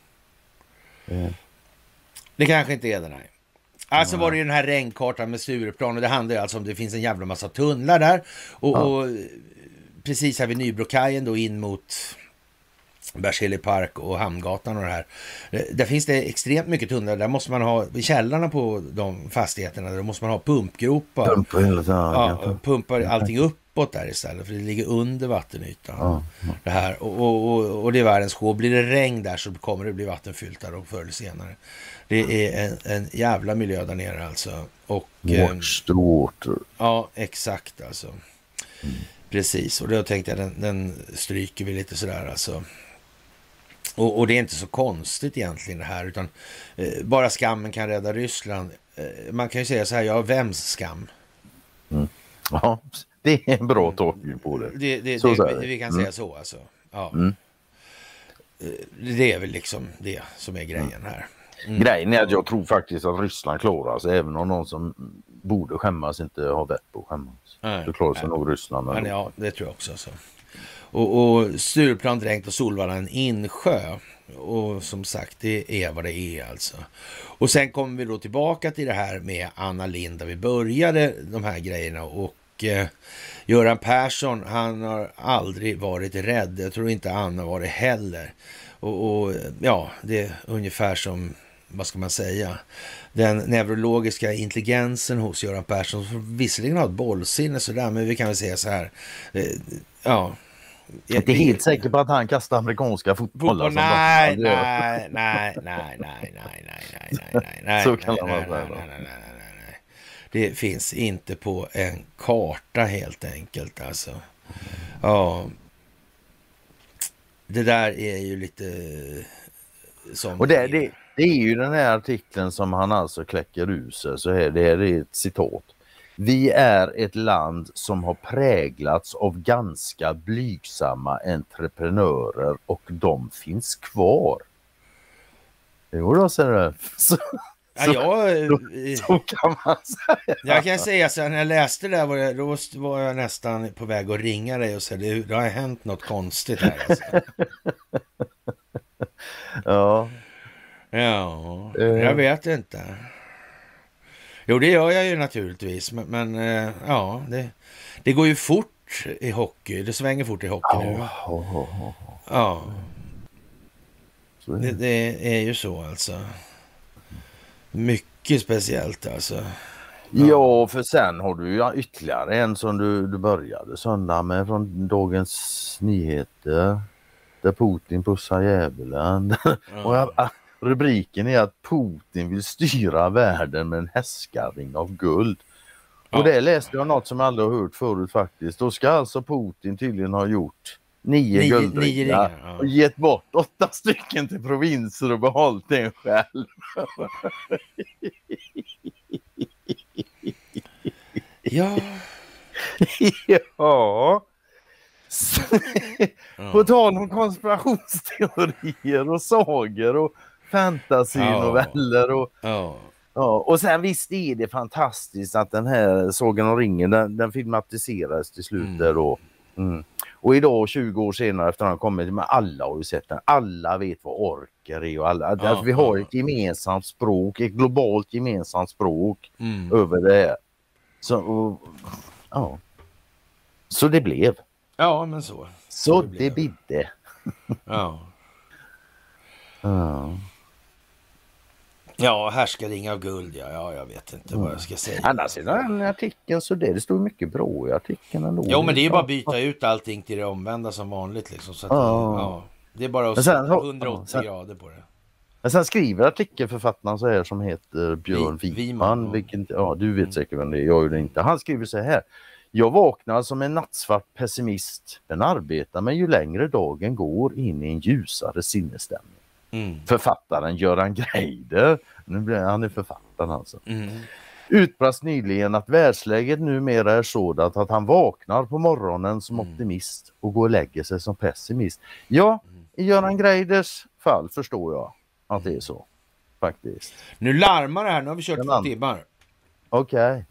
Det kanske inte är det, nej. Alltså var det ju den här regnkartan med Stureplan, och det handlar alltså om det finns en jävla massa tunnlar där. Och precis här vid Nybrokajen då in mot Berzelii park och Hamngatan och det här. Där finns det extremt mycket tunnlar. Där måste man ha, i källarna på de fastigheterna, där måste man ha pumpgropar. Pumpar allting uppåt där istället, för det ligger under vattenytan. Det här. Och det är världens sjå. Blir det regn där så kommer det bli vattenfyllt där och förr eller senare. Det är en jävla miljö där nere alltså. Och ja, exakt alltså. Precis, och då tänkte jag den stryker vi lite sådär alltså. Och det är inte så konstigt egentligen det här, utan bara skammen kan rädda Ryssland. Man kan ju säga så här, ja, vems skam? Ja, det är en bra tolkning på det. Vi kan säga så alltså. Ja. Det är väl liksom det som är grejen här. Grejen är att jag tror faktiskt att Ryssland klarar sig, även om någon som borde skämmas inte har vett på att skämmas. Det klarar sig nog Ryssland. Men ja, det tror jag också. Så. Och Stureplan dränkt och Solvalla en insjö. Och som sagt, det är vad det är alltså. Och sen kommer vi då tillbaka till det här med Anna Lindh, där vi började de här grejerna. Och Göran Persson, han har aldrig varit rädd. Jag tror inte Anna var det heller. Och ja, det är ungefär som, vad ska man säga, den neurologiska intelligensen hos Göran Persson, som visserligen har ett bollsinne sådär, men vi kan väl säga så här, ja. Jag är helt säker på att han kastar amerikanska fotbollar. Nej. Så kan man säga. Nej. Det finns inte på en karta helt enkelt alltså. Ja. Det där är ju lite som... Och det är ju den här artikeln som han alltså kläcker ur sig. Så här, det här är ett citat. Vi är ett land som har präglats av ganska blygsamma entreprenörer och de finns kvar. Jo då, säger du. Så kan man säga. Jag kan säga så här, när jag läste det där då var jag nästan på väg att ringa dig och säga det har hänt något konstigt här alltså. Ja, jag vet inte. Jo, det gör jag ju naturligtvis, men ja, det går ju fort i hockey. Det svänger fort i hockey nu. Ja. Det är ju så alltså. Mycket speciellt alltså. Ja, för sen har du ju ytterligare en som du började söndag med från Dagens Nyheter. Där Putin pussar djävulen. Och rubriken är att Putin vill styra världen med en hästskarring av guld. Och det läste jag något som jag aldrig har hört förut faktiskt. Då ska alltså Putin tydligen ha gjort 9 guldringar och gett bort 8 stycken till provinser och behållit en själv. Ja. Ja. På tal om konspirationsteorier och sagor och fantasy-noveller och sen visst är det fantastiskt att den här Sagan om ringen den filmatiserades till slut där då. Och idag 20 år senare efter han kommit, men alla har ju sett den, alla vet vad orker är och alla, alltså, vi har ett gemensamt språk, ett globalt gemensamt språk över det här. Så det blev. Ja, men så det bidde. Ja. Ja, härskaring av guld, ja, jag vet inte vad jag ska säga. Annars är den artikeln så det står mycket bra i artikeln ändå. Jo, men det är bara att byta ut allting till det omvända som vanligt liksom. Så att det är bara att sen, 180 grader på det. Men sen skriver artikelförfattaren så här som heter Björn Wiman. Du vet säkert vem det är, jag gör det inte. Han skriver så här. Jag vaknar som en nattsvart pessimist men arbetar mig ju längre dagen går in i en ljusare sinnesstämning. Författaren Göran Greider, han är författaren alltså, utbrast nyligen att världsläget numera är sådant att han vaknar på morgonen som optimist och går och lägger sig som pessimist. Ja, i Göran Greiders fall förstår jag att det är så, faktiskt. Nu larmar det här, nu har vi kört 2 timmar. Okej.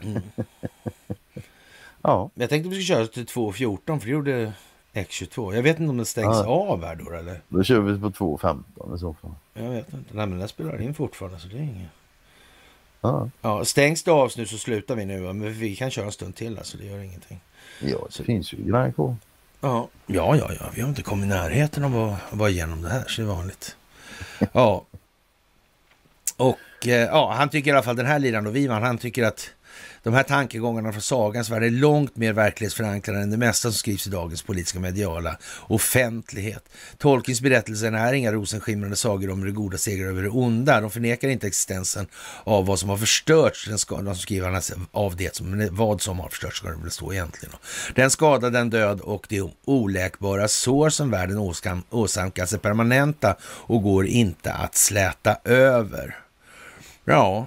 Ja. Jag tänkte att vi ska köra till 2.14 för det gjorde X22. Jag vet inte om den stängs av här då eller? Då kör vi på 2.15 i så fall. Jag vet inte. Nej, men den spelar in fortfarande så det är inget. Ja, stängs det av nu så slutar vi nu. Men vi kan köra en stund till alltså, det gör ingenting. Ja, det finns ju grejer på. Ja. Vi har inte kommit i närheten av att vara igenom det här, så det är vanligt. Ja. Och han tycker i alla fall, den här Liran och Wiman, han tycker att de här tankegångarna från sagans värld är långt mer verklighetsförankrade än det mesta som skrivs i dagens politiska mediala offentlighet. Tolkiens berättelser är inga rosenskimrande sagor om det goda seger över det onda. De förnekar inte existensen av vad som har förstörts. De som skriver av det som, vad som har förstörts ska det väl stå egentligen. Den skada, den död och de oläkbara sår som världen åsamkas är permanenta och går inte att släta över. Ja.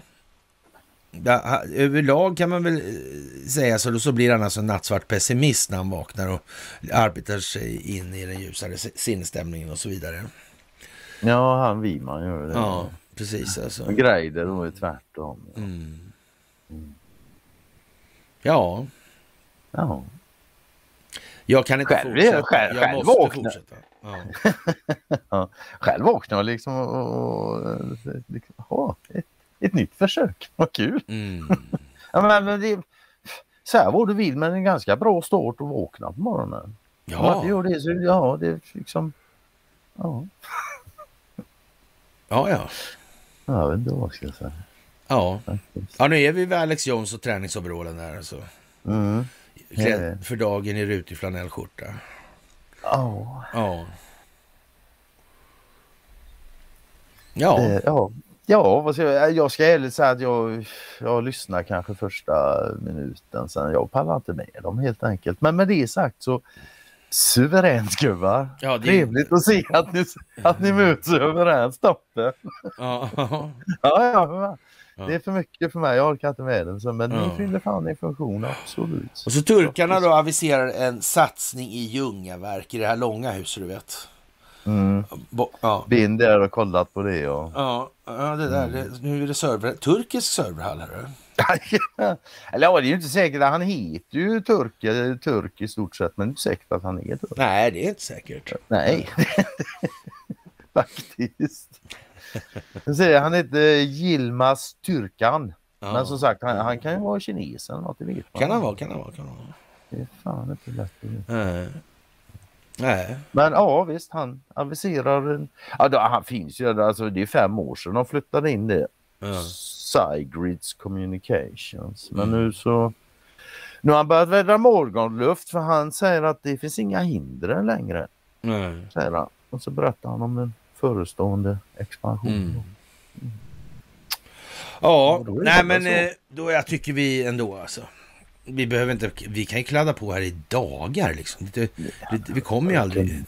Överlag kan man väl säga så blir han alltså en nattsvart pessimist när han vaknar och arbetar sig in i den ljusare sinnesstämningen och så vidare. Ja, han Wiman gör det. Ja, precis alltså. Greider och är tvärtom. Ja. Jag kan inte fortsätta. Jag måste fortsätta. Själv vaknar jag liksom och ett nytt försök. Vad kul. Men det, så här var det vill, men en ganska bra start att vakna på morgonen. Ja. Att det gör det så, det är liksom... Ja. Jag vet inte vad jag ska säga. Ja, nu är vi vid Alex Jones och träningsoverallen där. Alltså. Klädd för dagen i rutig flanellskjorta. Vad ska jag ska ärligt säga att jag lyssnar kanske första minuten, sen jag pallar inte med dem helt enkelt. Men med det sagt så suveränt gubbar. Ja, trevligt att se att ni möts överens, Toppe. Det är för mycket för mig, jag orkar inte med den. Men ni fyller fan i funktion, absolut. Och så turkarna då aviserar en satsning i Ljungaverk i det här långa huset, du vet. Been där och kollat på det. Och... det där. Nu är det turkisk serverhall här. Eller det är ju inte säkert att han heter ju turk i stort sett, men det är inte säkert att han är turk. Nej, det är inte säkert. Nej, faktiskt. Han heter Yilmaz Türkan. Men som sagt, han kan ju vara kines eller något, det vet man. Kan han vara. Det är fan inte lätt. Nej. Men visst, han aviserar han finns ju, alltså det är 5 år sedan de flyttade in det. Sigrids Communications. Men nu har han börjat vädra morgonluft, för han säger att det finns inga hinder längre. Säger han. Och så berättar han om en förestående expansion. Då jag tycker vi ändå alltså. Vi behöver inte, vi kan ju kladda på här i dagar liksom. Vi kommer ju aldrig.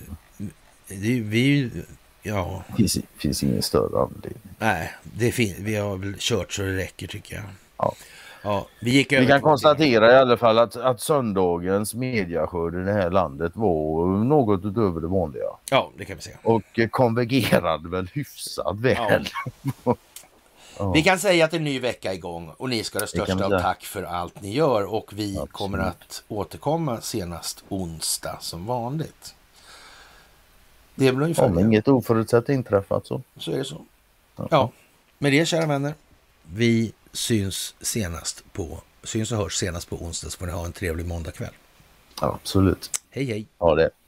Finns ingen större anledning. Nej, vi har väl kört så det räcker, tycker jag. Vi kan konstatera i alla fall att söndagens mediaskörd i det här landet var något utöver det vanliga. Ja, det kan vi säga. Och konvergerade väl hyfsat väl. Vi kan säga att det är en ny vecka igång och ni ska ha det största av tack för allt ni gör, och vi kommer att återkomma senast onsdag som vanligt. Det är väl ungefär om inget oförutsett inträffat så. Så är det så. Ja, med det, kära vänner, vi syns och hörs senast på onsdag, så får ni ha en trevlig måndagkväll. Absolut. Hej hej. Ja det.